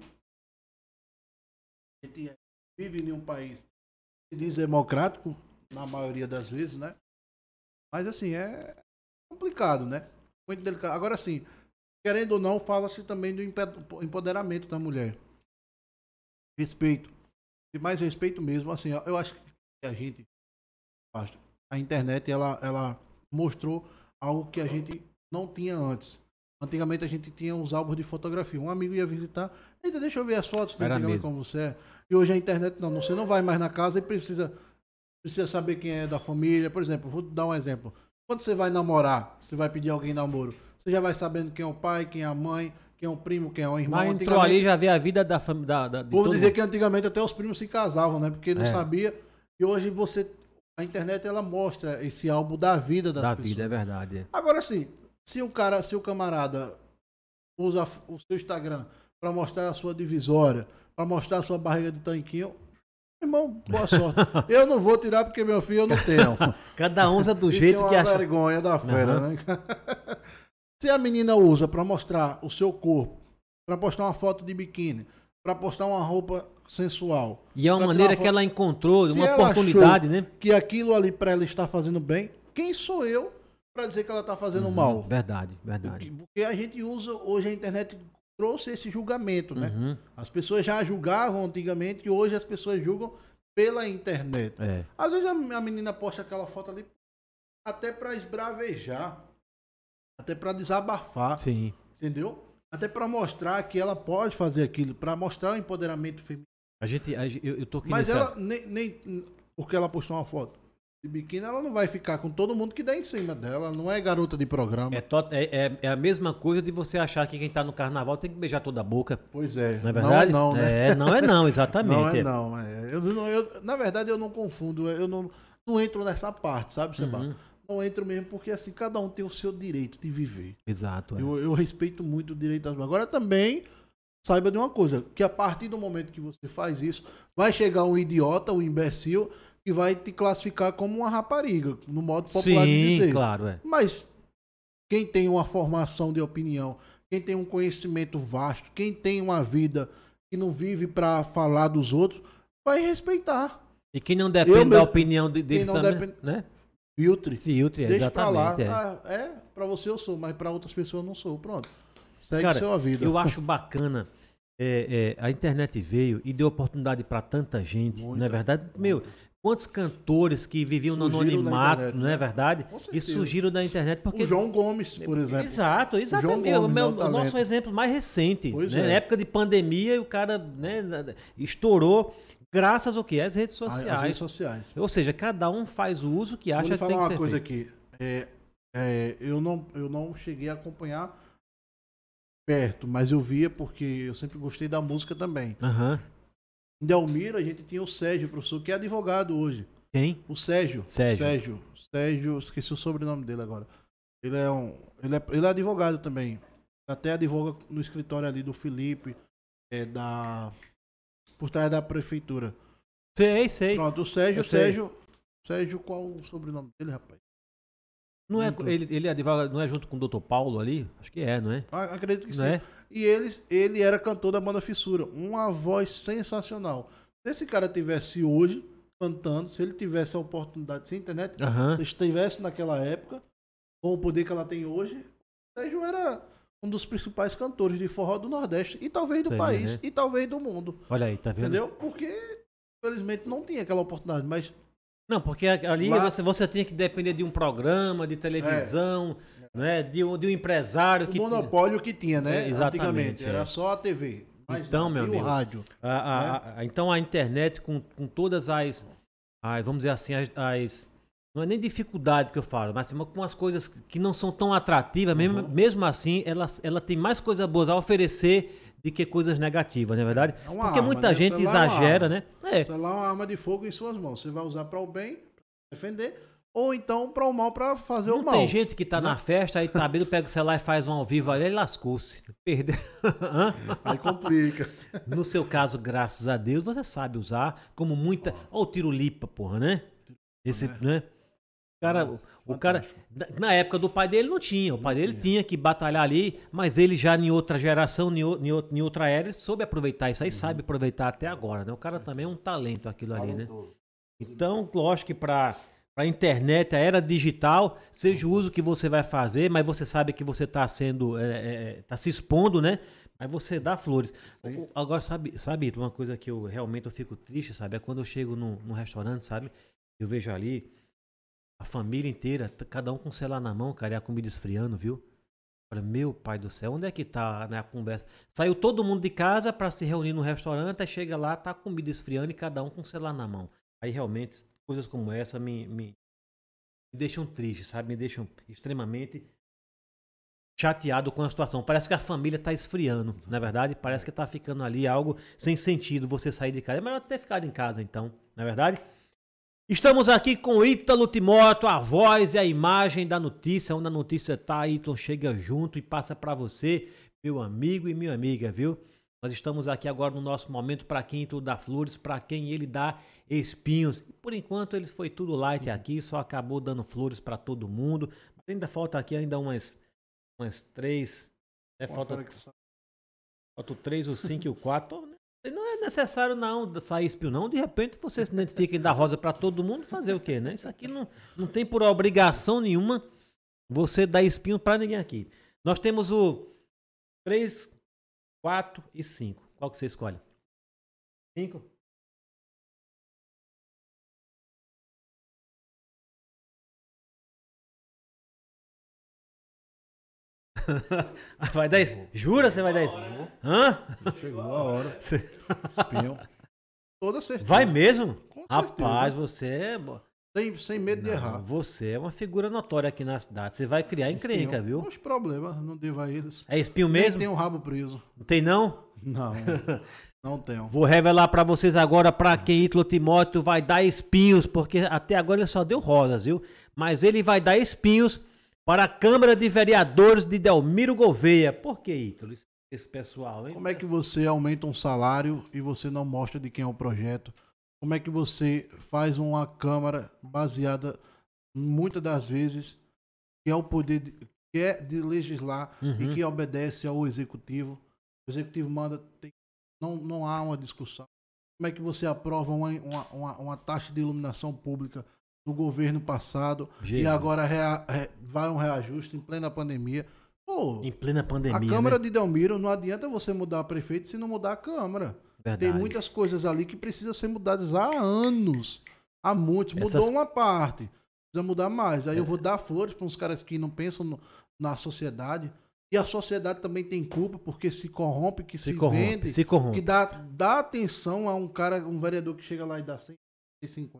A gente vive em um país que se diz democrático, na maioria das vezes, né? Mas assim, é complicado, né? Muito delicado. Agora sim, querendo ou não, fala-se também do empoderamento da mulher. Respeito. E mais respeito mesmo, assim, eu acho que a internet, ela mostrou algo que a gente não tinha antes. Antigamente a gente tinha os álbuns de fotografia. Um amigo ia visitar, eita, deixa eu ver as fotos como você é. E hoje a internet não, você não vai mais na casa e precisa saber quem é da família. Por exemplo, vou dar um exemplo. Quando você vai namorar, você vai pedir alguém namoro, você já vai sabendo quem é o pai, quem é a mãe, quem é o primo, quem é o irmão. Mas entrou ali já vê a vida da família. Vou dizer que antigamente até os primos se casavam, né? Porque não sabia. E hoje a internet ela mostra esse álbum da vida das pessoas. Da vida, é verdade. Agora sim, se o camarada usa o seu Instagram para mostrar a sua divisória, para mostrar a sua barriga de tanquinho, irmão, boa sorte. Eu não vou tirar porque meu filho eu não tenho. Cada um usa do jeito que acha. É vergonha da fera, né? Se a menina usa para mostrar o seu corpo, para postar uma foto de biquíni, para postar uma roupa sensual. E é uma maneira que ela encontrou, uma oportunidade, né? Que aquilo ali para ela está fazendo bem, quem sou eu para dizer que ela está fazendo mal? Verdade. Porque a gente usa, hoje a internet trouxe esse julgamento, né? As pessoas já julgavam antigamente e hoje as pessoas julgam pela internet. Às vezes a menina posta aquela foto ali até para esbravejar. Até para desabafar. Sim. Entendeu? Até para mostrar que ela pode fazer aquilo, para mostrar o empoderamento feminino. Eu tô aqui Mas nessa... ela, nem porque ela postou uma foto de biquíni, ela não vai ficar com todo mundo que dá em cima dela. Não é garota de programa. É a mesma coisa de você achar que quem tá no carnaval tem que beijar toda a boca. Pois é. Não é verdade? Não, né? Não é não, exatamente. Não. Na verdade, eu não confundo. Eu não entro nessa parte, sabe, Seba? Uhum. Não entro mesmo porque assim, cada um tem o seu direito de viver. Exato. Eu respeito muito o direito das mulheres. Agora também saiba de uma coisa, que a partir do momento que você faz isso, vai chegar um idiota, um imbecil, que vai te classificar como uma rapariga, no modo popular de dizer. Sim, claro, é. Mas quem tem uma formação de opinião, quem tem um conhecimento vasto, quem tem uma vida que não vive para falar dos outros, vai respeitar. E quem não depende da opinião deles também, né? Filtre, deixa pra lá. Pra você eu sou, mas pra outras pessoas eu não sou. Pronto. Segue Cara, sua vida. Eu acho bacana. A internet veio e deu oportunidade pra tanta gente, não é verdade? Meu, quantos cantores que viviam no anonimato, internet, não é verdade? E surgiram da internet porque... O João Gomes, por exemplo. Exato. O nosso exemplo mais recente. Né? Na época de pandemia, o cara, né, estourou. Graças ao quê? Às redes sociais. As redes sociais. Ou seja, cada um faz o uso que acha que tem que ser. Vou falar uma coisa aqui. Eu não cheguei a acompanhar perto, mas eu via porque eu sempre gostei da música também. Uhum. Em Delmiro, a gente tinha o Sérgio, professor, que é advogado hoje. Quem? O Sérgio, esqueci o sobrenome dele agora. Ele é advogado também. Até advoga no escritório ali do Felipe, por trás da prefeitura. Sei. Pronto, o Sérgio, qual o sobrenome dele, rapaz? Não é, ele é advogado, não é junto com o Dr. Paulo ali? Acho que é, não é? Acredito que não sim. É? E ele era cantor da banda Fissura. Uma voz sensacional. Se esse cara tivesse hoje cantando, se ele tivesse a oportunidade sem internet, se estivesse naquela época, com o poder que ela tem hoje, o Sérgio era um dos principais cantores de forró do Nordeste e talvez do país, né? E talvez do mundo. Olha aí, tá vendo? Entendeu? Porque, infelizmente, não tinha aquela oportunidade, mas... Não, porque ali você tinha que depender de um programa, de televisão, né? De um empresário. O monopólio que tinha, né? Exatamente. Antigamente, era só a TV. Então, meu amigo, o rádio. Então a internet com todas as, vamos dizer assim, não é nem dificuldade que eu falo, mas com as coisas que não são tão atrativas, mesmo assim, ela tem mais coisas boas a oferecer do que coisas negativas, não é verdade? Porque muita gente exagera, né? O celular é uma arma de fogo em suas mãos. Você vai usar para o bem, pra defender, ou então para o mal, para fazer o mal. Não tem gente que tá na festa, aí tá bêbado, pega o celular e faz um ao vivo ali, ele lascou-se. Perdeu. Aí complica. No seu caso, graças a Deus, você sabe usar, como muita... Olha o tiro-lipa, porra, né? Né? O cara, na época do pai dele não tinha. O pai dele tinha que batalhar ali, mas ele já em outra geração, em outra era, ele soube aproveitar isso aí, sabe aproveitar até agora, né? O cara também é um talento aquilo ali, né? Então, lógico que para a internet, a era digital, seja o uso que você vai fazer, mas você sabe que você está sendo, tá se expondo, né? Aí você dá flores. Agora, sabe, uma coisa que eu realmente fico triste, sabe? É quando eu chego num restaurante, sabe? Eu vejo ali a família inteira, cada um com o celular na mão, cara, e a comida esfriando, viu? Olha, meu pai do céu, onde é que tá, né, a conversa? Saiu todo mundo de casa para se reunir no restaurante, aí chega lá, tá a comida esfriando e cada um com o celular na mão. Aí realmente, coisas como essa me deixam triste, sabe? Me deixam extremamente chateado com a situação. Parece que a família tá esfriando, na verdade. Parece que tá ficando ali algo sem sentido você sair de casa. É melhor ter ficado em casa, então, na verdade. Estamos aqui com Ítalo Timóteo, a voz e a imagem da notícia. Onde a notícia está, Ítalo chega junto e passa para você, meu amigo e minha amiga, viu? Nós estamos aqui agora no nosso momento para quem Ítalo dá flores, para quem ele dá espinhos. Por enquanto ele foi tudo light aqui, só acabou dando flores para todo mundo. Mas ainda falta aqui umas 3. Falta o 3, o 5 e o 4. Não é necessário não sair espinho não. De repente você se identifica e dá rosa para todo mundo, fazer o quê, né? Isso aqui não tem por obrigação nenhuma você dar espinho para ninguém aqui. Nós temos o 3, 4 e 5. Qual que você escolhe? 5? Vai dar isso? Jura que você vai dar isso? Hã? Chegou a hora. Espinho. Toda certeza. Vai mesmo? Com certeza. Rapaz, você é... Sem medo de errar. Você é uma figura notória aqui na cidade. Você vai criar encrenca, viu? Não tem problema, não devo a eles. É espinho mesmo? Nem tem um rabo preso. Não tem não? Não, não tenho. Vou revelar pra vocês agora pra quem Ítalo Timóteo vai dar espinhos, porque até agora ele só deu rosas, viu? Mas ele vai dar espinhos para a Câmara de Vereadores de Delmiro Gouveia. Por que, Ítalo? Esse pessoal, hein? Como é que você aumenta um salário e você não mostra de quem é o projeto? Como é que você faz uma Câmara baseada, muitas das vezes, que é o poder de legislar e que obedece ao Executivo? O Executivo manda, não há uma discussão. Como é que você aprova uma taxa de iluminação pública no governo passado e agora vai um reajuste em plena pandemia? Pô, em plena pandemia, a Câmara né? de Delmiro, não adianta você mudar o prefeito se não mudar a Câmara. Verdade. Tem muitas coisas ali que precisam ser mudadas há anos. Há muitos. Mudou uma parte. Precisa mudar mais. Aí eu vou dar flores para uns caras que não pensam na sociedade. E a sociedade também tem culpa porque se corrompe, que se vende. Se corrompe. Que dá atenção a um vereador que chega lá e dá 150.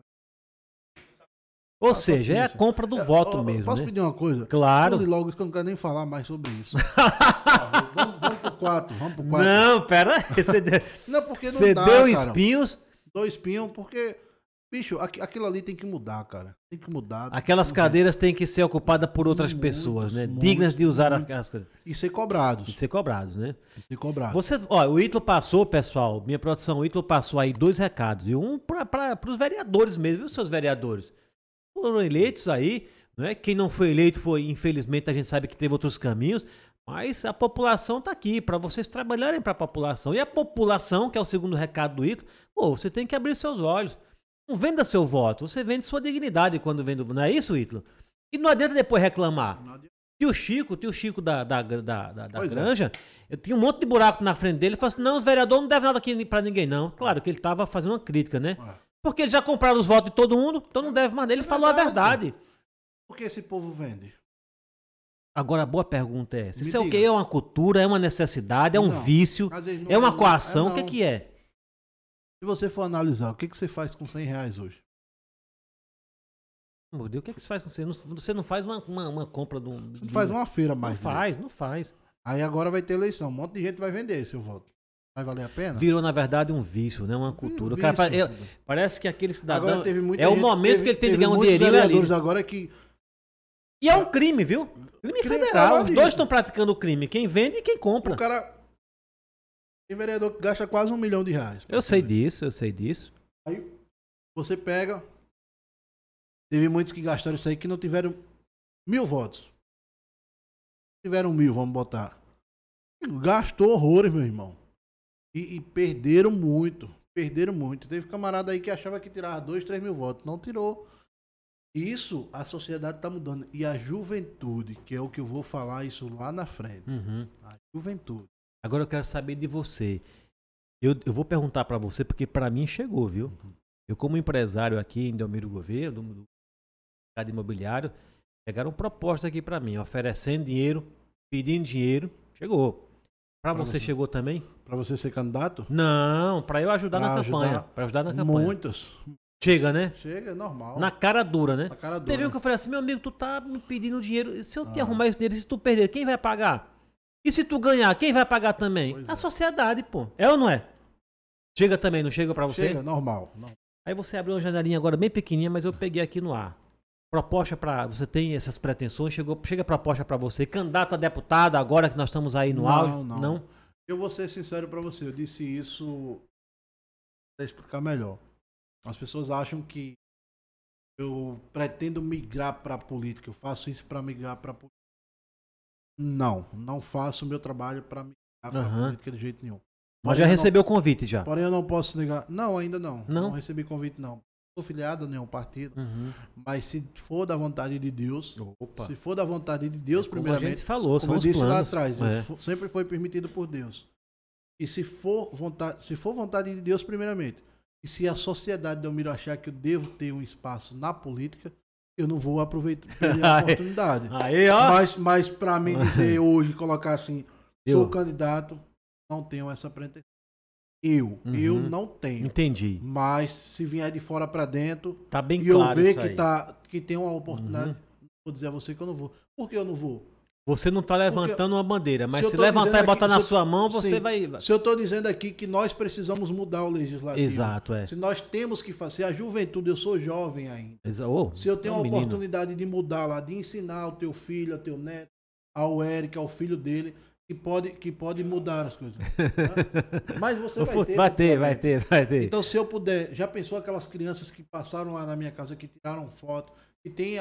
Ou seja, é a compra do voto mesmo, Posso né? pedir uma coisa? Claro. Pule logo, que eu não quero nem falar mais sobre isso. Vamos pro 4. Não, pera aí. Não, porque não Você dá, deu cara. espinhos? 2 espinhos, porque, bicho, aquilo ali tem que mudar, cara. Tem que mudar. Aquelas cadeiras têm que ser ocupadas por outras pessoas, né? Dignas de usar as cadeiras. E ser cobrados. E ser cobrados, né? E ser cobrados. Você, ó, o Ítalo passou, pessoal, minha produção, o Ítalo passou aí 2 recados, viu? Um para os vereadores mesmo, viu, seus vereadores? Foram eleitos aí, né? Quem não foi eleito foi, infelizmente, a gente sabe que teve outros caminhos, mas a população tá aqui, para vocês trabalharem para a população. E a população, que é o segundo recado do Ítalo, pô, você tem que abrir seus olhos. Não venda seu voto, você vende sua dignidade quando vende. Não é isso, Ítalo? E não adianta depois reclamar. Tio Chico da Granja, eu tinha um monte de buraco na frente dele, ele falou assim, não, os vereadores não devem nada aqui pra ninguém, não. Claro que ele tava fazendo uma crítica, né? Porque eles já compraram os votos de todo mundo, então não deve mais. Ele falou a verdade. Por que esse povo vende? Agora a boa pergunta é, se isso é o quê? É uma cultura, é uma necessidade, é um vício, é uma coação, o que é? Se você for analisar, o que você faz com R$100 hoje? Meu Deus, o que você faz com você? Você não faz uma compra de um... Você não faz uma feira mais. Não faz. Aí agora vai ter eleição, um monte de gente vai vender seu voto. Vai valer a pena? Virou, na verdade, um vício, né? Uma cultura. O cara parece que aquele cidadão... Agora teve muita é o gente, momento que ele tem de ganhar um dinheirinho ali. Agora que... E é um crime, viu? Crime federal. Os dois estão praticando o crime. Quem vende e quem compra. O cara... Tem vereador que gasta quase R$1 milhão. Eu sei disso. Aí você pega... Teve muitos que gastaram isso aí que não tiveram 1000 votos. Tiveram 1000, vamos botar. Gastou horrores, meu irmão. E perderam muito. Perderam muito. Teve camarada aí que achava que tirava 2, 3 mil votos. Não tirou. Isso, a sociedade está mudando. E a juventude, que é o que eu vou falar isso lá na frente. A juventude. Agora eu quero saber de você. Eu vou perguntar para você, porque para mim chegou, viu? Eu, como empresário aqui em Delmiro Gouveia, do mercado imobiliário, chegaram propostas aqui para mim, oferecendo dinheiro, pedindo dinheiro. Chegou. Para você chegou também? Para você ser candidato? Não, para eu ajudar na campanha. Para ajudar na campanha. Muitas. Chega, né? Chega, é normal. Na cara dura, né? Na cara dura. Teve um que eu falei assim, meu amigo, tu tá me pedindo dinheiro. Se eu te arrumar esse dinheiro, se tu perder, quem vai pagar? E se tu ganhar, quem vai pagar também? Pois a sociedade, pô. É ou não é? Chega também, não chega para você? Chega, normal. Aí você abriu uma janelinha agora bem pequenininha, mas eu peguei aqui no ar. Proposta para você tem essas pretensões? Chega proposta para você, candidato a deputado agora que nós estamos aí no áudio? Não. Eu vou ser sincero para você, eu disse isso para explicar melhor. As pessoas acham que eu pretendo migrar para a política, eu faço isso para migrar para a política. Não faço o meu trabalho para migrar para a política de jeito nenhum. Mas já recebeu o convite já? Porém eu não posso negar. Não, ainda não. Não recebi convite não. Sou filiado a nenhum partido, mas se for da vontade de Deus, se for da vontade de Deus, primeiramente, a gente falou, como eu disse lá atrás, sempre foi permitido por Deus. E se for vontade de Deus, primeiramente, e se a sociedade de Delmiro achar que eu devo ter um espaço na política, eu não vou aproveitar a oportunidade. Aí, ó. Mas para mim dizer hoje, colocar assim, sou candidato, não tenho essa pretensão. Eu não tenho. Entendi. Mas se vier de fora para dentro, tá bem e claro eu ver que tem uma oportunidade, vou dizer a você que eu não vou. Por que eu não vou? Você não está levantando uma bandeira, mas se levantar e botar na sua mão, você vai... Se eu estou dizendo aqui que nós precisamos mudar o legislativo. Exato, é. Se nós temos que fazer, a juventude, eu sou jovem ainda. Se eu tenho a oportunidade de mudar lá, de ensinar ao teu filho, ao teu neto, ao Eric, ao filho dele, que pode mudar as coisas. Né? Mas você vai ter. Vai ter. Então, se eu puder, já pensou aquelas crianças que passaram lá na minha casa, que tiraram foto, que tem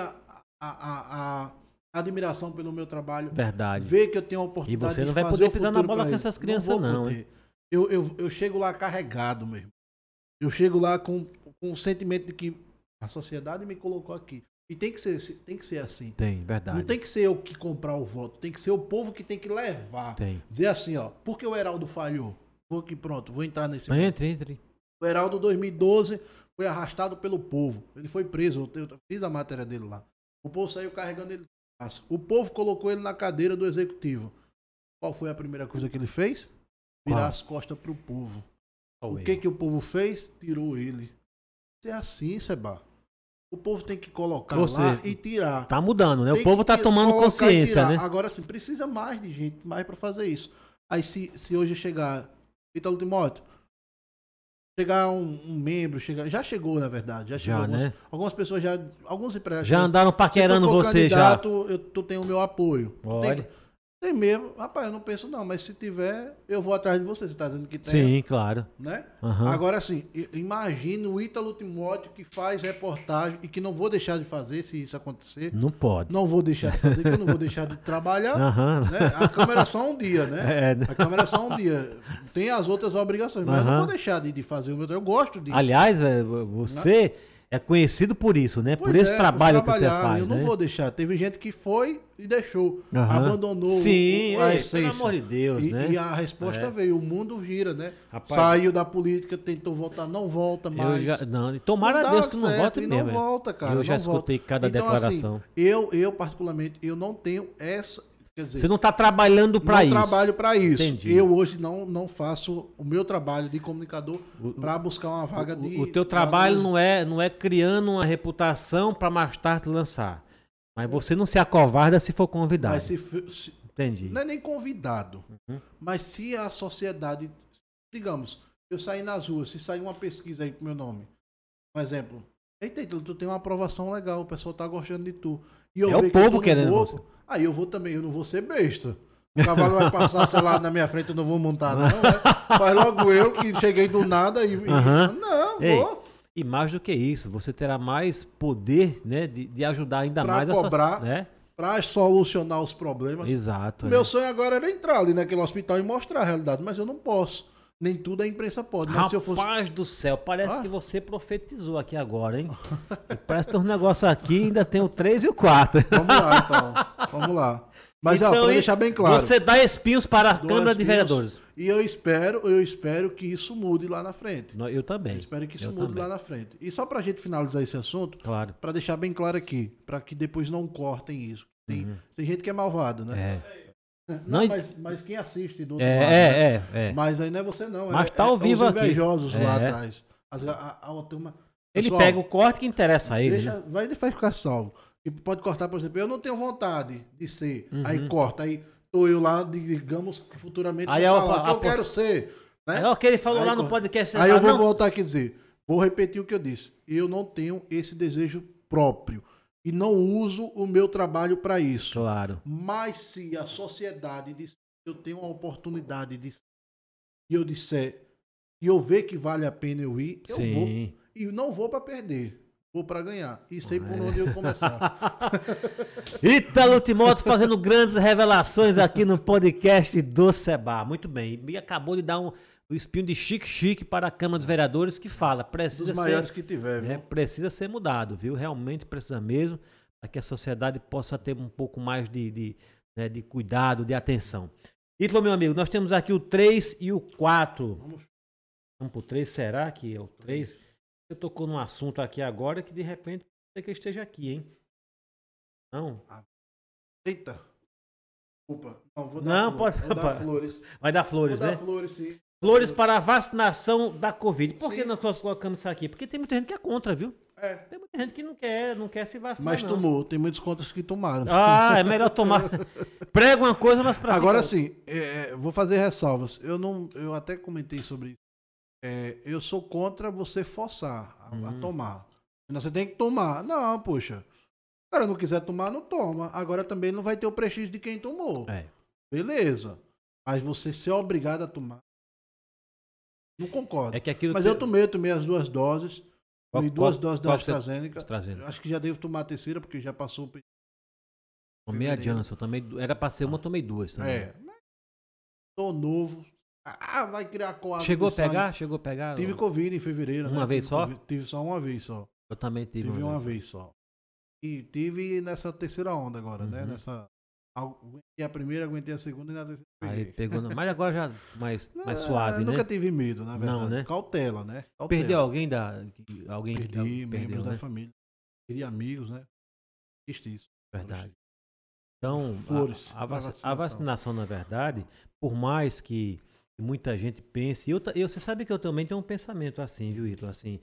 a admiração pelo meu trabalho. Verdade. Ver que eu tenho a oportunidade de fazer. E você não vai poder pisar na bola com essas crianças, não. Eu chego lá carregado mesmo. Eu chego lá com o sentimento de que a sociedade me colocou aqui. E tem que ser assim. Tem, verdade. Não tem que ser eu que comprar o voto. Tem que ser o povo que tem que levar. Tem. Dizer assim, ó. Por que o Heraldo falhou? Vou aqui, pronto. Vou entrar nesse... Entre. O Heraldo, 2012, foi arrastado pelo povo. Ele foi preso. Eu fiz a matéria dele lá. O povo saiu carregando ele. O povo colocou ele na cadeira do executivo. Qual foi a primeira coisa que ele fez? Virar as costas pro povo. O que o povo fez? Tirou ele. Isso é assim, Seba. O povo tem que colocar lá e tirar. Tá mudando, né? O povo tá tomando consciência, né? Agora sim, precisa mais de gente, mais para fazer isso. Aí se hoje chegar Ítalo Timóteo, chegar um membro, já chegou, na verdade. Já chegou. Né? Algumas pessoas alguns empresários. Já andaram paquerando você já. Tu tem o meu apoio. Olha. Tem mesmo. Rapaz, eu não penso não, mas se tiver, eu vou atrás de você. Você tá dizendo que tem. Sim, claro. Né? Agora sim, imagina o Ítalo Timóteo que faz reportagem e que não vou deixar de fazer se isso acontecer. Não pode. Não vou deixar de fazer, que eu não vou deixar de trabalhar. Né? A câmera é só um dia, né? A câmera é só um dia. Tem as outras obrigações, mas eu não vou deixar de fazer o meu trabalho. Eu gosto disso. Aliás, você é conhecido por isso, né? Por esse trabalho que você faz. Eu não vou deixar. Teve gente que foi e deixou. Abandonou a essência. Pelo amor de Deus, né? E a resposta veio. O mundo gira, né? Rapaz, saiu da política, tentou voltar, não volta mais. Tomara a Deus que não volte mesmo. Não volta, cara. Eu já escutei cada declaração. Assim, eu, particularmente, eu não tenho essa... Quer dizer, você não está trabalhando para isso. Não trabalho para isso. Entendi. Eu hoje não faço o meu trabalho de comunicador para buscar uma vaga de... O teu trabalho não é criando uma reputação para mais tarde lançar. Mas você não se acovarda se for convidado. Mas entendi. Não é nem convidado. Mas se a sociedade... Digamos, eu sair nas ruas, se sair uma pesquisa aí com meu nome. Um exemplo. Eita, tu tem uma aprovação legal, o pessoal tá gostando de tu. E eu o povo querendo você. Aí eu vou também, eu não vou ser besta. O cavalo vai passar, sei lá, na minha frente, eu não vou montar, não, né? Mas logo eu que cheguei do nada e não, vou. E mais do que isso, você terá mais poder, né, de ajudar ainda mais cobrar, né? Para solucionar os problemas. Exato. Meu sonho agora era entrar ali naquele hospital e mostrar a realidade, mas eu não posso. Nem tudo a imprensa pode. Mas Rapaz do céu, parece que você profetizou aqui agora, hein? Parece que tem um negócio aqui, ainda tem o 3 e o 4. Vamos lá, então. Vamos lá. Mas, então, para deixar bem claro... Você dá espinhos para a Câmara de Vereadores. E eu espero que isso mude lá na frente. Eu também. Eu espero que isso mude lá na frente. E só para a gente finalizar esse assunto, claro, para deixar bem claro aqui, para que depois não cortem isso. Tem gente que é malvado, né? Não, mas quem assiste do outro lado, Mas aí não é você não. Mas tá ao vivo aqui. Os invejosos lá atrás. A turma, ele pega o corte que interessa a ele. Vai ficar salvo. E pode cortar, por exemplo, eu não tenho vontade de ser. Aí corta, aí tô eu lá, digamos, futuramente aí falar que eu quero ser. Né? É o que ele falou lá no podcast. Aí eu vou voltar aqui e dizer, vou repetir o que eu disse. Eu não tenho esse desejo próprio. E não uso o meu trabalho para isso. Claro. Mas se a sociedade disser que eu tenho uma oportunidade de e eu disser e eu ver que vale a pena eu ir, eu vou. E não vou para perder. Vou para ganhar. E sei por onde eu começar. Ítalo Timóteo fazendo grandes revelações aqui no podcast do Seba. Muito bem. E acabou de dar o espinho de chique para a Câmara dos Vereadores que fala, precisa dos maiores que tiver, viu? Precisa ser mudado, viu? Realmente precisa mesmo, para que a sociedade possa ter um pouco mais de cuidado, de atenção. Ítalo, meu amigo, nós temos aqui o 3 e o 4. Vamos pro 3, será que é o 3? Você tocou num assunto aqui agora que de repente pode ser que eu esteja aqui, hein? Não. Eita. Desculpa. Não, vou dar flores. Pode. Vou dar flores. Vai dar flores, vou né? Dar flores, sim. Flores para a vacinação da Covid. Por que Sim. nós colocamos isso aqui? Porque tem muita gente que é contra, viu? Tem muita gente que não quer se vacinar. Mas tomou. Tem muitos contras que tomaram. É melhor tomar. Prega uma coisa, mas pra Agora sim, vou fazer ressalvas. Eu até comentei sobre isso. Eu sou contra você forçar a tomar. Não, você tem que tomar. Não, poxa. Se o cara não quiser tomar, não toma. Agora também não vai ter o prestígio de quem tomou. Beleza. Mas você ser obrigado a tomar. Não concordo. Mas eu tomei as 2 doses. Tomei 2 doses da AstraZeneca. Acho que já devo tomar a terceira, porque já passou. Tomei a Janssen. Era pra ser uma, tomei 2 também. Tô novo. Vai criar coágulo. Chegou a pegar? Tive Covid em fevereiro. Uma vez só? Tive só uma vez só. Eu também tive uma vez só. E tive nessa terceira onda agora, né? Aguentei a primeira, aguentei a segunda e na terceira. Aí pegou. Mas agora já mais suave, né? Nunca tive medo, na verdade. Não, né? Cautela, né? Perdeu alguém Perdi membros né? da família. Perdi amigos, né? Isso. Verdade. Então, flores. A vacinação, na verdade, por mais que muita gente pense. Você sabe que eu também tenho um pensamento assim, viu, Ítalo? Assim,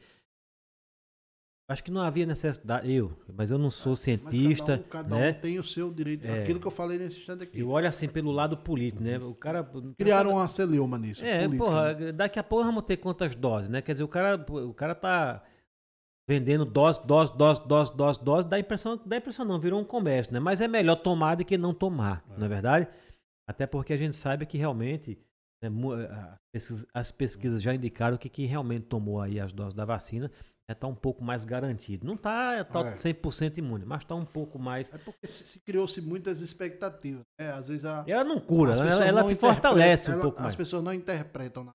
acho que não havia necessidade. Mas eu não sou cientista. Mas cada um tem o seu direito. Aquilo que eu falei nesse instante aqui. Eu olho assim pelo lado político, né? O cara. Criaram uma celeuma nisso. Porra, né? Daqui a pouco vamos ter quantas doses, né? Quer dizer, o cara tá vendendo dose, dá impressão não, virou um comércio, né? Mas é melhor tomar do que não tomar, não é verdade? Até porque a gente sabe que realmente, né, as pesquisas já indicaram que quem realmente tomou aí as doses da vacina está um pouco mais garantido. Não está 100% imune, mas está um pouco mais... É porque se criou-se muitas expectativas, né? Às vezes ela não cura, ela te fortalece um pouco mais. As pessoas não interpretam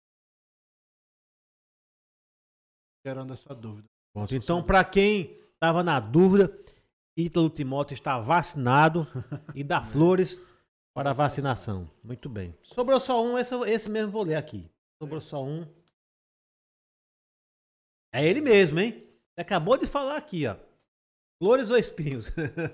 gerando essa dúvida. Então, para quem estava na dúvida, Ítalo Timóteo está vacinado e dá flores para a vacinação. Muito bem. Sobrou só um, esse mesmo vou ler aqui. Sobrou só um. É ele mesmo, hein? Acabou de falar aqui, ó. Flores ou espinhos?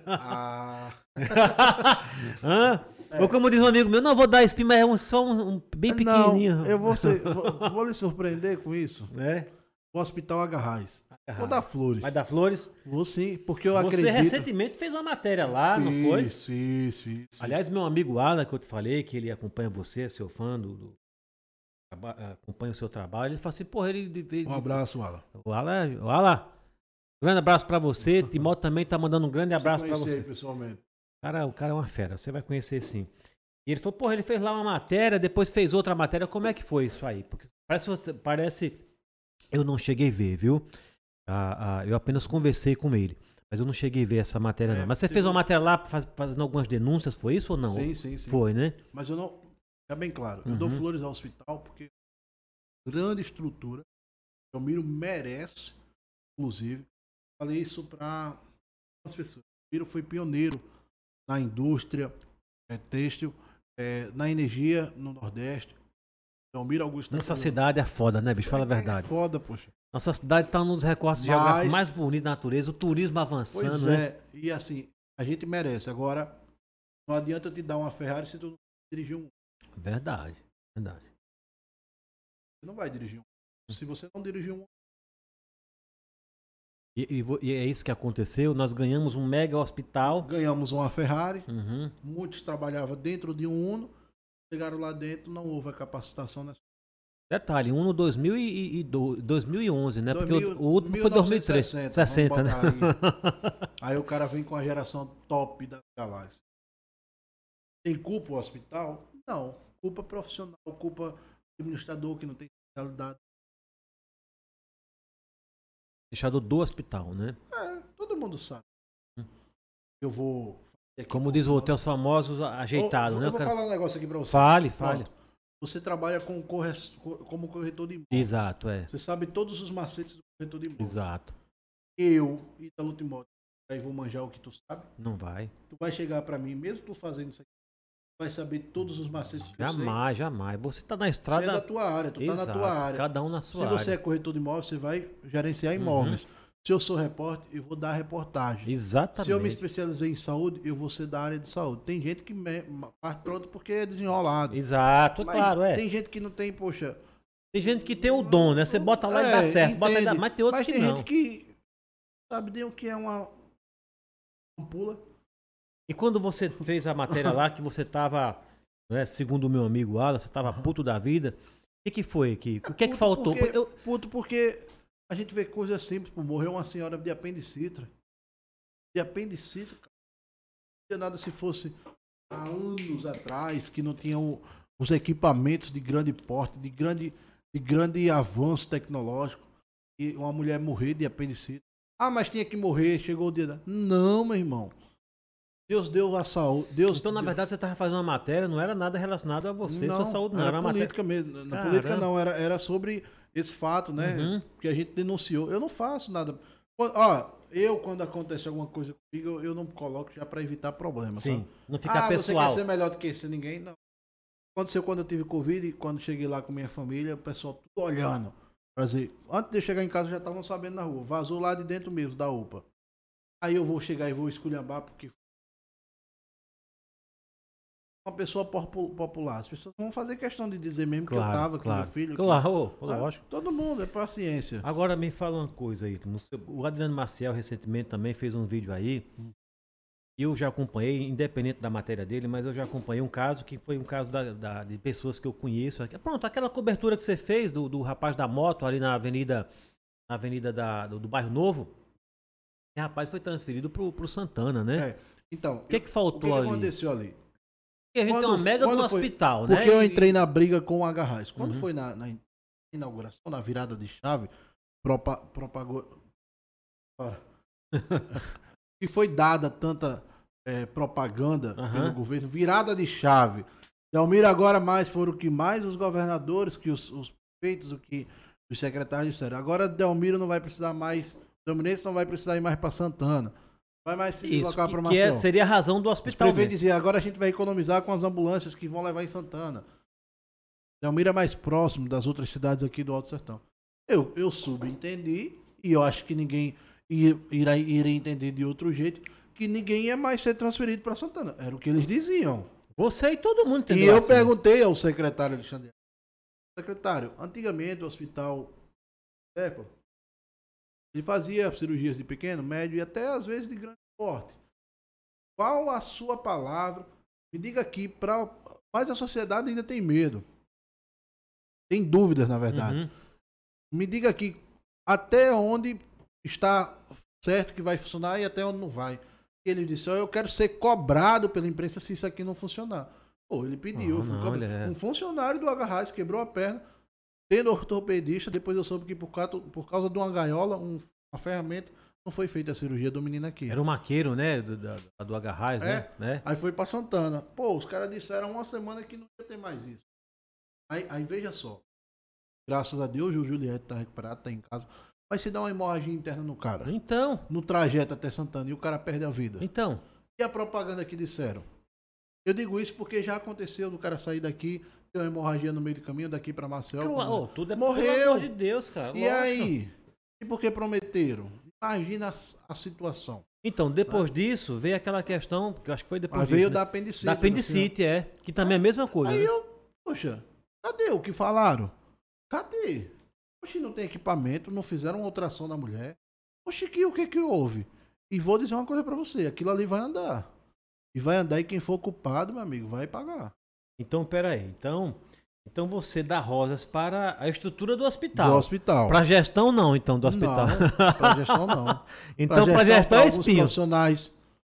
Ou como diz um amigo meu, não vou dar espinho, mas é só um bem pequenininho. Não, eu vou lhe surpreender com isso. O Hospital Agarrais. Vou dar flores. Vai dar flores? Vou sim, porque eu acredito... Você recentemente fez uma matéria lá, não foi? Fiz. Aliás, meu amigo Alan, que eu te falei, que ele acompanha você, seu fã, acompanha o seu trabalho, ele falou assim, porra, Um abraço, Alan. O Alan, grande abraço pra você. Timóteo também tá mandando um grande abraço pra você. Pessoalmente. O cara é uma fera, você vai conhecer sim. E ele falou, porra, ele fez lá uma matéria, depois fez outra matéria, como é que foi isso aí? Porque parece... Eu não cheguei a ver, viu? Eu apenas conversei com ele, mas eu não cheguei a ver essa matéria não. Mas você fez uma matéria lá fazendo algumas denúncias, foi isso ou não? Sim. Foi, né? Mas eu não... É bem claro, eu dou flores ao hospital porque grande estrutura, o Miro merece, inclusive, falei isso para as pessoas. O Miro foi pioneiro na indústria têxtil, na energia no Nordeste. Miro Augusto. Nossa cidade é foda, né, bicho? Fala a verdade. É foda, poxa. Nossa cidade tá num dos recortes geográficos mais bonitos da natureza, o turismo avançando, né? E assim, a gente merece. Agora, não adianta eu te dar uma Ferrari se tu não dirigir um. Verdade. Você não vai dirigir um. Se você não dirigir um. E é isso que aconteceu. Nós ganhamos um mega hospital. Ganhamos uma Ferrari. Muitos trabalhavam dentro de um Uno. Chegaram lá dentro, não houve a capacitação nessa. Detalhe, Uno 2011, né? Porque o último foi 2003. 60, né? Aí o cara vem com a geração top da galáxia. Tem culpa o hospital? Não. Culpa profissional, culpa administrador que não tem especialidade. Administrador do hospital, né? Todo mundo sabe. Eu vou... Como diz o hotel famosos, ajeitado, né? Eu vou falar um negócio aqui pra você. Fale. Você trabalha como corretor de imóveis. Exato, Você sabe todos os macetes do corretor de imóveis. Exato. Eu, Ítalo Timóteo, aí vou manjar o que tu sabe. Não vai. Tu vai chegar pra mim, mesmo tu fazendo isso aqui, tu vai saber todos os macetes que Jamais. Você tá na estrada... Você é da tua área, tu tá na tua área. Cada um na sua área. Se você é corretor de imóveis, você vai gerenciar imóveis. Se eu sou repórter, eu vou dar reportagem. Exatamente. Se eu me especializei em saúde, eu vou ser da área de saúde. Tem gente que parte pronto porque é desenrolado. Exato, mas claro, tem gente que não tem, poxa... Tem gente que tem o dom, né? Você bota lá e dá certo. Bota aí, mas tem outros que não. Mas tem gente que sabe nem o que é uma pula. E quando você fez a matéria lá, que você tava, né, segundo o meu amigo Alan, você tava puto da vida, o que foi? O que é que faltou? Puto porque a gente vê coisas simples. Morreu uma senhora de apendicite. De apendicite, cara. Não tinha nada se fosse há anos atrás, que não tinham os equipamentos de grande porte, de grande avanço tecnológico. E uma mulher morrer de apendicite. Ah, mas tinha que morrer, chegou o dia. Não, meu irmão. Deus deu a saúde. Então, na verdade, você estava fazendo uma matéria, não era nada relacionado a você, sua saúde, não. Era política mesmo. Na política não, era sobre esse fato, né? Que a gente denunciou. Eu não faço nada. Quando acontece alguma coisa comigo, eu não coloco já para evitar problemas. Sim, sabe? não ficar pessoal. Você quer ser melhor do que esse ninguém? Não. Aconteceu quando eu tive Covid, quando cheguei lá com minha família, o pessoal tudo olhando. Pra dizer, antes de eu chegar em casa, já estavam sabendo na rua. Vazou lá de dentro mesmo, da UPA. Aí eu vou chegar e vou esculhambar, porque uma pessoa popular. As pessoas vão fazer questão de dizer mesmo que eu tava com meu filho. Claro, lógico. Todo mundo, é paciência. Agora me fala uma coisa aí. O Adriano Maciel recentemente também fez um vídeo aí. Eu já acompanhei, independente da matéria dele, mas eu já acompanhei um caso que foi um caso de pessoas que eu conheço. Pronto, aquela cobertura que você fez do rapaz da moto ali na avenida do Bairro Novo. O rapaz foi transferido pro Santana, né? Então, o que faltou ali? O que aconteceu ali? Porque a gente tem uma mega no hospital, né? Porque eu entrei na briga com o Agarrás. Quando foi na inauguração, na virada de chave, propagou... que foi dada tanta propaganda pelo governo, virada de chave. Delmiro agora mais foram o que mais os governadores, que os prefeitos, o que os secretários disseram. Agora Delmiro não vai precisar mais, Dominense não vai precisar ir mais para Santana. Vai mais se deslocar para Maceió. Seria a razão do hospital. O prefeito dizia, agora a gente vai economizar com as ambulâncias que vão levar em Santana. Delmiro é mais próximo das outras cidades aqui do Alto Sertão. Eu subentendi, e eu acho que ninguém iria entender de outro jeito, que ninguém ia mais ser transferido para Santana. Era o que eles diziam. Você e todo mundo entendeu. E eu perguntei ao secretário Alexandre. Secretário, antigamente o hospital ele fazia cirurgias de pequeno, médio e até às vezes de grande porte. Qual a sua palavra? Me diga aqui, mas a sociedade ainda tem medo. Tem dúvidas, na verdade. Me diga aqui até onde está certo que vai funcionar e até onde não vai. Ele disse, eu quero ser cobrado pela imprensa se isso aqui não funcionar. Pô, ele pediu. Um funcionário do Agarrás quebrou a perna, tendo ortopedista, depois eu soube que por causa de uma gaiola, uma ferramenta, não foi feita a cirurgia do menino aqui. Era o maqueiro, né? Do Agarrás, né? Aí foi pra Santana. Pô, os caras disseram uma semana que não ia ter mais isso. Aí veja só. Graças a Deus, o Juliette tá recuperado, tá em casa. Mas se dá uma hemorragia interna no cara. Então. No trajeto até Santana e o cara perde a vida. Então. E a propaganda que disseram? Eu digo isso porque já aconteceu do cara sair daqui, ter uma hemorragia no meio do caminho, daqui pra Maceió. Claro, tudo é morreu. Pelo amor de Deus, cara. E aí? E por que prometeram? Imagina a situação. Então, depois disso, veio aquela questão, que eu acho que foi depois disso. Veio da apendicite. Da apendicite, que também é a mesma coisa. Aí né? Poxa, cadê o que falaram? Cadê? Oxi, não tem equipamento, não fizeram uma ultrassom da mulher. Oxi, o que houve? E vou dizer uma coisa pra você, aquilo ali vai andar. E vai andar e quem for culpado, meu amigo, vai pagar. Então, peraí. Então você dá rosas para a estrutura do hospital. Do hospital. Para gestão não, então, do hospital. Não, para gestão não. Então, para gestão é espinho. Profissionais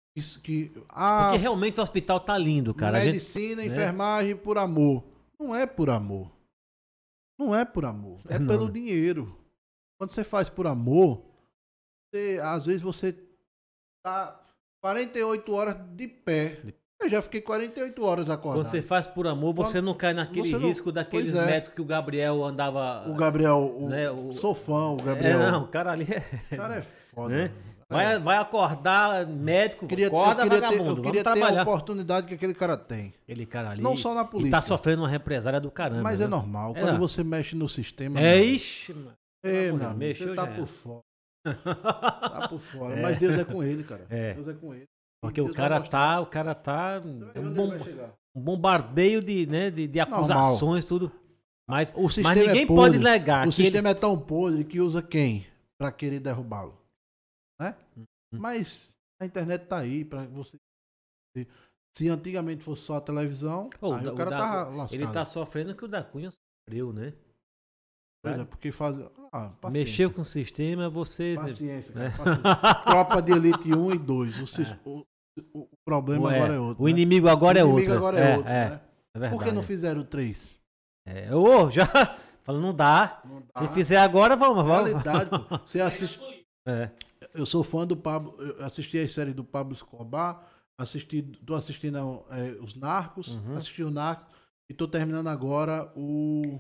porque realmente o hospital tá lindo, cara. Medicina, enfermagem, por amor. Não é por amor. Não é por amor. É pelo dinheiro. Quando você faz por amor, às vezes você tá 48 horas de pé. Eu já fiquei 48 horas acordado. Quando você faz por amor, você não cai naquele risco daqueles médicos que o Gabriel andava... O Gabriel, sou fã, o Gabriel. O cara ali O cara é foda. Né? Vai acordar médico, acorda vagabundo, eu queria ter a oportunidade que aquele cara tem. Aquele cara ali... Não só na política. E tá sofrendo uma represália do caramba. Mas é normal. Quando você mexe no sistema... Ixi, mano. Mano, você tá por fora. Tá por fora. Mas Deus é com ele, cara. Deus é com ele. Porque o cara tá um bombardeio de acusações, tudo. Mas ninguém pode negar. O sistema é tão podre que usa quem pra querer derrubá-lo, né? Mas a internet tá aí pra você. Se antigamente fosse só a televisão, aí o cara tá lascado. Ele tá sofrendo que o da Cunha sofreu, né? Pois é, porque faz... mexeu com o sistema, você... Paciência, cara, paciência. Tropa de Elite 1 e 2. O problema agora é outro. O inimigo agora é outro. O inimigo agora é outro, né? É verdade. Por que não fizeram o 3? Já... Falando, não dá. Se fizer agora, vamos. Realidade, pô. Você assiste... Eu sou fã do Pablo... Eu assisti as séries do Pablo Escobar, tô assistindo os Narcos, assisti o Narcos e tô terminando agora o...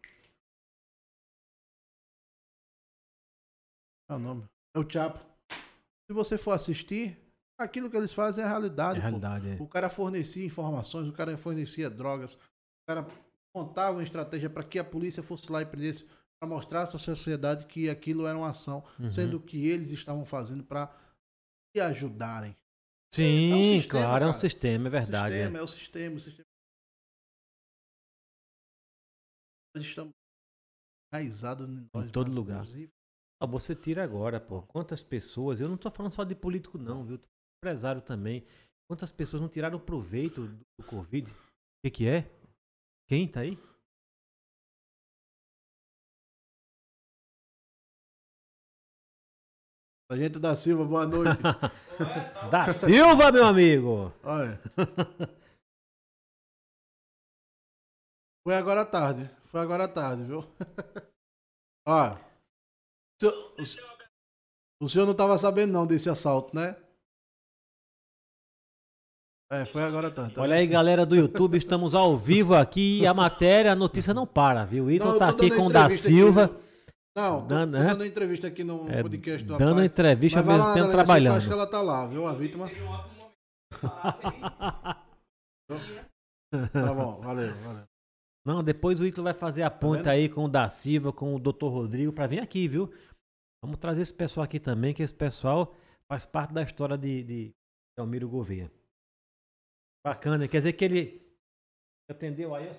É o nome. É o Chapo. Se você for assistir, aquilo que eles fazem é a realidade. O cara fornecia informações, o cara fornecia drogas, o cara montava uma estratégia para que a polícia fosse lá e prendesse, para mostrar à sociedade que aquilo era uma ação, sendo que eles estavam fazendo para se ajudarem. Sim, sistema, claro, é um sistema, é verdade. É o sistema. Nós estamos enraizados em todo lugar. Você tira agora, pô. Quantas pessoas, eu não tô falando só de político não, viu? Empresário também. Quantas pessoas não tiraram proveito do Covid? O que é? Quem tá aí? Sargento da Silva, boa noite. Da Silva, meu amigo! Olha. Foi agora à tarde, viu? Olha. O senhor não estava sabendo não desse assalto, né? Foi agora à tarde. Olha aí, galera do YouTube, estamos ao vivo aqui e a notícia não para, viu? O Ítalo tá aqui com o da Silva. Tô dando entrevista aqui no podcast do Dando entrevista mesmo tempo trabalhando. Eu acho que ela tá lá, viu? A vítima. Tá bom, valeu. Não, depois o Ítalo vai fazer a ponte aí com o da Silva, com o Dr. Rodrigo, pra vir aqui, viu? Vamos trazer esse pessoal aqui também, que esse pessoal faz parte da história de Almiro Gouveia. Bacana, quer dizer que ele atendeu aí.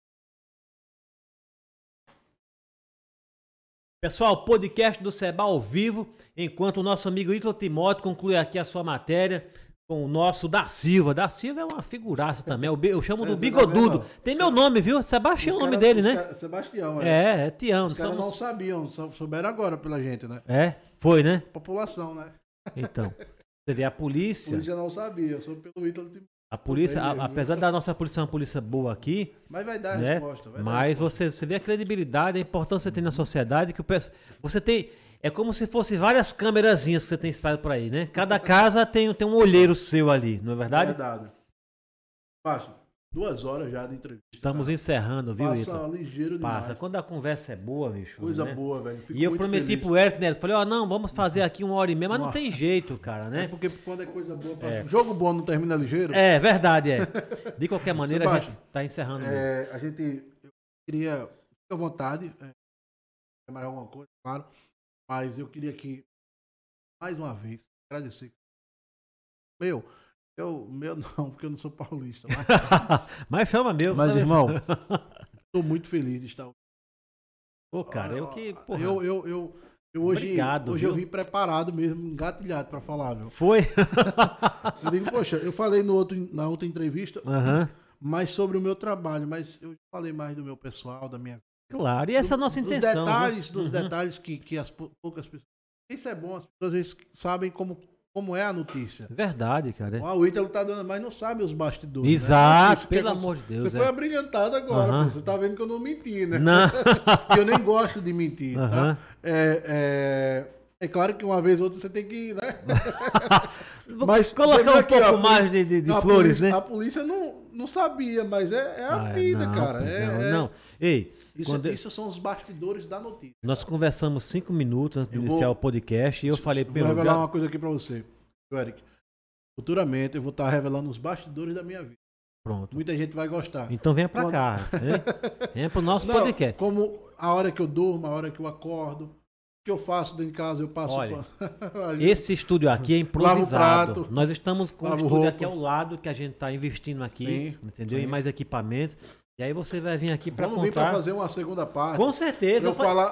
Pessoal, podcast do Seba ao vivo, enquanto o nosso amigo Ítalo Timóteo conclui aqui a sua matéria com o nosso da Silva. Da Silva é uma figuraça também, eu chamo do Bigodudo. Tem meu nome, viu? Sebastião é o nome dele, né? Sebastião, é Tião. Os caras não sabiam, souberam agora pela gente, né? Foi, né? População, né? Então, você vê a polícia... A polícia não sabia, só pelo Ítalo Timóteo. A polícia, apesar da nossa polícia ser uma polícia boa aqui... Mas vai dar a resposta. Mas você vê a credibilidade, a importância que você tem na sociedade, que você tem... É como se fosse várias câmerazinhas que você tem espalhado por aí, né? Cada casa tem um olheiro seu ali, não é verdade? É verdade. Passa 2 horas já de entrevista. Estamos encerrando, viu, Passa Ítalo? ligeiro demais. Passa. Quando a conversa é boa, bicho. Coisa boa, velho. E eu prometi feliz pro Eric, né? Falei, não, vamos fazer aqui 1h30, mas não tem jeito, cara, né? Porque quando é coisa boa, jogo bom não termina ligeiro. É verdade, De qualquer maneira, a gente tá encerrando. Eu queria, fique à vontade, mais alguma coisa, claro, mas eu queria aqui, mais uma vez, agradecer. Meu não, porque eu não sou paulista. Mas chama meu. Mas, irmão, estou muito feliz de estar. Pô, cara, porra. Eu hoje, Obrigado, hoje eu vim preparado mesmo, engatilhado para falar, viu? Foi? Eu digo, poxa, eu falei na outra entrevista, mas sobre o meu trabalho, mas eu falei mais do meu pessoal, da minha... Claro, e essa é a nossa intenção. Dos detalhes que as poucas pessoas... Isso é bom, as pessoas às vezes sabem como é a notícia. Verdade, cara. O Ítalo tá dando, mas não sabe os bastidores. Exato, né? Pelo amor de Deus. Você foi abrilhantado agora, você tá vendo que eu não menti, né? Não. Eu nem gosto de mentir, tá? É claro que uma vez ou outra você tem que, né? Mas colocar um pouco mais de flores, polícia, né? A polícia não sabia, mas é a vida, cara. Não. Ei, isso são os bastidores da notícia. Nós conversamos 5 minutos antes de iniciar o podcast e eu falei... Vou revelar uma coisa aqui pra você, Eric. Futuramente eu vou estar revelando os bastidores da minha vida. Pronto. Muita gente vai gostar. Então venha pra cá. Venha pro nosso podcast. Como a hora que eu durmo, a hora que eu acordo. que eu faço dentro de casa, eu passo... Olha, esse estúdio aqui é improvisado. Lavo prato, nós estamos com o estúdio roupa. aqui ao lado, que a gente está investindo aqui, sim, entendeu? Sim. Em mais equipamentos. E aí você vai vir aqui para contar... Vamos vir para fazer uma segunda parte. Com certeza.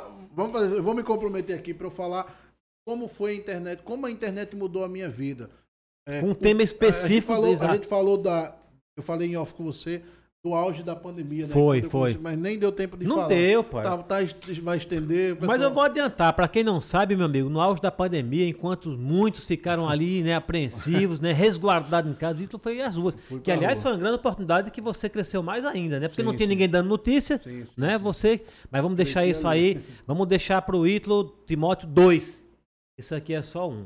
Eu vou me comprometer aqui para eu falar como foi a internet, como a internet mudou a minha vida. Um tema específico. A gente falou eu falei em off com você, do auge da pandemia, né? Foi. Mas nem deu tempo de falar. Não deu, pai. Vai estender. Mas eu vou adiantar, para quem não sabe, meu amigo, no auge da pandemia, enquanto muitos ficaram ali, né, apreensivos, né, resguardados em casa, Ítalo foi às ruas. Que, aliás, foi uma grande oportunidade que você cresceu mais ainda, né? Porque não tinha ninguém dando notícia, né? Você. Mas vamos deixar isso aí. Vamos deixar para o Ítalo Timóteo 2. Isso aqui é só um.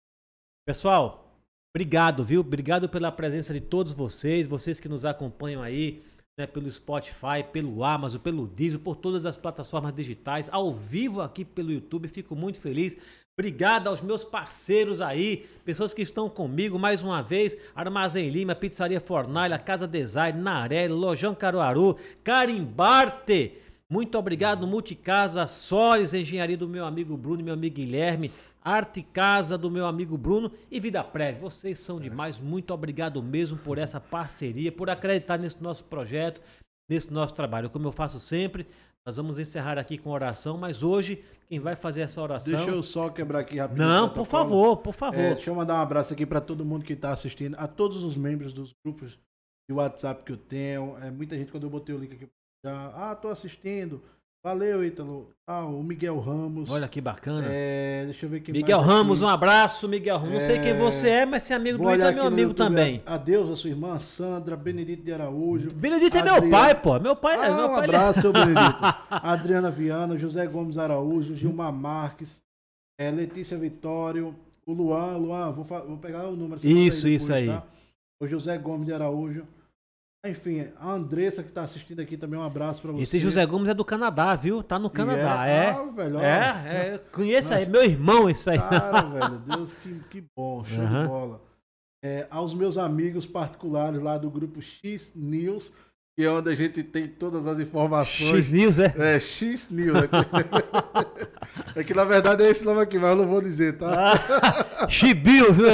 Pessoal, obrigado, viu? Obrigado pela presença de todos vocês que nos acompanham aí, né, pelo Spotify, pelo Amazon, pelo Deezer, por todas as plataformas digitais, ao vivo aqui pelo YouTube. Fico muito feliz. Obrigado aos meus parceiros aí, pessoas que estão comigo mais uma vez. Armazém Lima, Pizzaria Fornalha, Casa Design, Narelli, Lojão Caruaru, Carimbarte. Muito obrigado, Multicasa, Solis, Engenharia do meu amigo Bruno e meu amigo Guilherme, Arte Casa do meu amigo Bruno e Vida Prévia. Vocês são demais. Muito obrigado mesmo por essa parceria, por acreditar nesse nosso projeto, nesse nosso trabalho. Como eu faço sempre, nós vamos encerrar aqui com oração, mas hoje quem vai fazer essa oração... Deixa eu só quebrar aqui rapidinho. Não, por favor. Deixa eu mandar um abraço aqui para todo mundo que está assistindo, a todos os membros dos grupos de WhatsApp que eu tenho. Muita gente, quando eu botei o link aqui, já... tô assistindo. Valeu, Ítalo. O Miguel Ramos. Olha que bacana. Deixa eu ver quem Miguel mais Ramos, aqui. Um abraço, Miguel Ramos. Não sei quem você é, mas se é amigo do Ítalo, é meu amigo também. Adeus, a sua irmã Sandra, Benedito de Araújo. Benedito é meu pai, pô. Meu pai é meu pai. Um abraço, seu Benedito. Adriana Viana, José Gomes Araújo, Gilmar Marques, Letícia Vitório, o Luan, vou pegar o número. Isso depois, aí. Tá? O José Gomes de Araújo. Enfim, a Andressa que está assistindo aqui também, um abraço para você. Esse José Gomes é do Canadá, viu? Tá no Canadá, velho. Conheça aí, meu irmão isso aí. Cara, velho, Deus, que bom, show de bola. Aos meus amigos particulares lá do grupo X News, que é onde a gente tem todas as informações. X News, X News. É que na verdade é esse nome aqui, mas eu não vou dizer, tá? Chibiu, viu?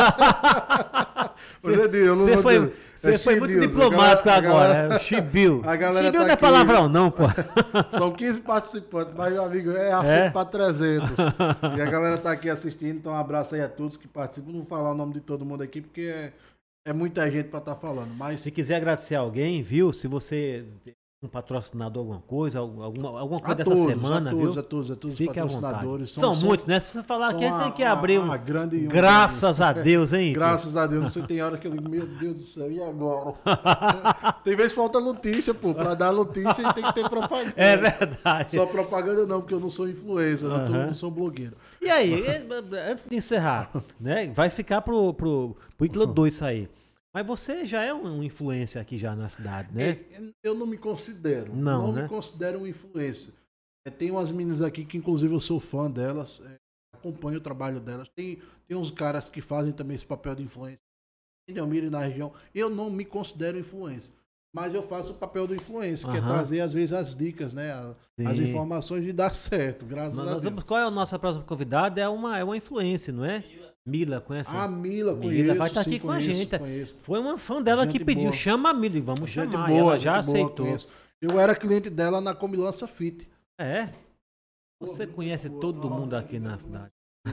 Você foi muito diplomático agora. Chibiu. Chibiu não é palavrão, não, pô. São 15 participantes, mas, meu amigo, é assunto para 300. E a galera tá aqui assistindo, então um abraço aí a todos que participam. Não vou falar o nome de todo mundo aqui, porque é muita gente para estar falando. Mas se quiser agradecer alguém, viu? Se você um patrocinador, alguma coisa coisa dessa semana, viu? A todos Fique patrocinadores. São muitos, né? Se você falar aqui, tem que abrir um... grande... Graças a Deus, hein? Graças a Deus. Você tem hora que eu digo, meu Deus do céu, e agora? Tem vezes que falta notícia, pô. Pra dar notícia tem que ter propaganda. É verdade. Só propaganda não, porque eu não sou influencer, não sou blogueiro. E aí, antes de encerrar, né? Vai ficar pro Ítalo 2 sair. Mas você já é um influencer aqui já na cidade, né? Eu não me considero. Não, me considero um influencer. Tem umas meninas aqui que inclusive eu sou fã delas, acompanho o trabalho delas. Tem uns caras que fazem também esse papel de influencer. Em Delmiro e na região. Eu não me considero influencer. Mas eu faço o papel do influencer, que é trazer às vezes as dicas, né? As informações e dar certo, graças a Deus. Qual é a nossa próxima convidada? É uma influencer, não é? Mila, conhece? Mila, conheço. Vai estar aqui com a gente. Conheço. Foi uma fã dela que pediu, chama a Mila, vamos chamar. Boa, ela já aceitou. Eu era cliente dela na Comilança Fit. Você conhece todo mundo aqui na cidade.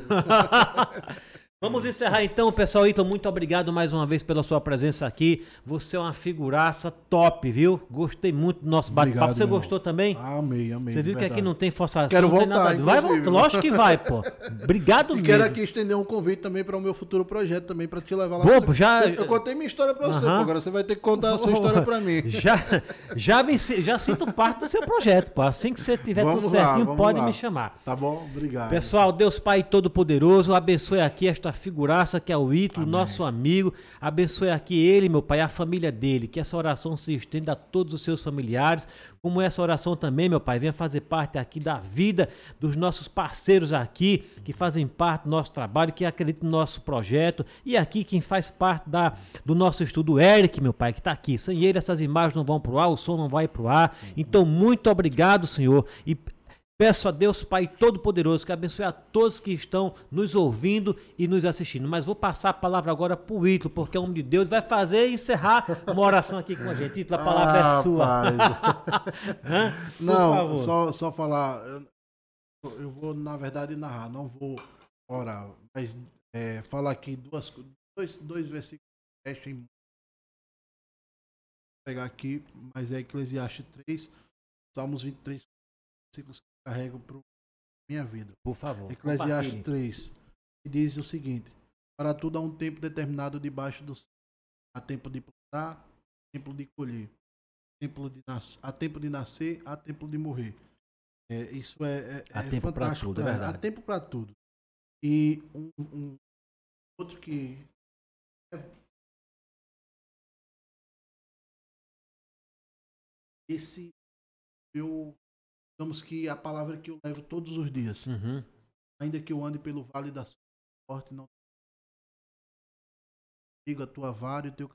Vamos encerrar então, pessoal. Ítalo, muito obrigado mais uma vez pela sua presença aqui. Você é uma figuraça top, viu? Gostei muito do nosso bate-papo. Você gostou também? Amei. Você viu que aqui não tem forçação? Quero não voltar, tem nada. Vai voltar, lógico que vai, pô. Obrigado mesmo. E quero aqui estender um convite também para o meu futuro projeto também, para te levar lá. Eu contei minha história para você, pô. Agora você vai ter que contar a sua história para mim. Já sinto parte do seu projeto, pô. Assim que você tiver tudo certinho, pode me chamar. Tá bom? Obrigado. Pessoal, Deus Pai Todo-Poderoso, abençoe aqui esta figuraça que é o Ítalo, nosso amigo. Abençoe aqui ele, meu Pai, a família dele. Que essa oração se estenda a todos os seus familiares. Como essa oração também, meu Pai, venha fazer parte aqui da vida dos nossos parceiros aqui, que fazem parte do nosso trabalho, que acreditam no nosso projeto. E aqui quem faz parte do nosso estudo, Eric, meu Pai, que está aqui. Sem ele, essas imagens não vão pro ar, o som não vai pro ar. Então, muito obrigado, Senhor. E Peço a Deus Pai Todo-Poderoso que abençoe a todos que estão nos ouvindo e nos assistindo. Mas vou passar a palavra agora para o Ítalo, porque é o homem de Deus vai fazer e encerrar uma oração aqui com a gente. Ítalo, a palavra é sua. Não, só falar. Eu vou, na verdade, narrar, não vou orar. Mas falar aqui dois versículos. Vou pegar aqui, mas é Eclesiastes 3, Salmos 23, versículos que eu carrego para minha vida. Por favor. Eclesiastes 3, que diz o seguinte: para tudo há um tempo determinado debaixo do céu. Há tempo de plantar, há tempo de colher. Há tempo de nascer, há tempo de morrer. Isso é tempo fantástico. Tudo, é verdade. Há tempo para tudo. E outro que digamos que a palavra que eu levo todos os dias. Ainda que eu ande pelo vale da morte, não diga a tua vara e o teu.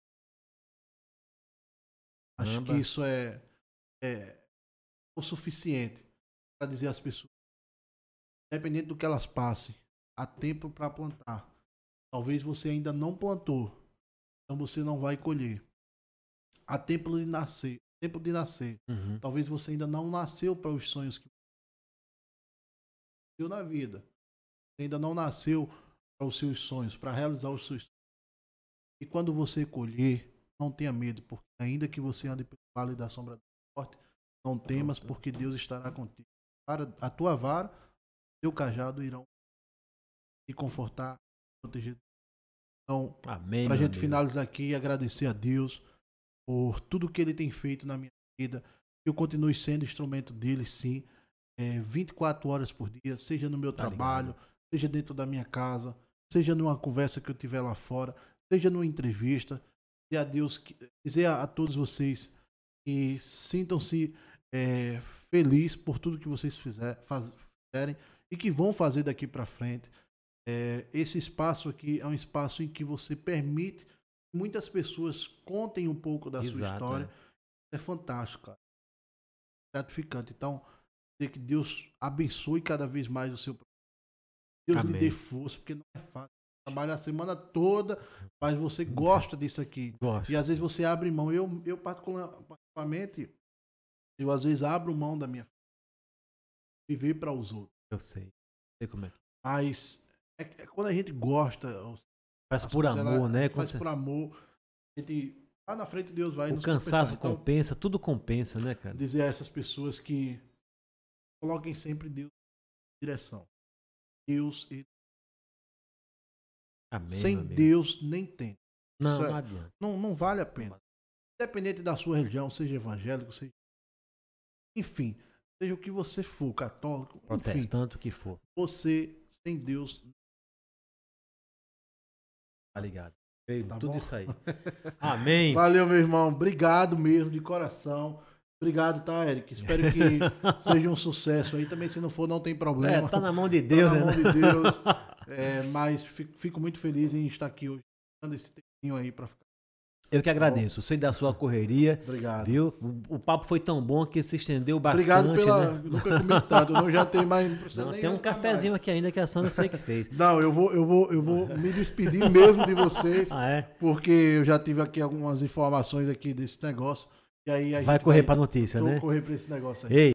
Acho que isso é o suficiente para dizer às pessoas, independente do que elas passem, há tempo para plantar. Talvez você ainda não plantou, então você não vai colher. Há tempo de nascer. Talvez você ainda não nasceu para os sonhos que nasceu na vida. Você ainda não nasceu para os seus sonhos, para realizar os seus sonhos. E quando você colher, não tenha medo, porque ainda que você ande pelo vale da sombra da morte, não temas, porque Deus estará contigo. A tua vara, teu cajado irão te confortar, proteger. Então, para a gente finalizar aqui, agradecer a Deus por tudo que Ele tem feito na minha vida. Eu continue sendo instrumento dele, sim. 24 horas por dia, seja no meu trabalho, seja dentro da minha casa, seja numa conversa que eu tiver lá fora, seja numa entrevista. Dizer a todos vocês que sintam-se felizes por tudo que vocês fizerem e que vão fazer daqui para frente. Esse espaço aqui é um espaço em que você permite que muitas pessoas contem um pouco da sua história. É fantástico, cara. Gratificante. Então, dizer que Deus abençoe cada vez mais o seu projeto. Deus lhe dê força, porque não é fácil. Trabalha a semana toda, mas você gosta disso aqui. Gosto. E às vezes você abre mão. Eu particularmente, eu às vezes abro mão da minha viver para os outros. Eu sei como é. Mas quando a gente gosta, faz por amor, né? Faz por amor. A gente, lá na frente Deus vai nos cansaço então, compensa, tudo compensa, né, cara? Dizer a essas pessoas que coloquem sempre Deus em direção. Deus, amém, sem Deus nem tem. Não, não adianta. Não vale a pena. Independente da sua religião, seja evangélico, seja... enfim, seja o que você for, católico, protestante, o que for. Você, sem Deus... Tá ligado. Tá tudo bom? Isso aí. Amém. Valeu, meu irmão. Obrigado mesmo, de coração. Obrigado, tá, Eric? Espero que seja um sucesso aí. Também, se não for, não tem problema. Tá na mão de Deus, tá na mão de Deus. Mas fico muito feliz em estar aqui hoje, dando esse tempinho aí pra ficar. Eu que agradeço. Sei da sua correria. Obrigado. Viu? O papo foi tão bom que se estendeu bastante. Obrigado pela. Né? Nunca comi tanto. Não já tem mais. Não, tem um cafezinho aqui ainda que a Sandra sei que fez. Não, eu vou me despedir mesmo de vocês. Porque eu já tive aqui algumas informações aqui desse negócio. E aí a gente vai correr pra notícia, né? Vou correr pra esse negócio aí. Ei.